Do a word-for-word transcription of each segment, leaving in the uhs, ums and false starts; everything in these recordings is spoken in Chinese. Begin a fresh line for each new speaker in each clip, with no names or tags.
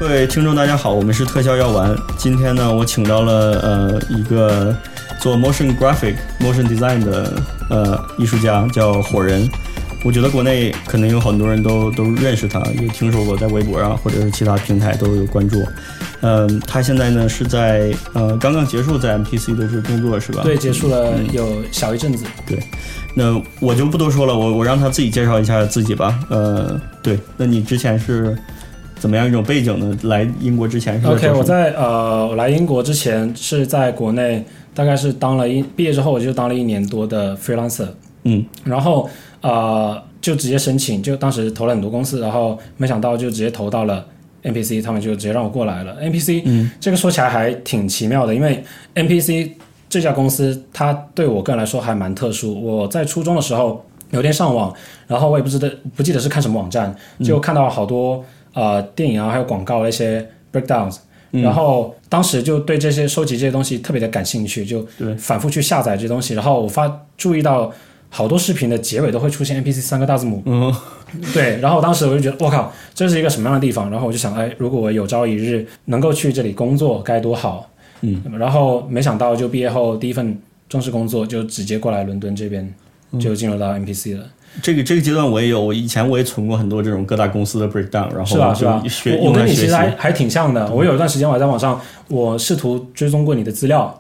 各位听众大家好，我们是特效药丸。今天呢，我请到了呃一个做 motion graphic motion design 的呃艺术家，叫火人。我觉得国内可能有很多人都都认识他，也听说过，在微博啊或者是其他平台都有关注。嗯、呃，他现在呢是在呃刚刚结束在 M P C 的这个工作是吧？
对，结束了有小一阵子。
嗯、对，那我就不多说了，我我让他自己介绍一下自己吧。呃，对，那你之前是怎么样一种背景呢？来英国之前是
OK， 我在呃我来英国之前是在国内，大概是当了一毕业之后我就当了一年多的 freelancer。
嗯，
然后呃就直接申请，就当时投了很多公司，然后没想到就直接投到了 N P C， 他们就直接让我过来了。N P C， 嗯，这个说起来还挺奇妙的，因为 N P C 这家公司它对我个人来说还蛮特殊。我在初中的时候有一天上网，然后我也不知道不记得是看什么网站，就看到好多呃电影啊还有广告的一些 breakdowns。然后当时就对这些收集这些东西特别的感兴趣，就反复去下载这些东西。然后我发注意到好多视频的结尾都会出现 N P C 三个大字母。嗯，对。然后当时我就觉得我靠，这是一个什么样的地方？然后我就想，哎，如果我有朝一日能够去这里工作该多好。嗯，然后没想到就毕业后第一份正式工作就直接过来伦敦这边，就进入到 N P C 了。
这个这个阶段我也有，我以前我也存过很多这种各大公司的 breakdown， 然后
是吧是吧？我我跟你其实还还挺像的。我有一段时间我还在网上，我试图追踪过你的资料，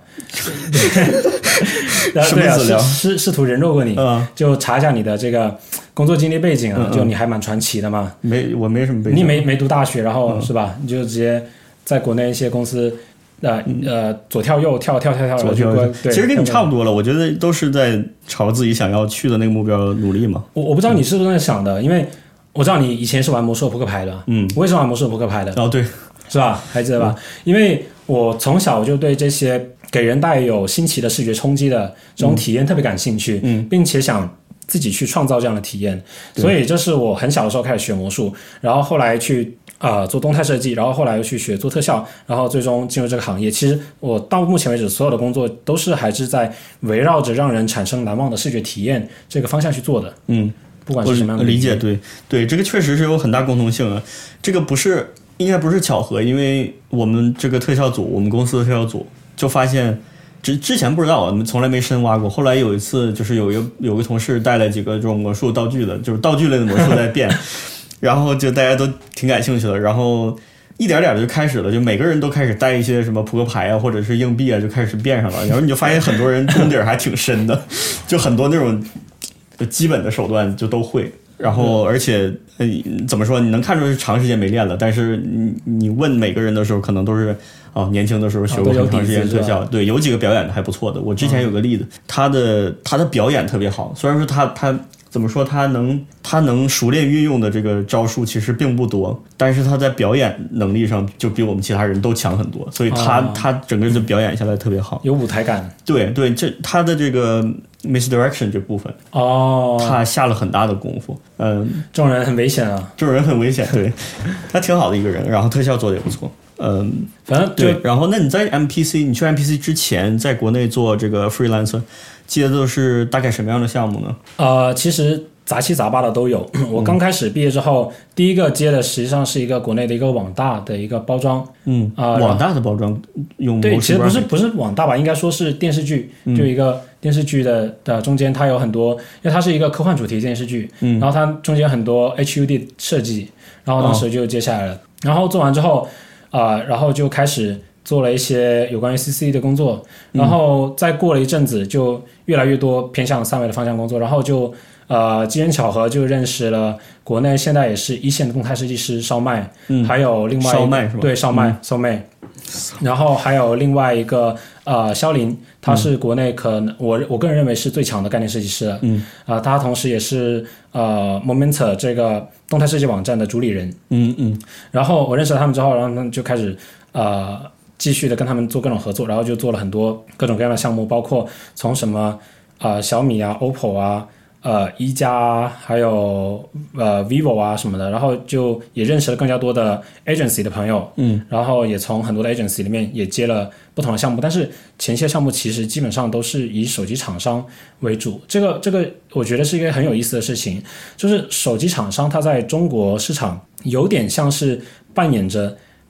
什么资料？
试试图人肉过你，
嗯，
就查一下你的这个工作经历背景啊，嗯嗯就你还蛮传奇的嘛。
没，我没什么背景，
你没没读大学，然后、嗯、是吧？你就直接在国内一些公司。呃呃，左跳右跳跳跳跳，
左跳右，其实跟你差不多了。我觉得都是在朝自己想要去的那个目标努力嘛。
我我不知道你是不是这么想的，因为我知道你以前是玩魔兽扑克牌的，嗯，我也是玩魔兽扑克牌的。
哦，对，
是吧？还记得吧？嗯、因为我从小就对这些给人带有新奇的视觉冲击的这种体验特别感兴趣，嗯，并且想自己去创造这样的体验，所以这是我很小的时候开始学魔术，然后后来去。呃，做动态设计，然后后来又去学做特效，然后最终进入这个行业。其实我到目前为止所有的工作都是还是在围绕着让人产生难忘的视觉体验这个方向去做的。嗯，不管是什么样的
理解，对对，这个确实是有很大共同性啊。这个不是应该不是巧合，因为我们这个特效组，我们公司的特效组就发现。之之前不知道，我们从来没深挖过。后来有一次，就是有一个有个同事带了几个这种魔术道具的，就是道具类的魔术在变。然后就大家都挺感兴趣的，然后一点点的就开始了，就每个人都开始带一些什么扑克牌啊，或者是硬币啊，就开始变上了。然后你就发现很多人功底还挺深的，就很多那种基本的手段就都会。然后而且、呃、怎么说，你能看出是长时间没练了，但是你你问每个人的时候，可能都是哦年轻的时候学过很长时间特效，对，有几个表演的还不错的。我之前有个例子，他的他的表演特别好，虽然说他他。怎么说？他能他能熟练运用的这个招数其实并不多，但是他在表演能力上就比我们其他人都强很多，所以他、哦、他整个的表演下来特别好，
有舞台感。
对对，这他的这个 misdirection 这部分
哦，
他下了很大的功夫。嗯，
这种人很危险啊，
这种人很危险。对，他挺好的一个人，然后特效做的也不错。嗯，
反正
对。然后，那你在 M P C， 你去 M P C 之前，在国内做这个 freelancer。接的都是大概什么样的项目呢？
呃，其实杂七杂八的都有。我刚开始毕业之后，嗯、第一个接的实际上是一个国内的一个网大的一个包装。嗯啊、呃，
网大的包装用
对，其实不是不是网大吧，应该说是电视剧，嗯、就一个电视剧的的中间它有很多，因为它是一个科幻主题电视剧，嗯，然后它中间很多 H U D 设计，然后当时就接下来了，哦、然后做完之后，啊、呃，然后就开始。做了一些有关于 C C 的工作，然后再过了一阵子，就越来越多偏向三维的方向工作，然后就呃机缘巧合就认识了国内现在也是一线的动态设计师烧麦，嗯，还有另外
烧麦是吧？
对，烧麦烧麦，然后还有另外一个呃肖林，他是国内可能、嗯、我我个人认为是最强的概念设计师了，嗯啊、呃，他同时也是呃 Momentor 这个动态设计网站的主理人，嗯嗯，然后我认识了他们之后，然后他们就开始呃。继续的跟他们做各种合作，然后就做了很多各种各样的项目，包括从什么呃小米啊、O P P O 啊、呃一加啊，还有呃 vivo 啊什么的，然后就也认识了更加多的 agency 的朋友，嗯，然后也从很多的 agency 里面也接了不同的项目，但是前些项目其实基本上都是以手机厂商为主，这个这个我觉得是一个很有意思的事情，就是手机厂商它在中国市场有点像是扮演着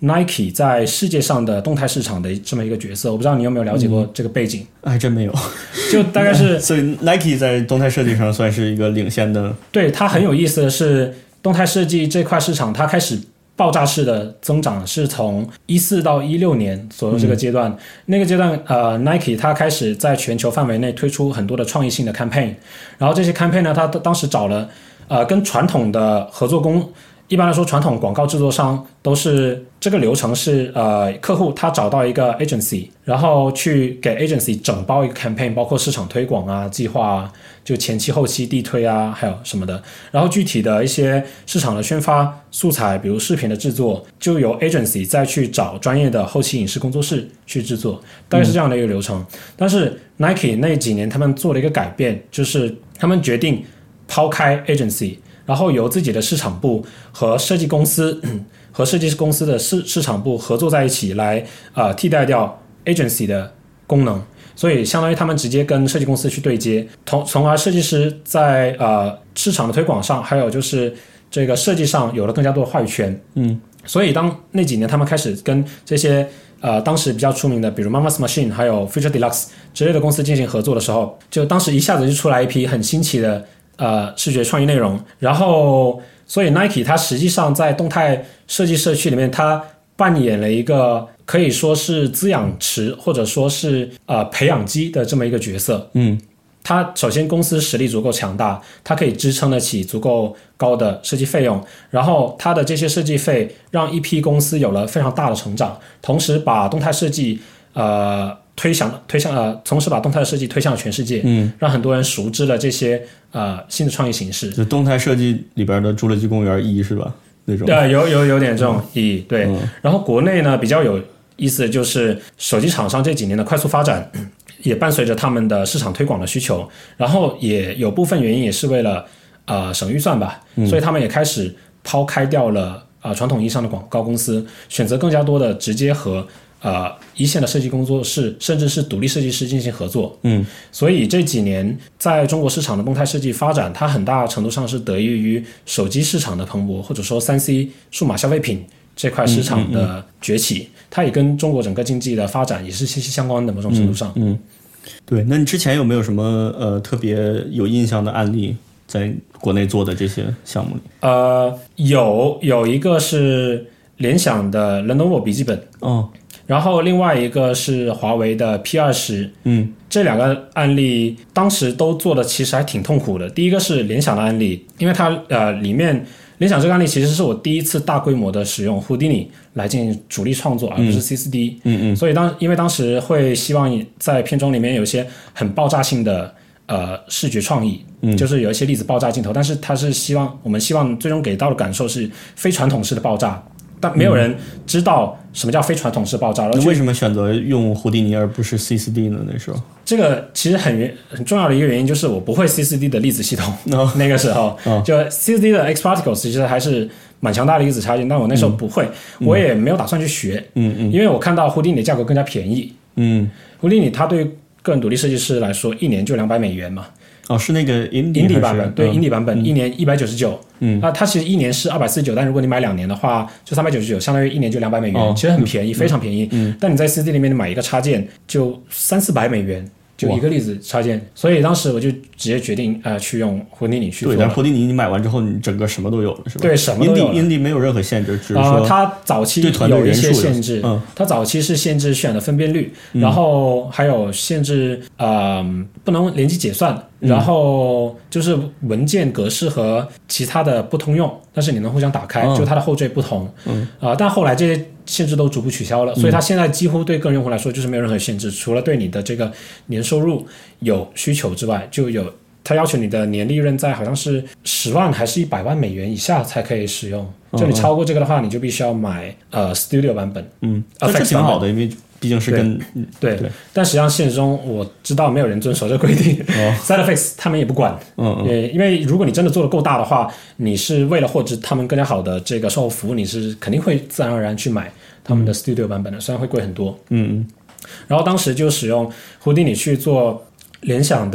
Nike 在世界上的动态市场的这么一个角色。我不知道你有没有了解过这个背景？
嗯、还真没有。
就大概是，
所以 Nike 在动态设计上算是一个领先的。
对，它很有意思的是，动态设计这块市场它开始爆炸式的增长是从一四到一六年左右这个阶段，嗯、那个阶段呃 Nike 它开始在全球范围内推出很多的创意性的 campaign， 然后这些 campaign 呢，它当时找了呃跟传统的合作公，一般来说传统广告制作商都是这个流程是呃客户他找到一个 agency， 然后去给 agency 整包一个 campaign， 包括市场推广啊、计划啊，就前期后期地推啊还有什么的，然后具体的一些市场的宣发素材，比如视频的制作，就由 agency 再去找专业的后期影视工作室去制作，大概是这样的一个流程。嗯、但是 Nike 那几年他们做了一个改变，就是他们决定抛开 agency， 然后由自己的市场部和设计公司和设计师公司的市市场部合作在一起来呃替代掉 agency 的功能，所以相当于他们直接跟设计公司去对接，从从而设计师在呃市场的推广上，还有就是这个设计上有了更加多的话语权。
嗯，
所以当那几年他们开始跟这些呃当时比较出名的，比如 Mama's Machine 还有 Future Deluxe 之类的公司进行合作的时候，就当时一下子就出来一批很新奇的呃视觉创意内容，然后所以 Nike 它实际上在动态设计社区里面，它扮演了一个可以说是滋养池或者说是呃培养基的这么一个角色。
嗯，
它首先公司实力足够强大，它可以支撑得起足够高的设计费用，然后它的这些设计费让一批公司有了非常大的成长，同时把动态设计呃推向推向呃，同时把动态的设计推向了全世界，
嗯，
让很多人熟知了这些呃新的创意形式。
就动态设计里边的侏罗纪公园一是吧？那种
对，有有有点这种意义。对，
嗯、
然后国内呢比较有意思的就是手机厂商这几年的快速发展，也伴随着他们的市场推广的需求，然后也有部分原因也是为了呃省预算吧，
嗯、
所以他们也开始抛开掉了呃传统意义上的广告公司，选择更加多的直接和呃，一线的设计工作室，甚至是独立设计师进行合作。
嗯，
所以这几年在中国市场的动态设计发展，它很大程度上是得益于手机市场的蓬勃，或者说 三 C 数码消费品这块市场的崛起，嗯嗯嗯它也跟中国整个经济的发展也是息息相关的，某种程度上。
嗯，嗯对。那你之前有没有什么呃特别有印象的案例，在国内做的这些项目里？
呃，有有一个是联想的 Lenovo 笔记本。
哦。
然后另外一个是华为的 P 二十，
嗯，
这两个案例当时都做的其实还挺痛苦的。第一个是联想的案例，因为它呃里面联想这个案例其实是我第一次大规模的使用 Houdini 来进行主力创作，而不是 C 四 D。
嗯嗯。
所以当因为当时会希望在片中里面有一些很爆炸性的呃视觉创意，
嗯，
就是有一些粒子爆炸镜头，但是它是希望我们希望最终给到的感受是非传统式的爆炸。但没有人知道什么叫非传统式爆炸。
那为什么选择用胡迪尼而不是 C 四 D 呢？那时候
这个其实很很重要的一个原因就是我不会 C 四 D 的粒子系统。
oh.
那个时候、oh. 就 C 四 D 的 X Particles 其实还是蛮强大的一个子插件，但我那时候不会、嗯、我也没有打算去学。
嗯嗯，
因为我看到胡迪尼的价格更加便宜。
嗯，
胡迪尼它对个人独立设计师来说一年就两百美元嘛。
哦，是那个 Indie
版本，对、嗯、Indie 版本、嗯、一年一百九十九。
嗯，
那它其实一年是二百四十九，但如果你买两年的话，就三百九十九，相当于一年就两百美元、哦，其实很便宜、嗯，非常便宜。
嗯，
但你在 C 四 D 里面买一个插件就三四百美元，就一个粒子插件，所以当时我就直接决定呃去用胡迪尼去做。
对，但胡迪尼你买完之后，你整个什么都有了，是吧？
对，什么都有了。
Indie Indie 没有任何限制，只是说、
呃、它早期有一些限制，
嗯，
它早期是限制渲染的分辨率，
嗯、
然后还有限制呃不能联机解算。然后就是文件格式和其他的不通用，但是你能互相打开，
哦、
就它的后缀不同。
嗯
啊、呃，但后来这些限制都逐步取消了，所以它现在几乎对个人用户来说就是没有任何限制，除了对你的这个年收入有需求之外，就有它要求你的年利润在好像是十万还是一百万美元以下才可以使用。就你超过这个的话，你就必须要买呃 Studio 版本。
嗯，这挺好的，因为毕竟是跟
对, 对, 对，但实际上现实中我知道没有人遵守这个规定、哦、SideFX 他们也不管。
嗯嗯，
因为如果你真的做得够大的话，你是为了获知他们更加好的这个售后服务，你是肯定会自然而然去买他们的 Studio 版本的，虽然会贵很多。
嗯嗯，
然后当时就使用胡迪尼去做联想的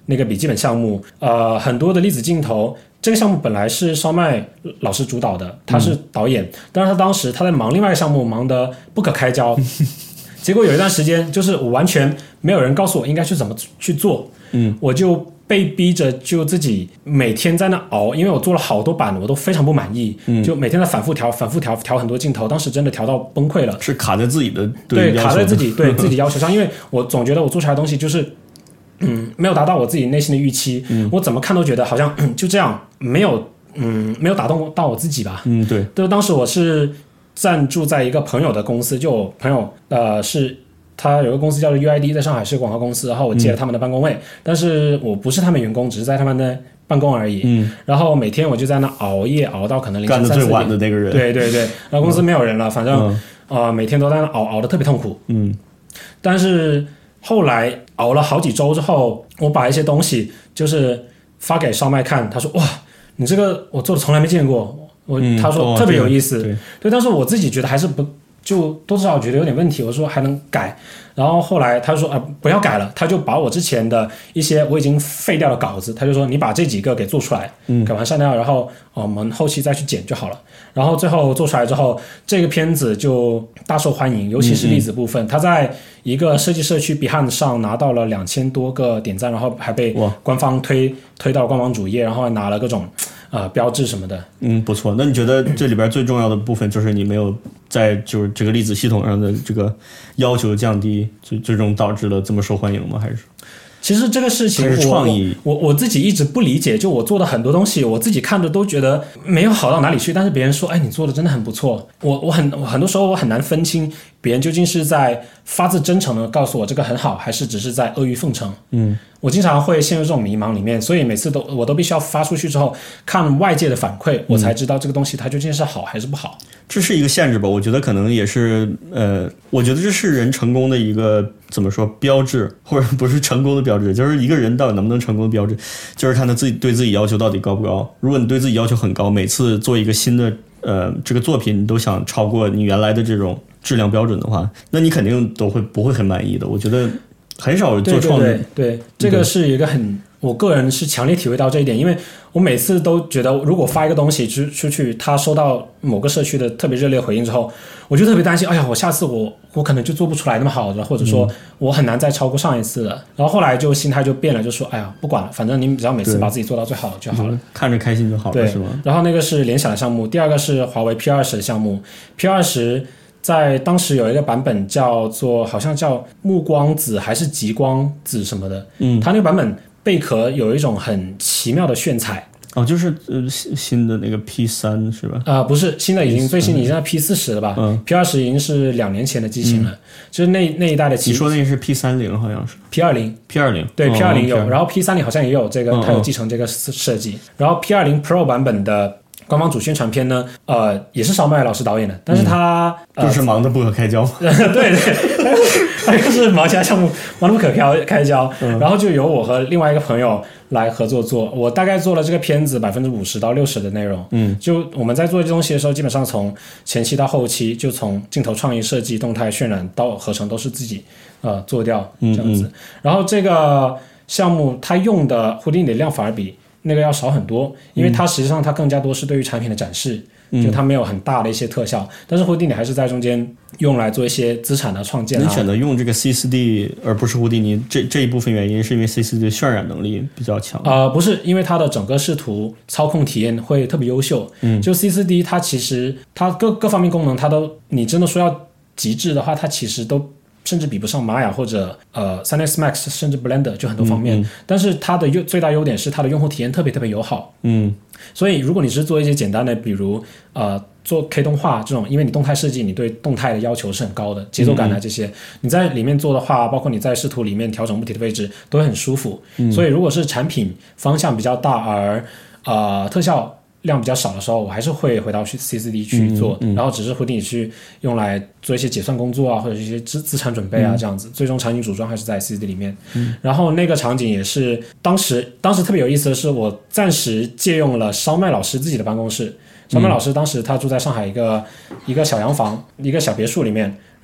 那个笔记本项目，呃，很多的粒子镜头。这个项目本来是烧麦老师主导的，他是导演，嗯、但是他当时他在忙另外一个项目，忙得不可开交。结果有一段时间，就是我完全没有人告诉我应该去怎么去做，嗯，我就被逼着就自己每天在那熬，因为我做了好多版，我都非常不满意，嗯、就每天在反复调、反复调、调很多镜头，当时真的调到崩溃了。
是卡在自己的
对，卡在自己对自己要求上，因为我总觉得我做出来的东西就是。嗯，没有达到我自己内心的预期，嗯、我怎么看都觉得好像、嗯、就这样，没有，嗯，没有打动到我自己吧。
嗯，对。
就当时我是暂住在一个朋友的公司，就我朋友呃是他有个公司叫做 U I D， 在上海是广告公司，然后我借了他们的办公位，嗯、但是我不是他们员工，只是在他们的办公而已。嗯。然后每天我就在那熬夜熬到可能凌晨三四点。
干得最晚的那个人。
对对对，然后公司没有人了，反正、嗯、呃每天都在那熬熬得特别痛苦。
嗯。
但是。后来熬了好几周之后，我把一些东西就是发给烧麦看，他说哇，你这个我做的从来没见过，我、嗯、他说特别有意思，
对,
对，但是我自己觉得还是不就多少觉得有点问题，我说还能改，然后后来他就说啊、呃、不要改了，他就把我之前的一些我已经废掉的稿子，他就说你把这几个给做出来，嗯，给完善掉，然后、呃、我们后期再去剪就好了。然后最后做出来之后，这个片子就大受欢迎，尤其是粒子部分，嗯嗯他在一个设计社区 Behance 上拿到了两千多个点赞，然后还被官方推推到官网主页，然后还拿了各种呃标志什么的。
嗯，不错。那你觉得这里边最重要的部分就是你没有在就是这个粒子系统上的这个要求降低，最最终导致了这么受欢迎吗？还是？
其实这个事情我，
创意
我我自己一直不理解，就我做的很多东西，我自己看着都觉得没有好到哪里去，但是别人说，哎，你做的真的很不错。我我很很多时候我很难分清别人究竟是在发自真诚的告诉我这个很好，还是只是在阿谀奉承。嗯，我经常会陷入这种迷茫里面，所以每次都我都必须要发出去之后，看外界的反馈，我才知道这个东西它究竟是好还是不好。
这是一个限制吧？我觉得可能也是，呃，我觉得这是人成功的一个怎么说标志，或者不是成功的标志，就是一个人到底能不能成功的标志，就是看他自己对自己要求到底高不高。如果你对自己要求很高，每次做一个新的呃这个作品，你都想超过你原来的这种质量标准的话，那你肯定都会不会很满意的。我觉得很少做创意。
对对对，对，这个是一个很。我个人是强烈体会到这一点，因为我每次都觉得，如果发一个东西出出去，他收到某个社区的特别热烈回应之后，我就特别担心，哎呀，我下次我我可能就做不出来那么好的，或者说我很难再超过上一次了。然后后来就心态就变了，就说，哎呀，不管了，反正你只要每次把自己做到最好就好了，
看着开心就好了，
对，
是吗？
然后那个是联想的项目，第二个是华为 P 二十 的项目 ，P 二十。在当时有一个版本叫做好像叫暮光子还是极光子什么的，嗯，它那个版本贝壳有一种很奇妙的炫彩。
哦，就是呃新的那个 P 三 是吧？
啊、呃，不是，新的已经最新已经在 P 四十了吧？嗯 ，P 二十已经是两年前的机型了，嗯、就是那那一代的。
你说那是 P 三十 好像是
P 二十
P 二十
对、哦、P 二十有，
P 二十
然后 P 三十 好像也有这个，它有继承这个设计。哦、然后 P 二十 Pro 版本的。官方主宣传片呢，呃，也是烧麦老师导演的，但是他、
嗯呃、就是忙得不可开交，
对对，他就是忙其他项目忙得不可开交、嗯，然后就由我和另外一个朋友来合作做，我大概做了这个片子百分之五十到六十的内容，嗯，就我们在做这东西的时候，基本上从前期到后期，就从镜头创意设计、动态渲染到合成都是自己呃做掉这样子、嗯嗯，然后这个项目它用的胡迪尼的量反而比那个要少很多，因为它实际上它更加多是对于产品的展示、嗯、就它没有很大的一些特效，但是胡迪尼还是在中间用来做一些资产的创建、啊、
你选择用这个 C 四 D 而不是胡迪尼，这这一部分原因是因为 C 四 D 的渲染能力比较强？
呃，不是，因为它的整个视图操控体验会特别优秀。嗯，就 C 四 D 它其实它各各方面功能它都，你真的说要极致的话，它其实都甚至比不上玛雅或者呃 三 X Max 甚至 Blender 就很多方面、嗯嗯、但是它的最大优点是它的用户体验特别特别友好。嗯，所以如果你是做一些简单的比如呃做 K 动画这种，因为你动态设计你对动态的要求是很高的，节奏感啊这些、嗯、你在里面做的话，包括你在视图里面调整物体的位置都会很舒服、嗯、所以如果是产品方向比较大而呃特效量比较少的时候，我还是会回到去 C 四 D 去做、嗯嗯、然后只是会定去用来做一些结算工作啊，或者一些资资产准备啊、嗯、这样子，最终场景组装还是在 C 四 D 里面、嗯、然后那个场景也是当时当时特别有意思的是，我暂时借用了烧麦老师自己的办公室。烧麦老师当时他住在上海一个、嗯、一个小洋房一个小别墅里面，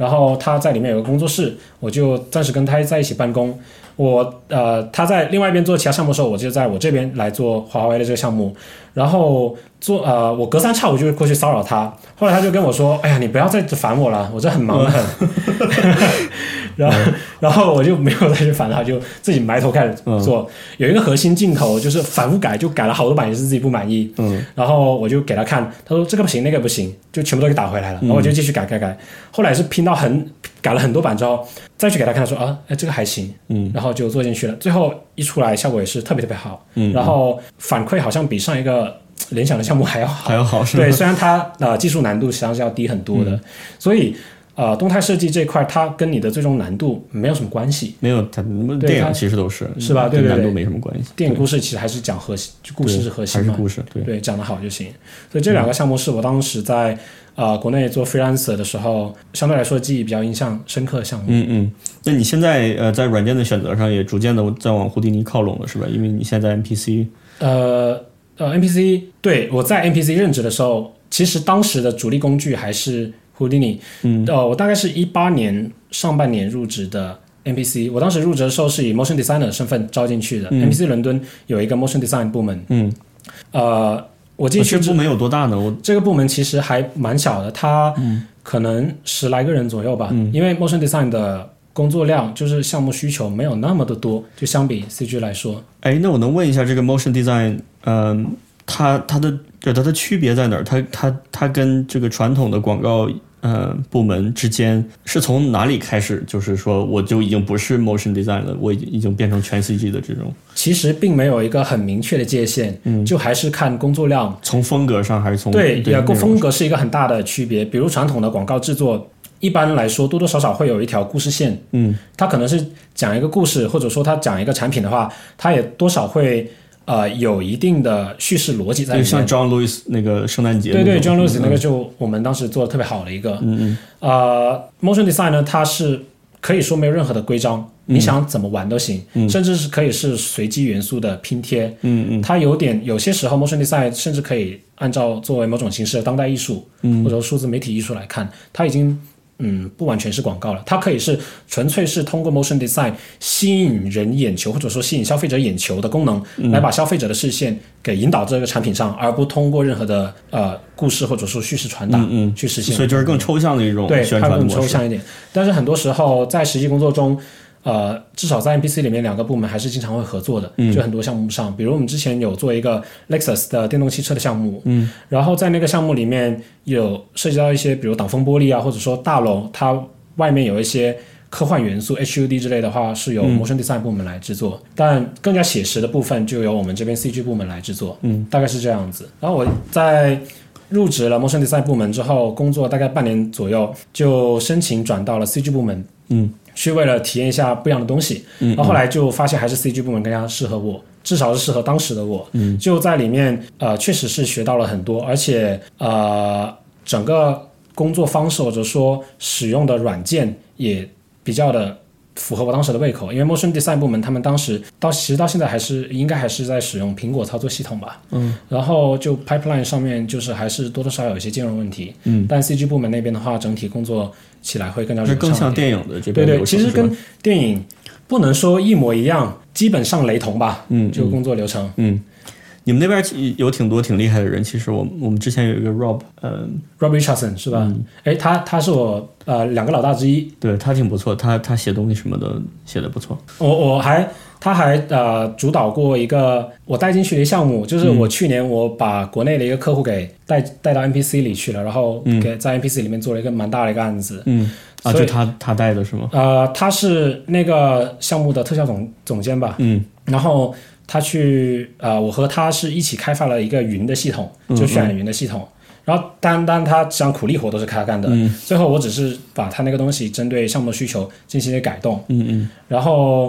然后他在里面有个工作室，我就暂时跟他在一起办公。我呃他在另外一边做其他项目的时候，我就在我这边来做华为的这个项目。然后做呃我隔三差五就会过去骚扰他，后来他就跟我说：“哎呀，你不要再烦我了，我这很忙得很。嗯”然后然后我就没有再去烦他，就自己埋头开始做。嗯、有一个核心镜头就是反复改，就改了好多版也是自己不满意。嗯，然后我就给他看，他说这个不行，那个不行，就全部都给打回来了。然后我就继续改改改，后来是拼到很改了很多版之后，再去给他看，说啊，哎这个还行。嗯，然后就做进去了，最后一出来效果也是特别特别好。嗯，然后反馈好像比上一个联想的项目还要好，
还要好是吧？
对，虽然它呃技术难度实际上是要低很多的，嗯、所以。呃，动态设计这块，它跟你的最终难度没有什么关系。
没有，它电影其实都是
是吧？对对对，
难度没什么关系。
电影故事其实还是讲核心，故事是核心嘛，
还是故事，对
对，讲得好就行。所以这两个项目是我当时在呃国内做 freelancer 的时候，相对来说记忆比较印象深刻的项目。
嗯嗯，那你现在呃在软件的选择上也逐渐的在往胡迪尼靠拢了，是吧？因为你现在 M P C，
呃呃 M P C， 对，我在 M P C 任职的时候，其实当时的主力工具还是胡迪尼，嗯，呃，我大概是一八年上半年入职的 M P C， 我当时入职的时候是以 motion designer 的身份招进去的。嗯、M P C 伦敦有一个 motion design 部门，嗯，呃，我进去、
哦、这个部门有多大呢？我
这个部门其实还蛮小的，它可能十来个人左右吧，嗯、因为 motion design 的工作量就是项目需求没有那么的多，就相比 C G 来说。
哎，那我能问一下这个 motion design， 嗯、呃，它它的它的区别在哪儿？它它它跟这个传统的广告呃部门之间是从哪里开始？就是说我就已经不是 motion design 了，我已经已经变成全 C G 的这种。
其实并没有一个很明确的界限，嗯，就还是看工作量。
从风格上还是从
对对，风格是一个很大的区别。比如传统的广告制作，一般来说多多少少会有一条故事线，嗯，它可能是讲一个故事，或者说它讲一个产品的话，它也多少会。呃，有一定的叙事逻辑在里面，
像 John Lewis 那个圣诞节，
对对 ，John Lewis 那个就我们当时做的特别好的一个，嗯嗯，呃 ，motion design 呢，它是可以说没有任何的规章，嗯、你想怎么玩都行，嗯、甚至是可以是随机元素的拼贴，嗯嗯，它有点有些时候 motion design 甚至可以按照作为某种形式的当代艺术，嗯，或者说数字媒体艺术来看，它已经。嗯，不完全是广告了，它可以是纯粹是通过 motion design 吸引人眼球，或者说吸引消费者眼球的功能，嗯、来把消费者的视线给引导这个产品上，而不通过任何的呃故事或者说叙事传达、嗯嗯、去实现。
所以就是更抽象的一种宣传模式。对，它
更抽象一点。但是很多时候在实际工作中。呃，至少在 M P C 里面，两个部门还是经常会合作的，嗯、就很多项目上，比如我们之前有做一个 Lexus 的电动汽车的项目，嗯，然后在那个项目里面有涉及到一些，比如挡风玻璃啊，或者说大楼它外面有一些科幻元素 H U D 之类的话，是由 Motion Design 部门来制作，嗯、但更加写实的部分就由我们这边 C G 部门来制作，嗯，大概是这样子。然后我在入职了 Motion Design 部门之后，工作大概半年左右，就申请转到了 C G 部门，嗯。去为了体验一下不一样的东西，嗯、然后后来就发现还是 C G 部门更加适合我，至少是适合当时的我。嗯、就在里面，呃，确实是学到了很多，而且呃，整个工作方式或者说使用的软件也比较的符合我当时的胃口。因为 Motion Design 部门他们当时到其实到现在还是应该还是在使用苹果操作系统吧，嗯，然后就 pipeline 上面就是还是多多少少有一些兼容问题，嗯，但 C G 部门那边的话，整体工作起来会更加流畅一点，
更像电影的这边
对对，其实跟电影不能说一模一样，基本上雷同吧。嗯，就工作流程。
嗯，嗯你们那边有挺多挺厉害的人，其实我我们之前有一个 Rob， 嗯
，Rob Richardson 是吧？嗯，哎，他他是我呃两个老大之一。
对他挺不错，他他写东西什么的写的不错。
我我还他还呃主导过一个我带进去的一个项目，就是我去年我把国内的一个客户给带带到 M P C 里去了，然后给在 M P C 里面做了一个蛮大的一个案子。嗯。
啊，就他他带的是吗？
呃，他是那个项目的特效总总监吧。嗯，然后他去呃，我和他是一起开发了一个云的系统，就渲染云的系统。嗯嗯然后单单他实际上苦力活都是他干的，嗯、最后我只是把他那个东西针对项目的需求进行一些改动。嗯嗯，然后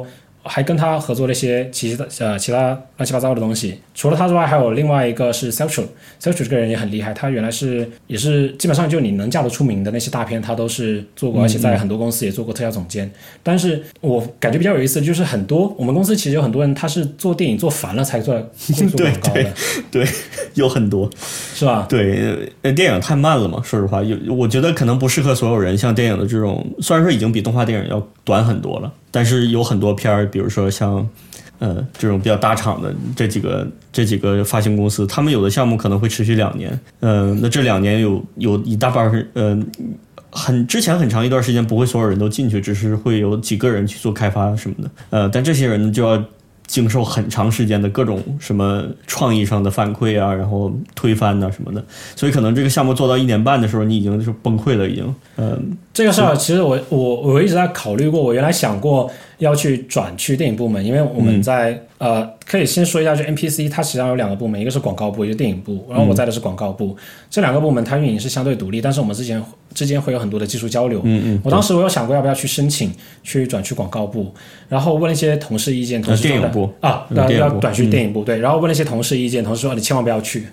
还跟他合作了一些其他呃其他乱七八糟的东西。除了他之外，还有另外一个是 Selchuk，Selchuk 这个人也很厉害，他原来是也是基本上就你能叫得出名的那些大片他都是做过，而且在很多公司也做过特效总监。但是我感觉比较有意思的就是很多我们公司其实有很多人他是做电影做烦了才做做广告的，
对对对，有很多
是吧？
对，电影太慢了嘛，说实话，有我觉得可能不适合所有人。像电影的这种，虽然说已经比动画电影要短很多了，但是有很多片儿，比如说像呃这种比较大厂的这几个这几个发行公司，他们有的项目可能会持续两年，呃，那这两年有有一大半是呃很之前很长一段时间不会所有人都进去，只是会有几个人去做开发什么的，呃，但这些人就要经受很长时间的各种什么创意上的反馈啊，然后推翻啊什么的，所以可能这个项目做到一年半的时候，你已经是崩溃了，已经。嗯，
这个事儿其实我我我一直在考虑过，我原来想过要去转去电影部门，因为我们在、嗯、呃，可以先说一下，就 N P C 它实际上有两个部门，一个是广告部，一个是电影部，然后我在的是广告部，嗯、这两个部门它运营是相对独立，但是我们之前之间会有很多的技术交流。嗯嗯，我当时我有想过要不要去申请去转去广告部，然后问了一些同事意见，同事说的、
呃、电影部
啊，
嗯、
要转去电影部、嗯，对，然后问了一些同事意见，同事说你千万不要去，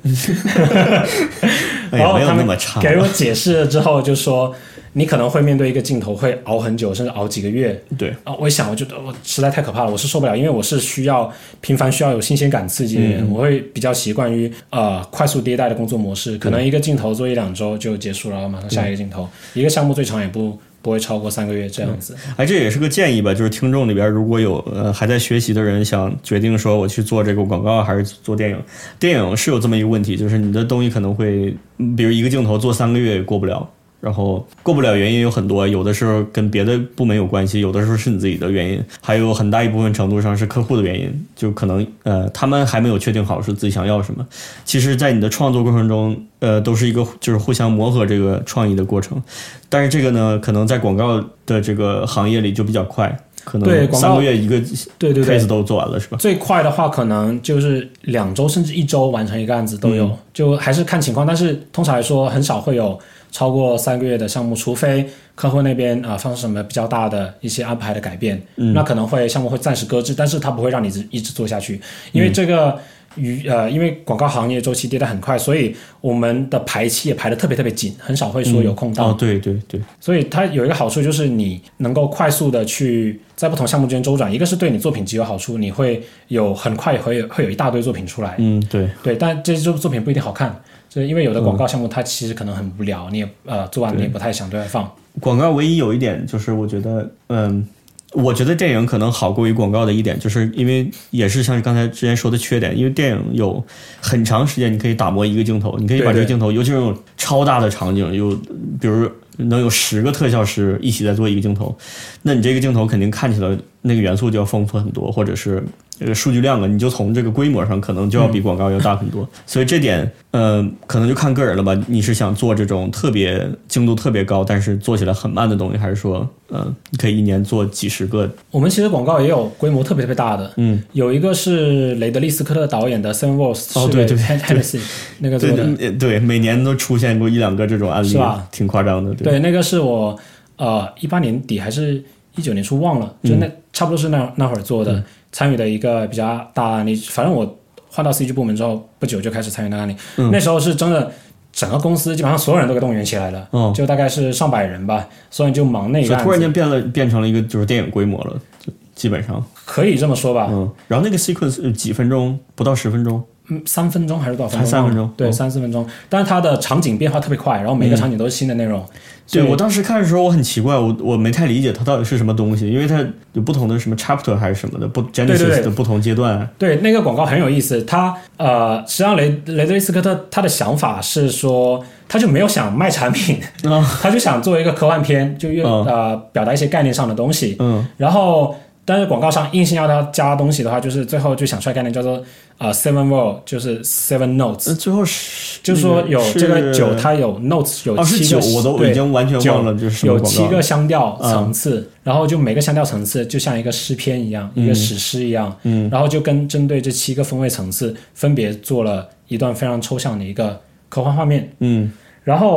然后他们给我解释了之后就说。你可能会面对一个镜头会熬很久，甚至熬几个月。
对
啊，我一想，我觉得我实在太可怕了，我是受不了，因为我是需要频繁需要有新鲜感刺激的人，嗯、我会比较习惯于呃快速迭代的工作模式，可能一个镜头做一两周就结束了，然后马上下一个镜头，一个项目最长也不不会超过三个月这样子。
哎，这也是个建议吧，就是听众里边如果有呃还在学习的人，想决定说我去做这个广告还是做电影，电影是有这么一个问题，就是你的东西可能会，比如一个镜头做三个月也过不了。然后过不了原因有很多，有的时候跟别的部门有关系，有的时候是你自己的原因，还有很大一部分程度上是客户的原因，就可能呃他们还没有确定好是自己想要什么。其实在你的创作过程中呃都是一个就是互相磨合这个创意的过程，但是这个呢可能在广告的这个行业里就比较快，可能三个月一个 case 都做完了，是吧？
最快的话可能就是两周甚至一周完成一个案子都有、嗯、就还是看情况，但是通常来说很少会有超过三个月的项目，除非客户那边啊、呃、发生什么比较大的一些安排的改变、嗯、那可能会项目会暂时搁置，但是它不会让你一直做下去，因为这个与呃，因为广告行业周期迭代很快，所以我们的排期也排得特别特别紧，很少会说有空档、
嗯、哦，对对对，
所以它有一个好处就是你能够快速的去在不同项目之间周转，一个是对你作品极有好处，你会有很快会有会有一大堆作品出来，
嗯，对对，
但这些作品不一定好看，所以因为有的广告项目它其实可能很无聊，嗯、你也呃做完你也不太想对外放。
广告唯一有一点就是我觉得嗯。我觉得电影可能好过于广告的一点，就是因为也是像刚才之前说的缺点，因为电影有很长时间你可以打磨一个镜头，你可以把这个镜头，尤其是这种超大的场景，有比如能有十个特效师一起在做一个镜头，那你这个镜头肯定看起来那个元素就要丰富很多，或者是这个数据量啊，你就从这个规模上可能就要比广告要大很多、嗯、所以这点呃可能就看个人了吧，你是想做这种特别精度特别高但是做起来很慢的东西，还是说呃你可以一年做几十个。
我们其实广告也有规模特别特别大的，嗯，有一个是雷德利斯科特导演的 Seven Wars，
哦对对对
Hennessy 那个做的，
对对，每年都出现过一两个这种案例，是吧？挺夸张的。对，
对，那个是我呃一八年底还是一九年初忘了，就那、嗯、差不多是那那会儿做的、嗯，参与的一个比较大案例。反正我换到 C G 部门之后不久就开始参与那个案例、嗯，那时候是真的整个公司基本上所有人都给动员起来了，哦、就大概是上百人吧，所以就忙那个案子。
突然间变了，变成了一个就是电影规模了，就基本上
可以这么说吧。
嗯，然后那个 sequence 几分钟，不到十分钟。
嗯，三分钟还是多少分钟？
才三分钟，
对，三四分钟。但是它的场景变化特别快，然后每个场景都是新的内容。嗯、
对，我当时看的时候我很奇怪，我我没太理解它到底是什么东西，因为它有不同的什么 chapter 还是什么的，不 Genesis 的不同阶段。
对，那个广告很有意思，它呃，实际上雷雷德利斯科特他的想法是说，他就没有想卖产品，嗯、他就想做一个科幻片，就用、嗯、呃表达一些概念上的东西。嗯，然后。但是广告上硬性要他加东西的话，就是最后就想出来概念叫做呃 seven word， 就是 seven notes。
最后是
就是说有这个酒，它有 notes， 有七个，
哦、我都已经完全忘了就是什么广告。
有七个香调层次、嗯，然后就每个香调层次就像一个诗篇一样，嗯、一个史诗一样，嗯，然后就跟针对这七个风味层次，分别做了一段非常抽象的一个科幻画面，嗯，然后。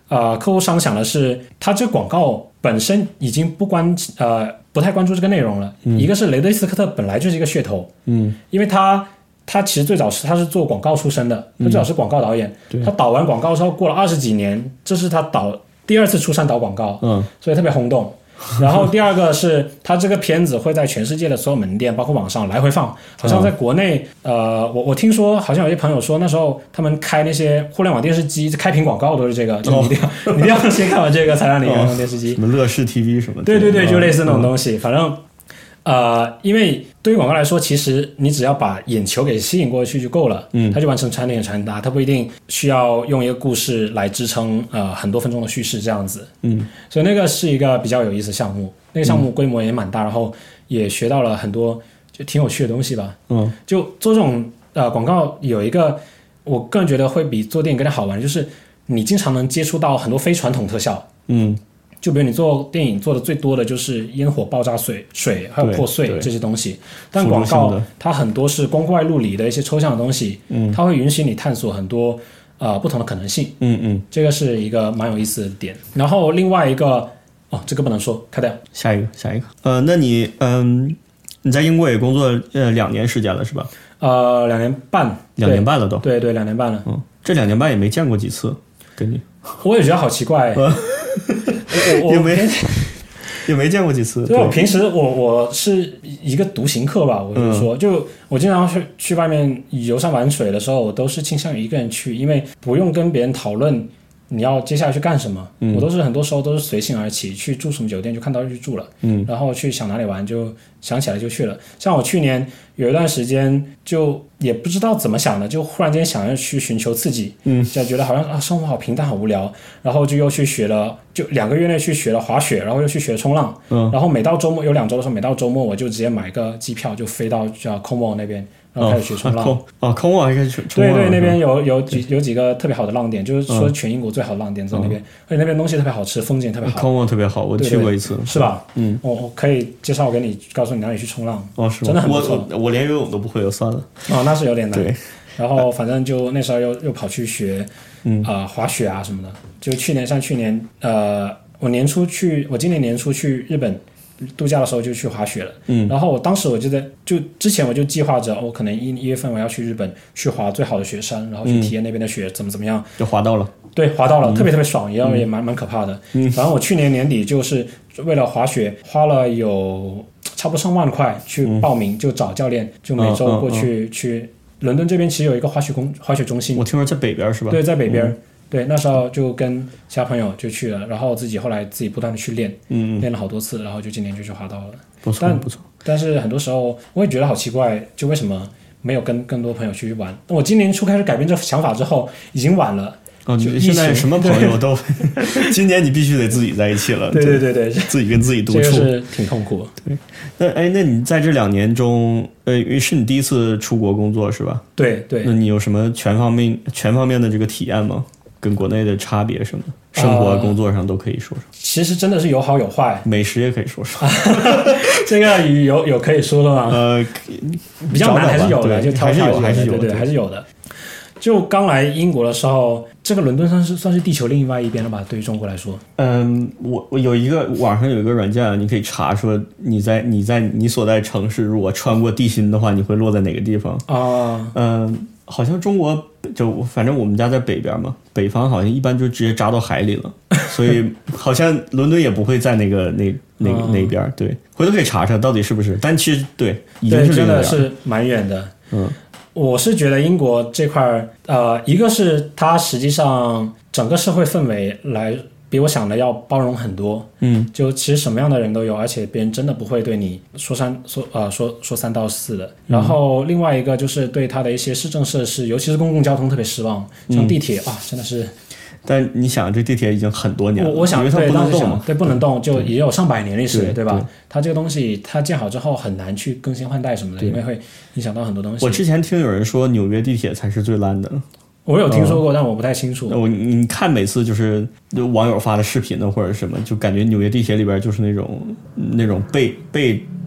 呃客户商想的是，他这广告本身已经不关呃不太关注这个内容了。嗯、一个是雷德利斯科特本来就是一个噱头，
嗯，
因为他他其实最早是他是做广告出身的，他最早是广告导演，
嗯、
他导完广告之后过了二十几年，这是他导第二次出山导广告，
嗯，
所以特别轰动。然后第二个是他这个片子会在全世界的所有门店包括网上来回放，好像在国内、嗯、呃我我听说好像有些朋友说那时候他们开那些互联网电视机开屏广告都是这个，就你一定要、哦、你一定要先看完这个才让你用电视机、
哦、什么乐视 T V 什么的，
对对对，就类似那种东西、嗯、反正呃，因为对于广告来说，其实你只要把眼球给吸引过去就够了，嗯，它就完成产品的传达，它不一定需要用一个故事来支撑呃很多分钟的叙事这样子，嗯，所以那个是一个比较有意思的项目，那个项目规模也蛮大，然后也学到了很多就挺有趣的东西吧，嗯，就做这种呃广告有一个我个人觉得会比做电影更加好玩，就是你经常能接触到很多非传统特效，嗯。就比如你做电影做的最多的就是烟火爆炸水水还有破碎这些东西，但广告它很多是光怪陆离的一些抽象的东西，嗯，它会允许你探索很多呃不同的可能性，嗯嗯，这个是一个蛮有意思的点。然后另外一个哦，这个不能说，开掉。
下一个，下一个。呃，那你嗯你在英国也工作呃两年时间了是吧？
呃，两年半，
两年半了都。
对对，两年半了。
嗯，这两年半也没见过几次，跟你。
我也觉得好奇怪。
我也没也没见过几次。
就我平时我我是一个独行客吧，我就说，嗯、就我经常去去外面游山玩水的时候，我都是倾向于一个人去，因为不用跟别人讨论你要接下来去干什么，嗯、我都是很多时候都是随性而起，去住什么酒店就看到就去住了，嗯，然后去想哪里玩就想起来就去了。像我去年有一段时间就也不知道怎么想的，就忽然间想要去寻求刺激，嗯，就觉得好像啊生活好平淡好无聊，然后就又去学了，就两个月内去学了滑雪，然后又去学冲浪，嗯，然后每到周末有两周的时候，每到周末我就直接买个机票就飞到叫 Cornwall 那边。然后开始学冲浪。
哦，空网还开始学冲浪。
对对，那边有有几有几个特别好的浪点，就是说全英国最好的浪点在那边，而且那边东西特别好吃，风景特别好。
空网特别好，我去过一次，
是吧？嗯，我我可以介绍给你，告诉你哪里去冲浪。
哦，是吗？
真的很不错。
我我连游泳都不会，就算了。
哦，那是有点难。
对。
然后反正就那时候又又跑去学，嗯啊、呃、滑雪啊什么的。就去年像去年呃，我年初去，我今年年初去日本。度假的时候就去滑雪了，嗯，然后我当时我就在就之前我就计划着，我、哦、可能一一月份我要去日本去滑最好的雪山，然后去体验那边的雪、嗯、怎么怎么样，
就滑到了，
对，滑到了，嗯、特别特别爽，也也蛮蛮可怕的。嗯，然后我去年年底就是为了滑雪花了有差不多上万块去报名，嗯、就找教练，就每周过去、嗯、去伦敦这边其实有一个滑雪公滑雪中心，
我听说在北边是吧？
对，在北边。嗯对，那时候就跟其他朋友就去了，然后自己后来自己不断的去练，嗯，练了好多次，然后就今年就去滑到了，
不错不错。
但是很多时候我也觉得好奇怪，就为什么没有跟更多朋友去玩？我今年初开始改变这想法之后，已经晚了。
哦，你现在什么朋友都，今年你必须得自己在一起了。
对对对对，
自己跟自己独处，
这个是挺痛苦。
对，那哎，那你在这两年中，呃，是你第一次出国工作是吧？
对对。
那你有什么全方面全方面的这个体验吗？跟国内的差别什么的，生活、工作上都可以说说。
其实真的是有好有坏，
美食也可以说说。
这个有有可以说的吗？
呃，
比较难还是有的，就
还是有，还是有，
对对，还是有的。就刚来英国的时候，这个伦敦算是算是地球另外一边了吧？对于中国来说，
嗯，我我有一个网上有一个软件，你可以查说你在你在你所在城市，如果穿过地心的话，你会落在哪个地方啊？嗯。好像中国就反正我们家在北边嘛，北方好像一般就直接扎到海里了，所以好像伦敦也不会在那个那那个、嗯、那边。对，回头可以查查到底是不是，但其实对，已经是
真的是蛮远的。嗯，我是觉得英国这块，呃，一个是它实际上整个社会氛围来。比我想的要包容很多，嗯，就其实什么样的人都有，而且别人真的不会对你说三说呃说说三道四的。然后另外一个就是对他的一些市政设施，尤其是公共交通特别失望，像地铁、嗯、啊，真的是。
但你想，这地铁已经很多年了，
我我想
因为它不能动嘛，
对，不能动，就也有上百年历史， 对,
对
吧？对它这个东西，它建好之后很难去更新换代什么的，因为会影响到很多东西。
我之前听有人说纽约地铁才是最烂的。
我有听说过、嗯、但我不太清楚。
我你看每次就是网友发的视频呢或者什么，就感觉纽约地铁里边就是那种那种被被被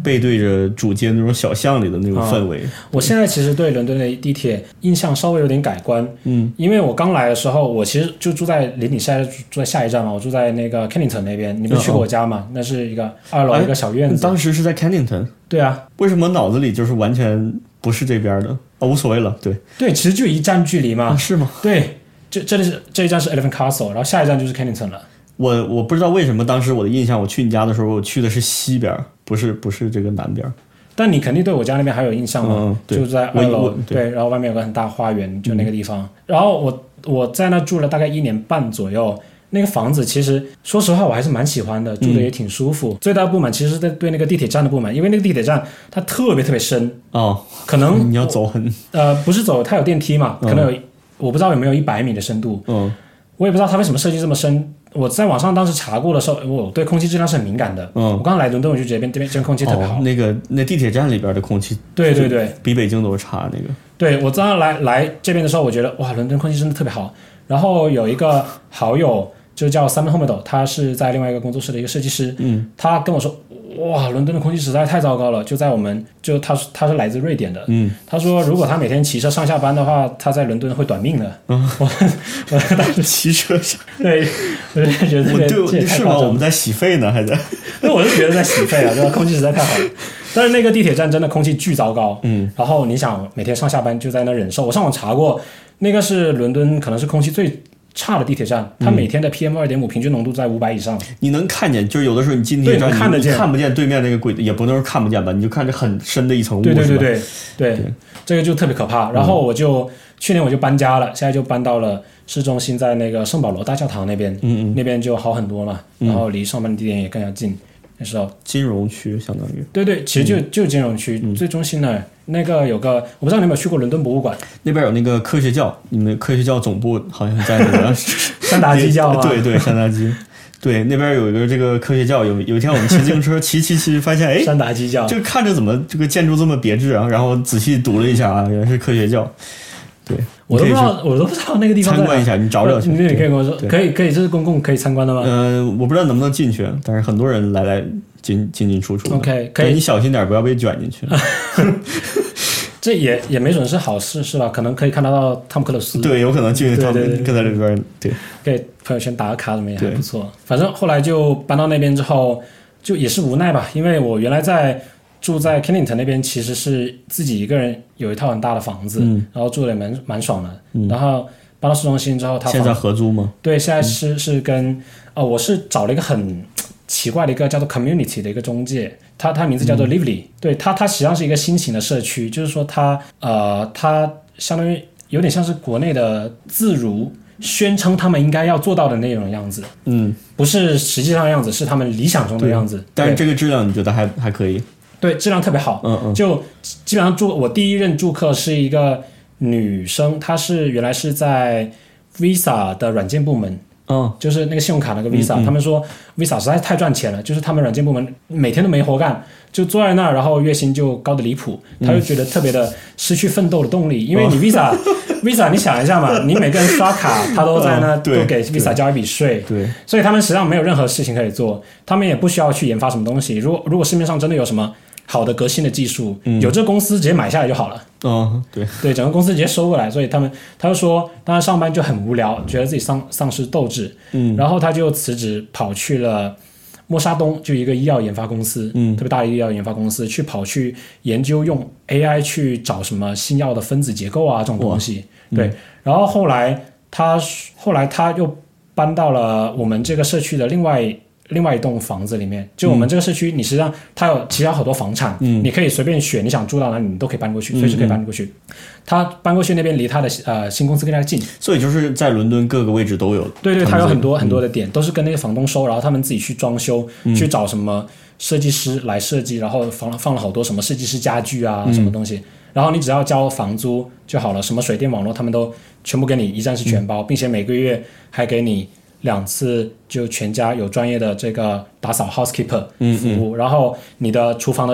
背对着主街那种小巷里的那种氛围。
啊、我现在其实对伦敦的地铁印象稍微有点改观，
嗯，
因为我刚来的时候，我其实就住在离你现在住在下一站嘛，我住在那个 Kennington 那边，你不是去过我家嘛？嗯、那是一个二楼一个小院子。
当时是在 Kennington。
对啊，
为什么脑子里就是完全不是这边的？啊、哦，无所谓了，对
对，其实就一站距离嘛、
啊。是吗？
对，这这里是这一站是 Elephant Castle， 然后下一站就是 Kennington 了。
我我不知道为什么当时我的印象，我去你家的时候，我去的是西边，不是不是这个南边。
但你肯定对我家那边还有印象嘛？
嗯，
就在二楼，
对，
对，然后外面有个很大花园，就那个地方。嗯、然后我我在那住了大概一年半左右。那个房子其实说实话我还是蛮喜欢的，住的也挺舒服。嗯、最大的不满其实是对那个地铁站的不满，因为那个地铁站它特别特别深
哦，
可能
你要走很
呃不是走，它有电梯嘛，可能有、嗯、我不知道有没有一百米的深度。
嗯，
我也不知道它为什么设计这么深。我在网上当时查过的时候，我对空气质量是很敏感的。
嗯，
我刚来伦敦我就觉得这边这边这边空气特别好。
哦、那个那地铁站里边的空气，
对对对，
比北京都差。那个，
对我刚刚来来这边的时候，我觉得哇，伦敦空气真的特别好。然后有一个好友。就叫 Simon Homedo， 他是在另外一个工作室的一个设计师。
嗯，
他跟我说，哇，伦敦的空气实在太糟糕了。就在我们，就他他是来自瑞典的。
嗯，
他说如果他每天骑车上下班的话，他在伦敦会短命的。
嗯，
我我当时
骑车上，
对，我就觉得这
对是吗？我们在洗肺呢，还在。
那我就觉得在洗肺啊，对吧？空气实在太好了。但是那个地铁站真的空气巨糟糕。
嗯，
然后你想每天上下班就在那忍受。我上网查过，那个是伦敦可能是空气最差的地铁站，它每天的 P M 二点五 平均浓度在五百以上。
你能看见，就是有的时候你进地铁站，
看得见，
你看不见对面那个轨，也不能说看不见吧，你就看着很深的一层雾。
对对对对
对,
对，这个就特别可怕。然后我就、嗯、去年我就搬家了，现在就搬到了市中心，在那个圣保罗大教堂那边，
嗯嗯，
那边就好很多了，然后离上班的地点也更加近。那时候
金融区相当于，
对对，其实就、嗯、就金融区、嗯、最中心那儿，那个有个我不知道你有没有去过伦敦博物馆，
那边有那个科学教，你们科学教总部好像在那个
山达基教吗？
对对，山达基，对，那边有一个这个科学教，有有一天我们骑自行车骑骑骑，发现哎，
山达基教，
这个看着怎么这个建筑这么别致啊？然后仔细读了一下啊，原来是科学教。对，
我都不知道，我都不知道那个地方
参观一下，你找找去。
你可以跟我说，可以可以，这是公共可以参观的吗？
呃，我不知道能不能进去，但是很多人来来进进进出出。
OK， 可以，
你小心点，不要被卷进去。
这也也没准是好事，是吧？可能可以看得到汤姆克鲁斯。
对，有可能进去他们跟在里边。对，
可以朋友圈打个卡怎么样？还不错。反正后来就搬到那边之后，就也是无奈吧，因为我原来在。住在 Kennington 那边其实是自己一个人有一套很大的房子，
嗯、
然后住的也蛮蛮爽的、
嗯。
然后搬到市中心之后，他
现在合租吗？
对，现在是、嗯、是跟呃，我是找了一个很奇怪的一个叫做 Community 的一个中介，他他名字叫做 Lively，、嗯、对他他实际上是一个新型的社区，就是说他呃他相当于有点像是国内的自如。宣称他们应该要做到的那种样子，
嗯，
不是实际上的样子，是他们理想中的样子。
但是这个质量你觉得还还可以？
对，质量特别好。
嗯嗯，
就基本上住我第一任住客是一个女生，她是原来是在 Visa 的软件部门。
嗯，
就是那个信用卡那个 Visa，、嗯嗯、他们说 Visa 实在太赚钱了，就是他们软件部门每天都没活干，就坐在那儿，然后月薪就高的离谱，他就觉得特别的失去奋斗的动力，嗯、因为你 Visa、哦、Visa 你想一下嘛，你每个人刷卡，他都在那、嗯、都给 Visa 交一笔税，
对，
所以他们实际上没有任何事情可以做，他们也不需要去研发什么东西。如果如果市面上真的有什么好的革新的技术，
嗯、
有这个公司直接买下来就好了。
哦，对
对，整个公司直接收过来，所以他们他就说，当时上班就很无聊，觉得自己丧丧失斗志，
嗯，
然后他就辞职跑去了默沙东，就一个医药研发公司，
嗯，
特别大的医药研发公司，去跑去研究用 A I 去找什么新药的分子结构啊这种东西，对、嗯，然后后来他后来他又搬到了我们这个社区的另外。另外一栋房子里面，就我们这个社区，你实际上它有其他好多房产，
嗯，
你可以随便选你想住到哪里，你都可以搬过去，随时可以搬过去。他搬过去那边离他的呃新公司更加近，
所以就是在伦敦各个位置都有。
对对，他有很多、嗯、很多的点，都是跟那个房东收，然后他们自己去装修，
嗯、
去找什么设计师来设计，然后放放了好多什么设计师家具啊、嗯、什么东西，然后你只要交房租就好了，什么水电网络他们都全部给你一站式全包，嗯、并且每个月还给你。两次就全家有专业的这个打扫 housekeeper 服务、
嗯嗯、
然后你的厨房的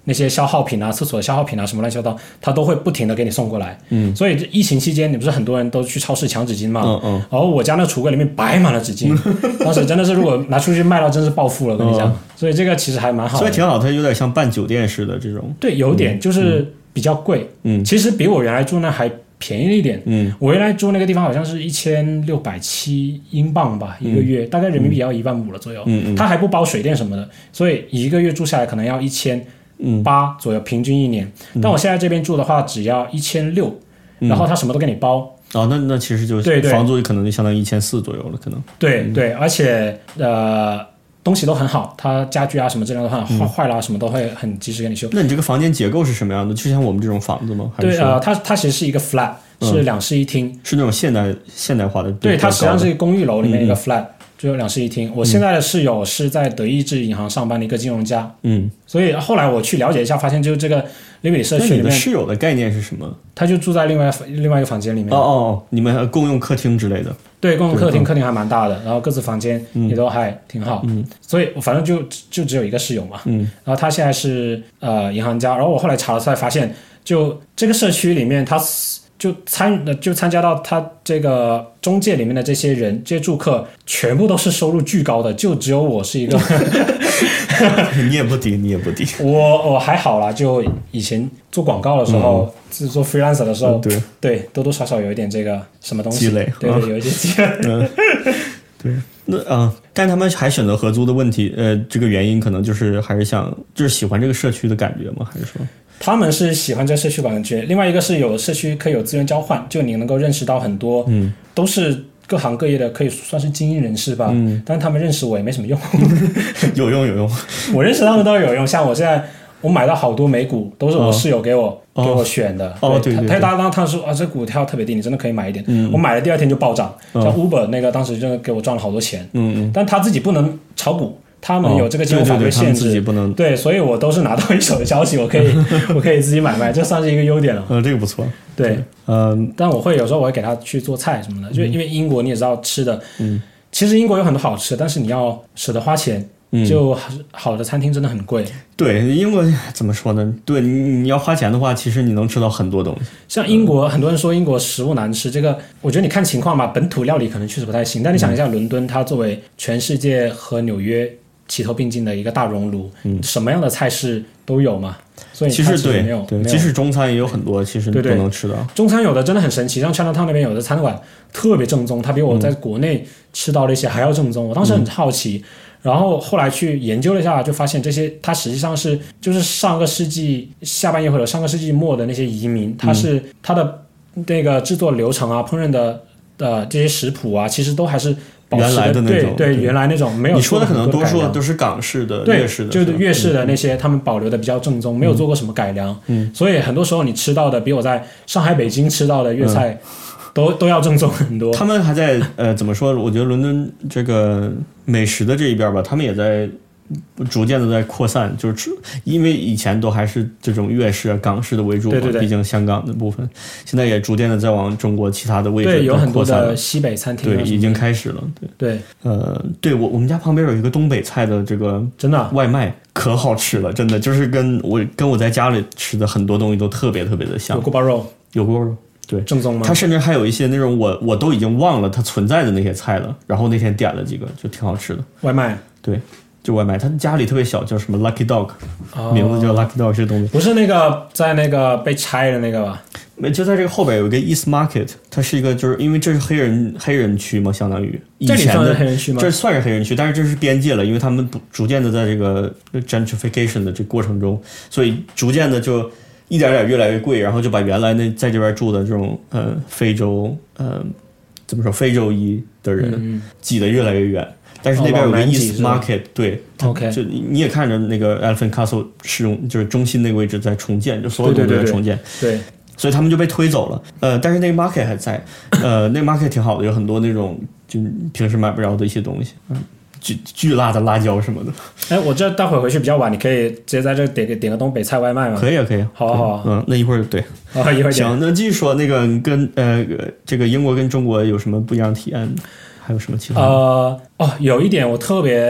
那些消耗品啊、厕所的消耗品啊什么乱七八糟，它都会不停的给你送过来。
嗯，
所以疫情期间，你不是很多人都去超市抢纸巾嘛？
嗯嗯。
然后我家那橱柜里面摆满了纸巾，当时真的是如果拿出去卖到真是暴富了，我跟你讲。嗯、所以这个其实还蛮好的。
所以挺好，它有点像办酒店似的这种。
对，有点、嗯、就是比较贵。嗯，其实比我原来住那还便宜了一点。嗯，我原来住那个地方好像是一千六百七英镑吧，一个月、嗯、大概人民币要一万五了左右。嗯嗯，它还不包水电什么的，所以一个月住下来可能要一千八左右，平均一年。嗯、但我现在这边住的话，只要一千六，然后它什么都给你包。
哦，那那其实就房租可能就相当于一千四左右了，可能。
对对，而且呃。东西都很好，它家具啊什么质量都很好，坏、嗯、了什么都会很及时给你修。
那你这个房间结构是什么样的？就像我们这种房子吗？还是
对啊、呃，它它其实是一个 flat，、嗯、是两室一厅，
是那种现代现代化的。
对，它实际上是一个公寓楼里面一个 flat，、嗯、就两室一厅。我现在的室友是在德意志银行上班的一个金融家，嗯，所以后来我去了解一下，发现就是这个林比里社区里面，
那你的室友的概念是什么？
他就住在另外另外一个房间里面。
哦哦，你们共用客厅之类的。
对，共用客厅，客厅还蛮大的，然后各自房间也都还挺好，嗯，所以我反正就就只有一个室友嘛，嗯，然后他现在是呃银行家，然后我后来查了出来发现，就这个社区里面，他就参就参加到他这个中介里面的这些人，这些住客全部都是收入巨高的，就只有我是一个
你也不低，你也不低，
我我还好啦，就以前做广告的时候，是、嗯、做 freelancer 的时候，嗯、对对，多多少少有一点这个什么东西
积累，
对对，嗯、有一些积累。嗯、
对，那啊、呃，但他们还选择合租的问题，呃，这个原因可能就是还是想就是喜欢这个社区的感觉吗？还是说？
他们是喜欢这个社区感觉，另外一个是有社区可以有资源交换，就你能够认识到很多，嗯，都是各行各业的，可以算是精英人士吧，嗯，但是他们认识我也没什么用，
有用有用，
我认识他们都有用，像我现在我买到好多美股都是我室友给我、哦、给我选的，
哦对对对，
他他当他说啊这股票特别低，你真的可以买一点，嗯，我买了第二天就暴涨，像 Uber 那个当时就给我赚了好多钱，嗯嗯，但他自己不能炒股。他们有这个金融法规限制，
哦、对, 对, 对, 自己不能
对，所以我都是拿到一手的消息，我可以我可以自己买卖，这算是一个优点了。
呃，这个不错。
对，嗯，但我会有时候我会给他去做菜什么的，就因为英国你也知道吃的，嗯，其实英国有很多好吃的，但是你要舍得花钱，嗯，就好的餐厅真的很贵。
对，英国怎么说呢？对，你你要花钱的话，其实你能吃到很多东西。
像英国，嗯、很多人说英国食物难吃，这个我觉得你看情况吧，本土料理可能确实不太行，但你想一下，伦敦它作为全世界和纽约齐头并进的一个大熔炉，嗯，什么样的菜式都有嘛，所以
其实对
没有
对，即使中餐也有很多，其实都能吃到。对对，
中餐有的真的很神奇，像 Chinatown 那边有的餐馆特别正宗，它比我在国内吃到的一些还要正宗。嗯、我当时很好奇，然后后来去研究了一下，就发现这些它实际上是就是上个世纪下半叶或者上个世纪末的那些移民，它是它的那个制作流程啊、烹饪的呃这些食谱啊，其实都还是。
原来的那种，
对 对, 对，原来那种没有。
你说的可能多数都是港式的、粤式的，
就是粤式的那些，嗯、他们保留的比较正宗，没有做过什么改良。嗯，所以很多时候你吃到的比我在上海、北京吃到的粤菜，嗯、都都要正宗很多。
他们还在呃，怎么说？我觉得伦敦这个美食的这一边吧，他们也在。逐渐的在扩散，就是因为以前都还是这种粤式、港式的为主嘛，
对对对，
毕竟香港的部分，现在也逐渐的在往中国其他的位置
对，有很多的西北餐厅，
对，已经开始了，对
对，
呃，对我我们家旁边有一个东北菜的这个
真的
外卖，可好吃了，真的就是跟我跟我在家里吃的很多东西都特别特别的像，
有锅包肉，
有锅包肉。对，
正宗吗？
它甚至还有一些那种我我都已经忘了它存在的那些菜了，然后那天点了几个，就挺好吃的。
外卖，
对，就外卖。他家里特别小，叫什么 Lucky Dog，、哦、名字叫 Lucky Dog 这东西。
不是那个在那个被拆的那个吧？
就在这个后边有一个 East Market， 它是一个就是因为这是黑人黑人区嘛，相当于以前的
这里算是黑人区吗？
这算是黑人区，但是这是边界了，因为他们逐渐的在这个 gentrification 的这过程中，所以逐渐的就。一点点越来越贵，然后就把原来那在这边住的这种呃非洲呃怎么说非洲裔的人挤得越来越远。嗯、但是那边有个 East Market，、哦、对
，OK，
就你也看着那个 Elephant Castle 使用就是中心那个位置在重建，就所有都在重建，
对, 对, 对, 对，
所以他们就被推走了。呃，但是那个 Market 还在，呃，那个 Market 挺好的，有很多那种就平时买不着的一些东西，嗯。巨巨辣的辣椒什么的，
哎，我这待会回去比较晚，你可以直接在这点个点个东北菜外卖吗？
可以啊，可以啊，
好啊，好啊，
嗯，那一会儿对，
啊，一会儿
行，那继续说那个跟呃这个英国跟中国有什么不一样的体验？还有什么其他？
呃，哦，有一点我特别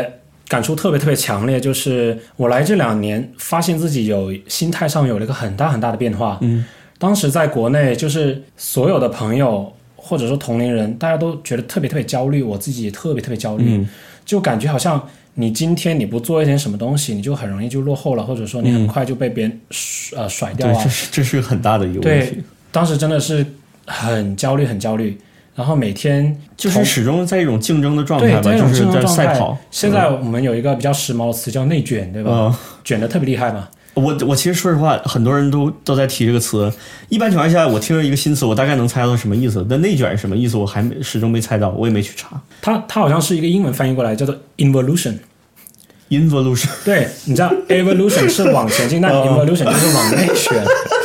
感触特别特别强烈，就是我来这两年发现自己有心态上有了一个很大很大的变化。
嗯，
当时在国内就是所有的朋友或者说同龄人，大家都觉得特别特别焦虑，我自己也特别特别焦虑，
嗯，
就感觉好像你今天你不做一点什么东西，你就很容易就落后了，或者说你很快就被别人、嗯、呃甩掉啊。
对，这是这是很大的一个问题。
对，当时真的是很焦虑很焦虑，然后每天
就是始终在一种竞争的状态吧，
对，在一种竞争
就是在
状态。
赛跑。
现在我们有一个比较时髦的词叫内卷，对吧？
嗯、
卷的特别厉害嘛。
我我其实说实话，很多人都都在提这个词。一般情况下，我听了一个新词，我大概能猜到什么意思。但内卷什么意思，我还没始终没猜到，我也没去查。
它它好像是一个英文翻译过来，叫做 involution。involution。
对，
你知道 evolution 是往前进，但 involution 就是往内卷。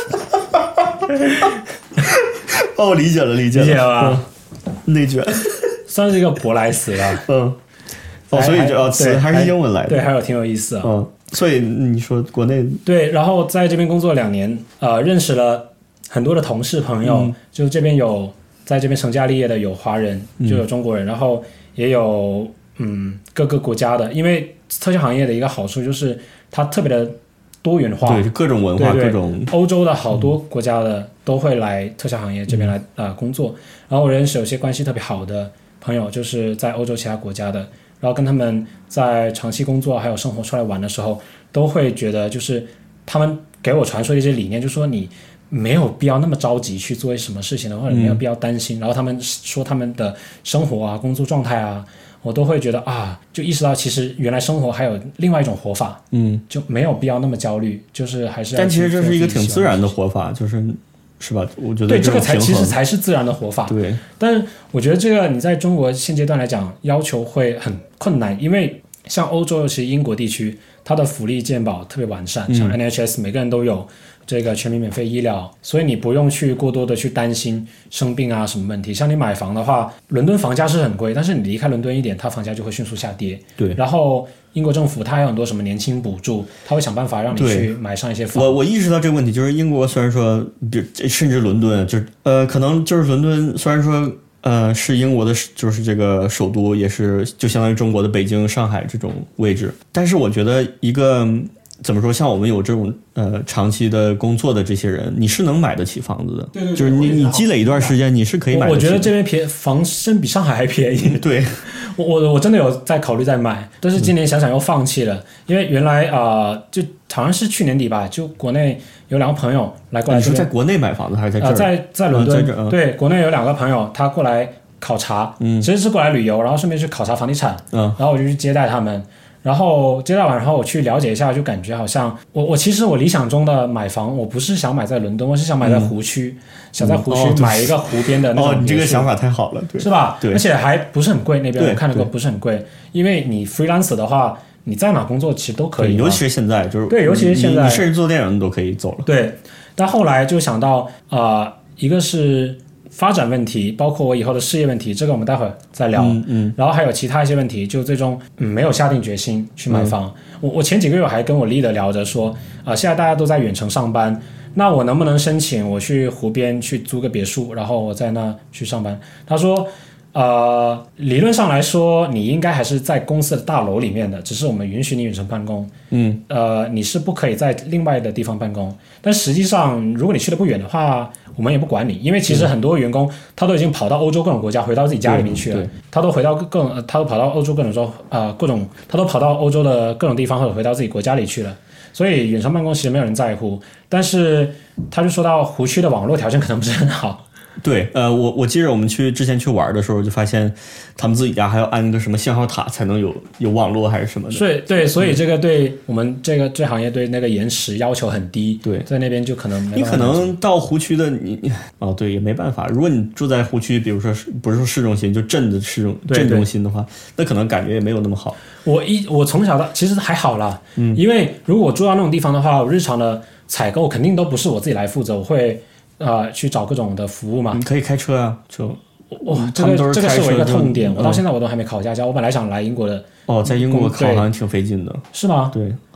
哦，我理解了，理解了，
理解了吧？
嗯、内卷
算是一个舶来词了。
嗯。哦，所以这词还是英文来的。
对，还有挺有意思啊。
嗯。所以你说国内
对，然后在这边工作两年，呃，认识了很多的同事朋友，嗯、就这边有在这边成家立业的有华人，就有中国人，嗯、然后也有嗯各个国家的，因为特效行业的一个好处就是它特别的多元化，
对，各种文化，
对对
各种
欧洲的好多国家的都会来特效行业这边来、嗯、呃工作，然后我认识有些关系特别好的朋友，就是在欧洲其他国家的。然后跟他们在长期工作还有生活出来玩的时候，都会觉得就是他们给我传授一些理念，就是说你没有必要那么着急去做什么事情的，或者没有必要担心。嗯、然后他们说他们的生活啊、工作状态啊，我都会觉得啊，就意识到其实原来生活还有另外一种活法，
嗯，
就没有必要那么焦虑，就是还是要。
但其实这是一个挺自然的活法，就是。是吧？我觉得
对这个才其实才是自然的活法。
对，
但是我觉得这个你在中国现阶段来讲，要求会很困难，因为像欧洲尤其英国地区，它的福利健保特别完善，
嗯、
像 N H S 每个人都有这个全民免费医疗，所以你不用去过多的去担心生病啊什么问题。像你买房的话，伦敦房价是很贵，但是你离开伦敦一点，它房价就会迅速下跌。
对，
然后英国政府它还有很多什么年轻补助，它会想办法让你去买上一些房。
我我意识到这个问题，就是英国虽然说，比如甚至伦敦，就是呃，可能就是伦敦虽然说呃是英国的，就是这个首都，也是就相当于中国的北京、上海这种位置，但是我觉得一个。怎么说？像我们有这种呃长期的工作的这些人，你是能买得起房子的。
对对对，
就是你你积累一段时间，你是可以买得起的。
我，我觉得这边便房甚比上海还便宜。
对，
我我我真的有在考虑在买，但是今年想想又放弃了，嗯、因为原来啊、呃，就好像是去年底吧，就国内有两个朋友来过来这边。
你说在国内买房子还是在这儿？
呃、在在伦敦、
嗯嗯。
对，国内有两个朋友，他过来考察，嗯，其实是过来旅游，然后顺便去考察房地产，嗯，然后我就去接待他们。然后接待完，然后我去了解一下，就感觉好像我我其实我理想中的买房，我不是想买在伦敦，我是想买在湖区，嗯、想在湖区买一个湖边的那种别墅。
哦，你这个想法太好了，对，
是吧？
对，
而且还不是很贵，那边我看了过，不是很贵，因为你 freelance 的话，你在哪工作其实都可以，
尤其是现在，就是
对，尤其是现在，
你甚至做电影都可以走了。
对，但后来就想到啊、呃，一个是。发展问题，包括我以后的事业问题，这个我们待会儿再聊。
嗯嗯。
然后还有其他一些问题，就最终、嗯、没有下定决心去买房。嗯、我我前几个月还跟我 leader 聊着说，啊、呃，现在大家都在远程上班，那我能不能申请我去湖边去租个别墅，然后我在那去上班？他说，呃，理论上来说，你应该还是在公司的大楼里面的，只是我们允许你远程办公。
嗯。
呃，你是不可以在另外的地方办公。但实际上，如果你去的不远的话，我们也不管你，因为其实很多员工他都已经跑到欧洲各种国家，回到自己家里面去了。他都回到各种，他都跑到欧洲各种州，呃，各种，他都跑到欧洲的各种地方，或者回到自己国家里去了。所以远程办公其实没有人在乎。但是他就说到湖区的网络条件可能不是很好。
对，呃，我我记得我们去之前去玩的时候，就发现他们自己家还要安个什么信号塔才能有有网络还是什么的。
对对，所以这个对我们这个这行业对那个延迟要求很低。
对，
在那边就可能没
你可能到湖区的你哦，对，也没办法。如果你住在湖区，比如说不是说市中心，就镇的市中镇中心的话，那可能感觉也没有那么好。
我一我从小到其实还好啦，嗯，因为如果我住到那种地方的话，我日常的采购肯定都不是我自己来负责，我会。呃，去找各种的服务嘛，
你可以开车啊，就
哇、哦，这个这个是我一个痛点，我到现在我都还没考驾照。嗯、我本来想来英国的，
哦，在英国考好像挺费劲的，
是吗？
对，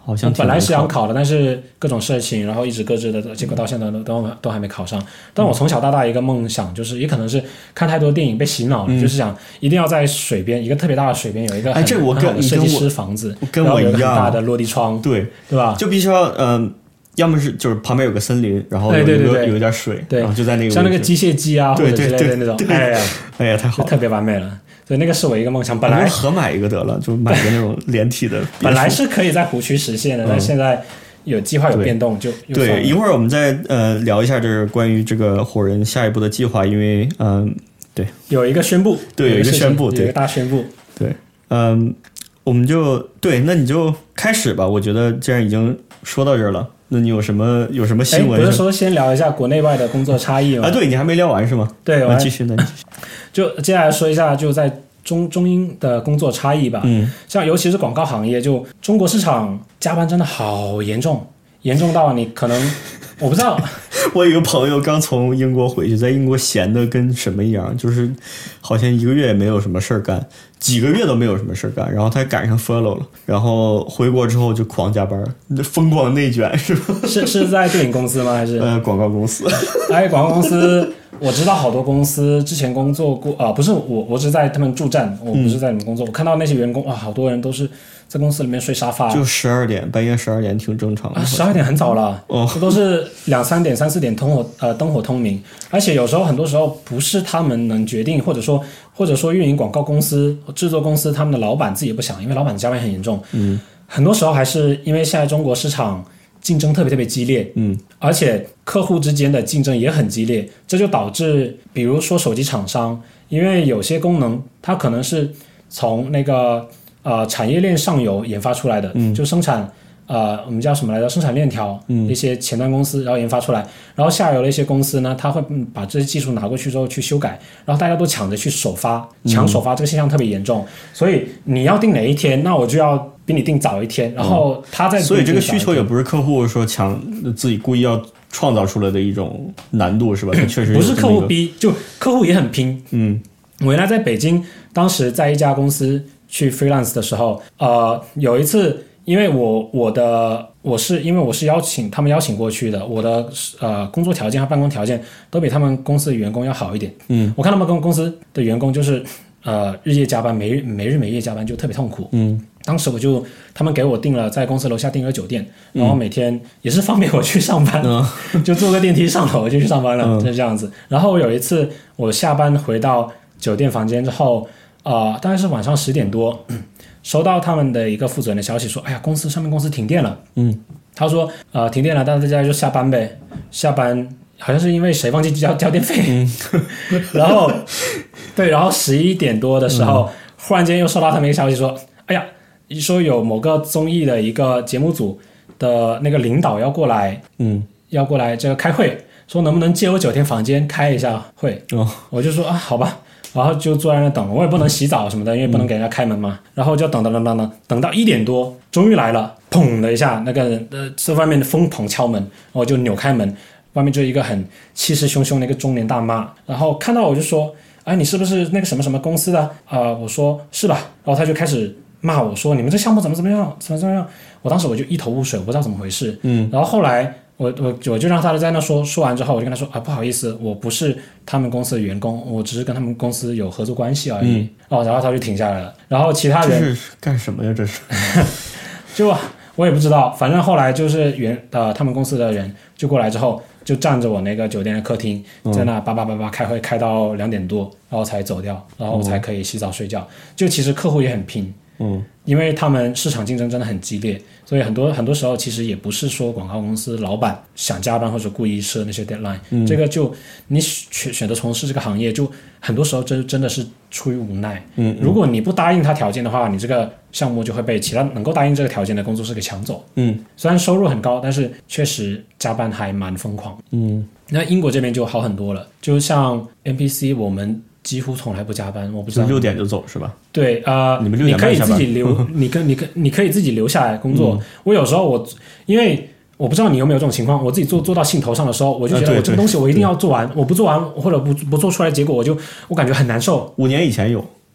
好像挺
本来是想
难
考的，但是各种事情，然后一直搁置的，结果到现在都都都还没考上。但我从小到大一个梦想就是，也可能是看太多电影被洗脑了，
嗯、
就是想一定要在水边一个特别大的水边有一个很、
哎、这我跟
很好的设计师房子，
跟我一样，
然后有一个很大的落地窗，
对
对吧？
就必须要嗯。呃要么是就是旁边有个森林，然后有一个
对对对对
有一点水，
对，
然后就在那个
像那个机械姬啊，或者之类的那种，哎呀，
哎呀，太好了，
特别完美了。所以那个是我一个梦想，本来
合买一个得了，就买个那种连体的。
本来是可以在湖区实现的，嗯、但现在有计划有变动，就
对。一会儿我们再呃聊一下，就是关于这个火人下一步的计划，因为嗯、呃，对，
有一个宣布，
对，有一个宣布，
有一个大宣布，
对，嗯、呃，我们就对，那你就开始吧。我觉得既然已经说到这儿了。那你有什么有什么新闻？
不是说先聊一下国内外的工作差异吗？
啊，对，你还没聊完是吗？
对，
我继续，那你继续。
就接下来说一下，就在中中英的工作差异吧。
嗯，
像尤其是广告行业，就中国市场加班真的好严重，严重到你可能我不知道。
我有一个朋友刚从英国回去，在英国闲的跟什么一样，就是好像一个月也没有什么事儿干，几个月都没有什么事儿干，然后他赶上 follow 了，然后回国之后就狂加班，疯狂内卷是吧？
是是在电影公司吗？还是
呃广告公司？
哎，广告公司，我知道好多公司之前工作过啊、呃，不是我，我是在他们驻站，我不是在你们工作。嗯、我看到那些员工哇，好多人都是在公司里面睡沙发，
就十二点，半夜十二点挺正常的。
十二点很早了，
哦，
这都是两三点、三四点灯火呃灯火通明，而且有时候很多时候不是他们能决定，或者说或者说运营广告公司、制作公司他们的老板自己不想，因为老板加班很严重。
嗯，
很多时候还是因为现在中国市场竞争特别特别激烈，
嗯，
而且客户之间的竞争也很激烈，这就导致比如说手机厂商，因为有些功能它可能是从那个呃产业链上游研发出来的，
嗯，
就生产呃我们叫什么来着，生产链条，嗯，一些前端公司然后研发出来，然后下游的一些公司呢，它会把这些技术拿过去之后去修改，然后大家都抢着去首发，抢首发这个现象特别严重，所以你要定哪一天，那我就要比你定早一天，然后他在、
嗯、所以这个需求也不是客户说抢自己故意要创造出来的一种难度是吧？确实
不是客户逼，就客户也很拼。
嗯，
我原来在北京，当时在一家公司去 freelance 的时候，呃，有一次因为我我的我是因为我是邀请他们邀请过去的，我的呃工作条件和办公条件都比他们公司的员工要好一点。
嗯，
我看他们公司的员工就是呃日夜加班，没日没日没夜加班，就特别痛苦。
嗯。
当时我就他们给我订了在公司楼下订了酒店，然后每天也是方便我去上班，嗯、就坐个电梯上楼就去上班了，嗯、就是这样子。然后有一次我下班回到酒店房间之后，呃，大概是晚上十点多，收到他们的一个负责人的消息说，哎呀，公司上面公司停电了。
嗯，
他说呃停电了，但是大家就下班呗，下班好像是因为谁忘记交交电费，嗯、然后对，然后十一点多的时候，嗯、忽然间又收到他们一个消息说，哎呀。说有某个综艺的一个节目组的那个领导要过来，
嗯，
要过来这个开会，说能不能借我酒店房间开一下会。
哦，
我就说啊，好吧，然后就坐在那等，我也不能洗澡什么的，因为不能给人家开门嘛。嗯、然后就等等等等等，等到一点多，终于来了，砰的一下，那个呃是外面的风棚敲门，然后就扭开门，外面就一个很气势汹汹的一个中年大妈，然后看到我就说，哎，你是不是那个什么什么公司的？啊、呃，我说是吧，然后他就开始骂我说你们这项目怎么怎么样怎么怎么样，我当时我就一头雾水，我不知道怎么回事。
嗯，
然后后来我我我就让他在那说说完之后，我就跟他说啊，不好意思，我不是他们公司的员工，我只是跟他们公司有合作关系而已。嗯、哦，然后他就停下来了。然后其他人
这是干什么呀？这是
就我也不知道，反正后来就是原呃他们公司的人就过来之后，就站着我那个酒店的客厅，在那叭叭叭叭开会，开到两点多，然后才走掉，然后才可以洗澡睡觉。就其实客户也很拼。
嗯，
因为他们市场竞争真的很激烈，所以很多很多时候其实也不是说广告公司老板想加班或者故意设那些 deadline，嗯、这个就你选选择从事这个行业，就很多时候真真的是出于无奈。
嗯，
如果你不答应他条件的话，你这个项目就会被其他能够答应这个条件的工作室给抢走。
嗯，
虽然收入很高，但是确实加班还蛮疯狂。
嗯，
那英国这边就好很多了，就像 N P C 我们几乎从来不加班，我不知道
六点就走是吧？
对啊、呃，
你们六
点半下班，你可以自己留，你可你可你可以自己留下来工作。嗯、我有时候我因为我不知道你有没有这种情况，我自己做做到兴头上的时候，我就觉得我这个东西我一定要做完，我不做完或者不不做出来，结果我就我感觉很难受。
五年以前有，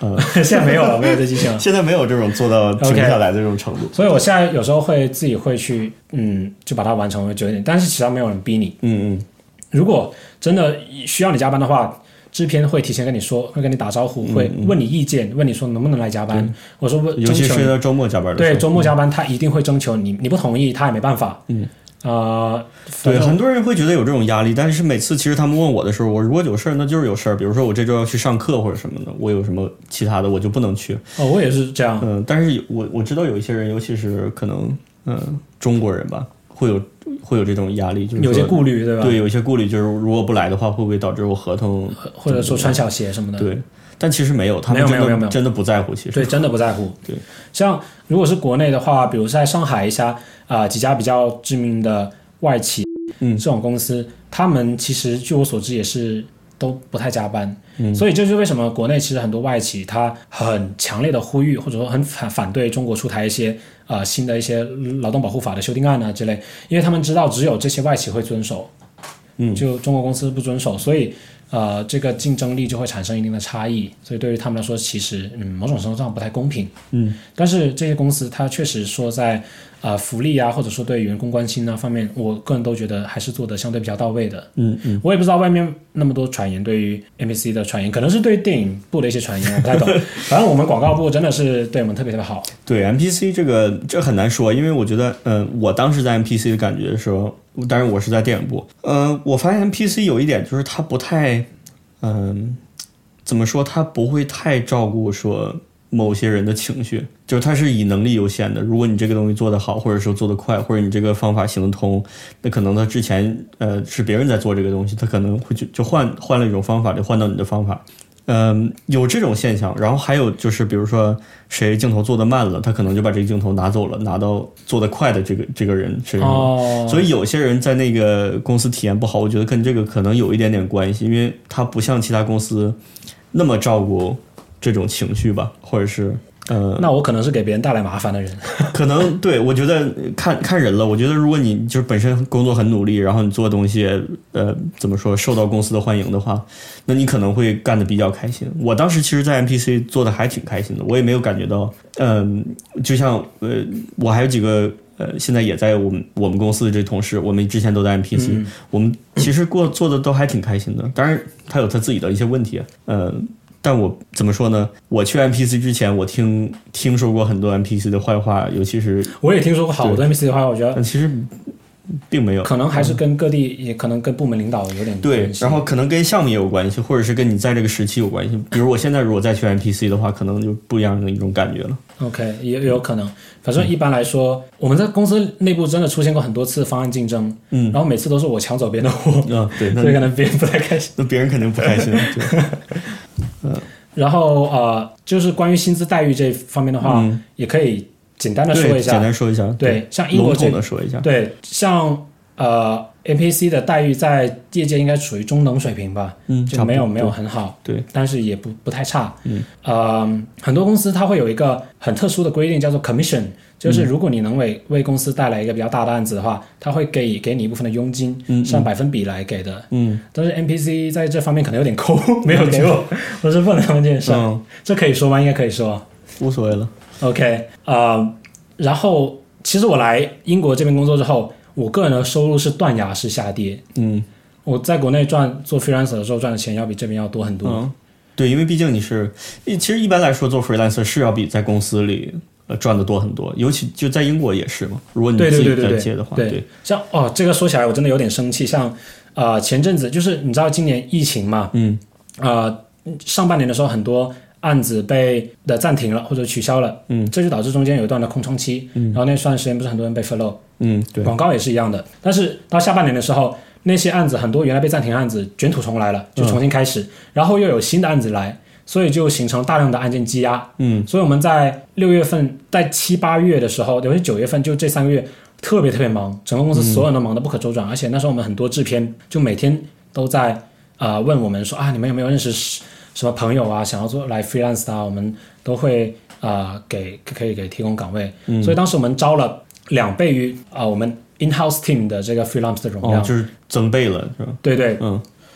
呃，
现在没有了，没有这机器了。
现在没有这种做到停不下来的这种程度。
Okay, 所以我现在有时候会自己会去，嗯，就把它完成久一点，但是其实没有人逼你。
嗯嗯。
如果真的需要你加班的话，制片会提前跟你说，会跟你打招呼，嗯、会问你意见，问你说能不能来加班。我说
尤其是到周末加班的时候，
对，周末加班他一定会征求你，你不同意他也没办法。
嗯。
呃，
对，很多人会觉得有这种压力，但是每次其实他们问我的时候，我如果有事儿，那就是有事儿。比如说我这周要去上课或者什么的，我有什么其他的我就不能去。
哦，我也是这样。
嗯，但是我我知道有一些人，尤其是可能嗯中国人吧，会有会有这种压力，就是
有些顾虑，对吧？
对，有一些顾虑，就是如果不来的话，会不会导致我合同
或者说穿小鞋什么的？
对。但其实没有，他们真的真的不在乎，其实
对，真的不在乎。
对，
像如果是国内的话，比如在上海一下啊、呃、几家比较知名的外企，
嗯，
这种公司，他们其实据我所知也是都不太加班，
嗯，
所以这就是为什么国内其实很多外企它很强烈的呼吁，或者说很反反对中国出台一些呃新的一些劳动保护法的修订案啊之类，因为他们知道只有这些外企会遵守，
嗯，
就中国公司不遵守，所以。呃，这个竞争力就会产生一定的差异，所以对于他们来说，其实嗯某种程度上不太公平。
嗯，
但是这些公司它确实说在呃福利啊，或者说对员工关心啊方面，我个人都觉得还是做的相对比较到位的。
嗯嗯，
我也不知道外面那么多传言，对于 M P C 的传言，可能是对电影部的一些传言，我不太懂。反正我们广告部真的是对我们特别特别好。
对 M P C 这个这很难说，因为我觉得，嗯、呃，我当时在 M P C 的感觉的时候。当然我是在电影部，呃，我发现 M P C 有一点就是它不太，嗯、呃，怎么说，它不会太照顾说某些人的情绪，就是它是以能力优先的。如果你这个东西做得好，或者说做得快，或者你这个方法行得通，那可能他之前呃是别人在做这个东西，他可能会就就换换了一种方法，就换到你的方法。嗯，有这种现象，然后还有就是，比如说谁镜头做得慢了，他可能就把这个镜头拿走了，拿到做得快的这个这个人身上。
哦，
所以有些人在那个公司体验不好，我觉得跟这个可能有一点点关系，因为他不像其他公司那么照顾这种情绪吧，或者是呃，
那我可能是给别人带来麻烦的人。
可能对，我觉得看看人了。我觉得如果你就是本身工作很努力，然后你做东西呃怎么说受到公司的欢迎的话，那你可能会干得比较开心。我当时其实在 M P C 做的还挺开心的，我也没有感觉到嗯、呃，就像呃我还有几个呃现在也在我们我们公司的这同事，我们之前都在 M P C、嗯、我们其实过做的都还挺开心的。当然他有他自己的一些问题，呃但我怎么说呢？我去 M P C 之前，我听听说过很多 M P C 的坏话，尤其是
我也听说过好多 M P C 的坏话，我觉得
但其实并没有，
可能还是跟各地，嗯、也可能跟部门领导有点
对，然后可能跟项目也有关系，或者是跟你在这个时期有关系。比如我现在如果再去 M P C 的话，可能就不一样的一种感觉了。
OK， 也有可能。反正一般来说，嗯、我们在公司内部真的出现过很多次方案竞争，嗯，然后每次都是我抢走别人的货，
啊、嗯，对，
所以可能别人不太开心。
那别人肯定不开心，对，
嗯。然后呃，就是关于薪资待遇这方面的话，嗯、也可以简单的说一下，
简单说一下，
对，对像英国这
笼统的说一下，
对，像呃 M P C 的待遇在业界应该属于中等水平吧，
嗯，
就没有没有很好，
对，
但是也不不太差，
嗯，
呃，很多公司它会有一个很特殊的规定，叫做 commission。就是如果你能为为公司带来一个比较大的案子的话，他会给给你一部分的佣金，
嗯，
是按百分比来给的。
嗯，
但是 M P C 在这方面可能有点抠，没有给我，我是问了他们这件事。
嗯，
这可以说吗？应该可以说，
无所谓了。
OK， 呃，然后其实我来英国这边工作之后，我个人的收入是断崖式下跌。
嗯，
我在国内赚做 freelancer 的时候赚的钱要比这边要多很多。
嗯，对，因为毕竟你是，其实一般来说做 freelancer 是要比在公司里。赚的多很多，尤其就在英国也是嘛。如果你自己在接的话，
对对对对对对，像哦，这个说起来我真的有点生气。像呃前阵子就是你知道今年疫情嘛，
嗯，
呃上半年的时候很多案子被的暂停了或者取消了，
嗯，
这就导致中间有一段的空窗期，嗯，然后那段时间不是很多人被 furlough，
嗯，对，
广告也是一样的。但是到下半年的时候，那些案子很多原来被暂停的案子卷土重来了，就重新开始，嗯、然后又有新的案子来。所以就形成大量的案件积压，
嗯，
所以我们在六月份、在七八月的时候，尤其九月份，就这三个月特别特别忙，整个公司所有人都忙得不可周转，嗯、而且那时候我们很多制片就每天都在啊、呃、问我们说啊，你们有没有认识什么朋友啊，想要做来 freelance 啊，我们都会啊、呃、给可以给提供岗位，嗯，所以当时我们招了两倍于啊、呃、我们 in-house team 的这个 freelance 的容量，
哦，就是增倍了，是吧？
对对，
嗯。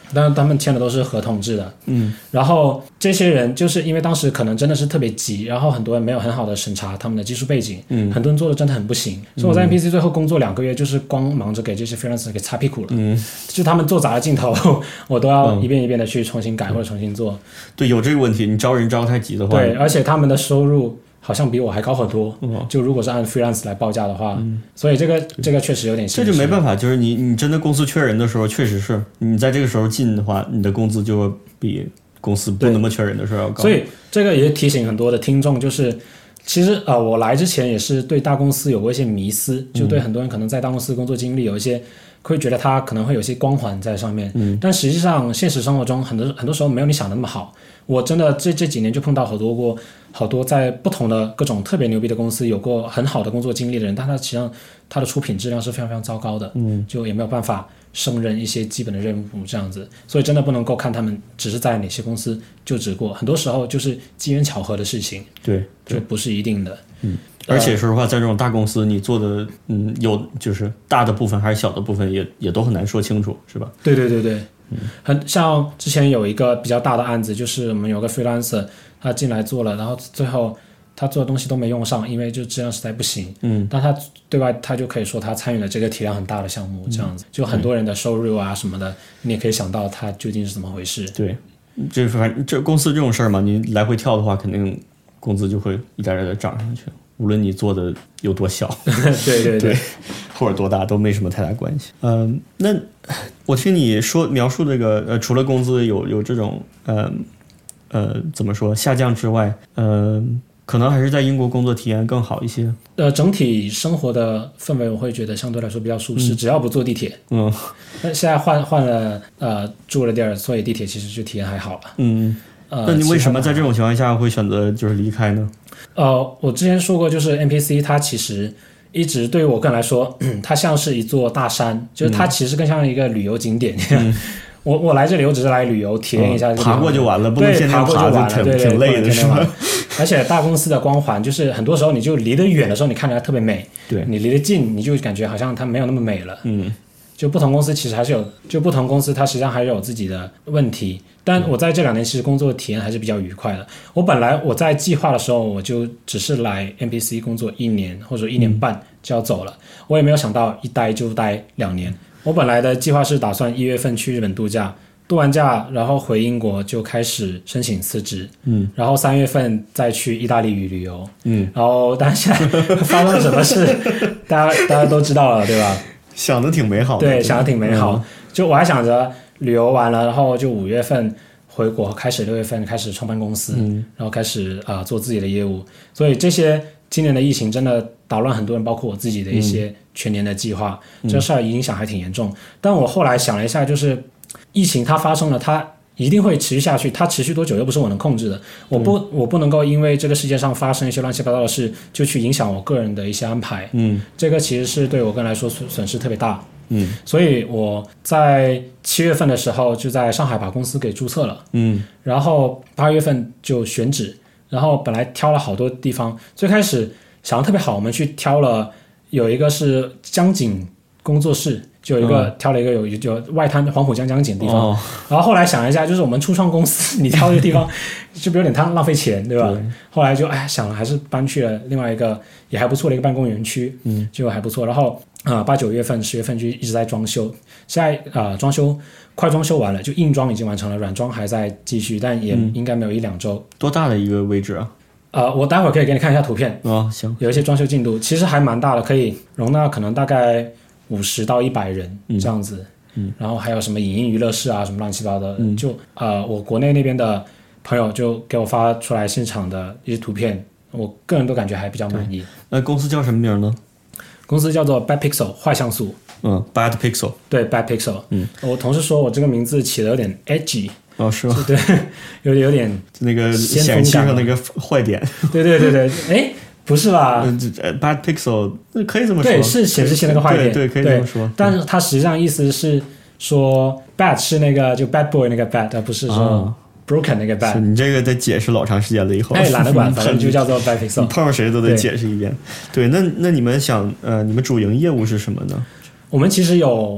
但是他们签的都是合同制的，
嗯，
然后这些人就是因为当时可能真的是特别急，然后很多人没有很好的审查他们的技术背景，
嗯，
很多人做的真的很不行，所以我在 N P C 最后工作两个月，就是光忙着给这些 freelancer 给擦屁股了，
嗯，
就他们做砸了镜头，我都要一遍一遍的去重新改或者重新做，
对，有这个问题，你招人招太急的话，
对，而且他们的收入好像比我还高很多，
嗯、
就如果是按 freelance 来报价的话，嗯、所以这个这个确实有点现实。
这就没办法，就是你你真的公司缺人的时候，确实是你在这个时候进的话，你的工资就比公司不那么缺人的时候要高。
所以这个也提醒很多的听众，就是其实呃，我来之前也是对大公司有过一些迷思，就对很多人可能在大公司工作经历有一些。会觉得它可能会有些光环在上面，
嗯，
但实际上现实生活中很多很多时候没有你想的那么好。我真的这这几年就碰到好多过好多在不同的各种特别牛逼的公司有过很好的工作经历的人，但他实际上他的出品质量是非常非常糟糕的，
嗯，
就也没有办法胜任一些基本的任务这样子，所以真的不能够看他们只是在哪些公司就职过，很多时候就是机缘巧合的事情，
对，
就不是一定的，
嗯。而且说实话，在这种大公司，你做的嗯有就是大的部分还是小的部分也，也也都很难说清楚，是吧？
对对对对，嗯，很像之前有一个比较大的案子，就是我们有个 freelancer 他进来做了，然后最后他做的东西都没用上，因为就质量实在不行。嗯，但他对外他就可以说他参与了这个体量很大的项目，这样子，嗯，就很多人的收入啊什么的，你也可以想到他究竟是怎么回事。对，
这反正这公司这种事儿嘛，你来回跳的话，肯定工资就会一点点的涨上去。无论你做的有多小，
对对 对, 对，
或者多大都没什么太大关系。嗯、呃，那我听你说描述这个呃，除了工资有有这种呃呃怎么说下降之外，呃，可能还是在英国工作体验更好一些。
呃，整体生活的氛围我会觉得相对来说比较舒适，嗯、只要不坐地铁。嗯，那现在换换了呃住了地儿，所以地铁其实就体验还好了。嗯。
呃，那你为什么在这种情况下会选择就是离开呢？
呃，我之前说过，就是 N P C 它其实一直对于我个人来说，它像是一座大山，就是它其实更像一个旅游景点。嗯、我我来这里，我只是来旅游体验一下、嗯，
爬过就完了，不能天天爬，
爬过就完了，
挺
对对
挺累的是吧？
而且大公司的光环，就是很多时候你就离得远的时候，你看起来特别美；
对
你离得近，你就感觉好像它没有那么美了。嗯。就不同公司其实还是有，就不同公司它实际上还是有自己的问题。但我在这两年其实工作体验还是比较愉快的。我本来我在计划的时候，我就只是来 N P C 工作一年或者一年半就要走了，嗯、我也没有想到一待就待两年。我本来的计划是打算一月份去日本度假，度完假然后回英国就开始申请辞职，嗯，然后三月份再去意大利旅游，嗯，然后但现在发生了什么事，大家大家都知道了，对吧？
想的挺美好的，
对，想的挺美好。嗯、就我还想着旅游完了，然后就五月份回国，开始六月份开始创办公司，嗯、然后开始啊、呃、做自己的业务。所以这些今年的疫情真的打乱很多人，包括我自己的一些全年的计划，嗯、这事儿影响还挺严重。但我后来想了一下，就是疫情它发生了，它一定会持续下去，它持续多久又不是我能控制的。我不，嗯、我不能够因为这个世界上发生一些乱七八糟的事，就去影响我个人的一些安排。嗯，这个其实是对我个人来说损损失特别大。嗯，所以我在七月份的时候就在上海把公司给注册了。嗯，然后八月份就选址，然后本来挑了好多地方，最开始想的特别好，我们去挑了有一个是江景工作室。就有一个、嗯、挑了一个有有外滩黄浦江江景的地方、哦，然后后来想了一下，就是我们初创公司，你挑这个地方就有点太浪费钱，对吧？对，后来就哎想了，还是搬去了另外一个也还不错的一个办公园区，嗯，就还不错。然后啊八九月份、十月份就一直在装修，现在啊、呃、装修快装修完了，就硬装已经完成了，软装还在继续，但也应该没有一两周。
多大的一个位置啊？
呃，我待会儿可以给你看一下图片。
哦，行，
有一些装修进度，其实还蛮大的，可以容纳可能大概五十到一百人这样子，嗯，然后还有什么影音娱乐室啊，什么乱七八糟的，嗯、就呃，我国内那边的朋友就给我发出来现场的一些图片，我个人都感觉还比较满意。
那公司叫什么名呢？
公司叫做 Bad Pixel 坏像素。
嗯 ，Bad Pixel。
对 ，Bad Pixel。嗯，我同事说我这个名字起的有点 edgy。
哦，是吗？
对，有点有点
那个显示器上那个坏点。
对对对对，哎。不是吧、
呃、？Bad Pixel 可以这么说，
对，是显示器那个坏点，
对，对，可以这么说。
但是它实际上意思是说 ，bad 是那个就 bad boy 那个 bad， 而不是说 broken 那个 bad。
你这个得解释老长时间了，以后
哎，懒得管，反正就叫做 Bad Pixel。
你碰上谁都得解释一遍。对，对那那你们想，呃，你们主营业务是什么呢？
我们其实有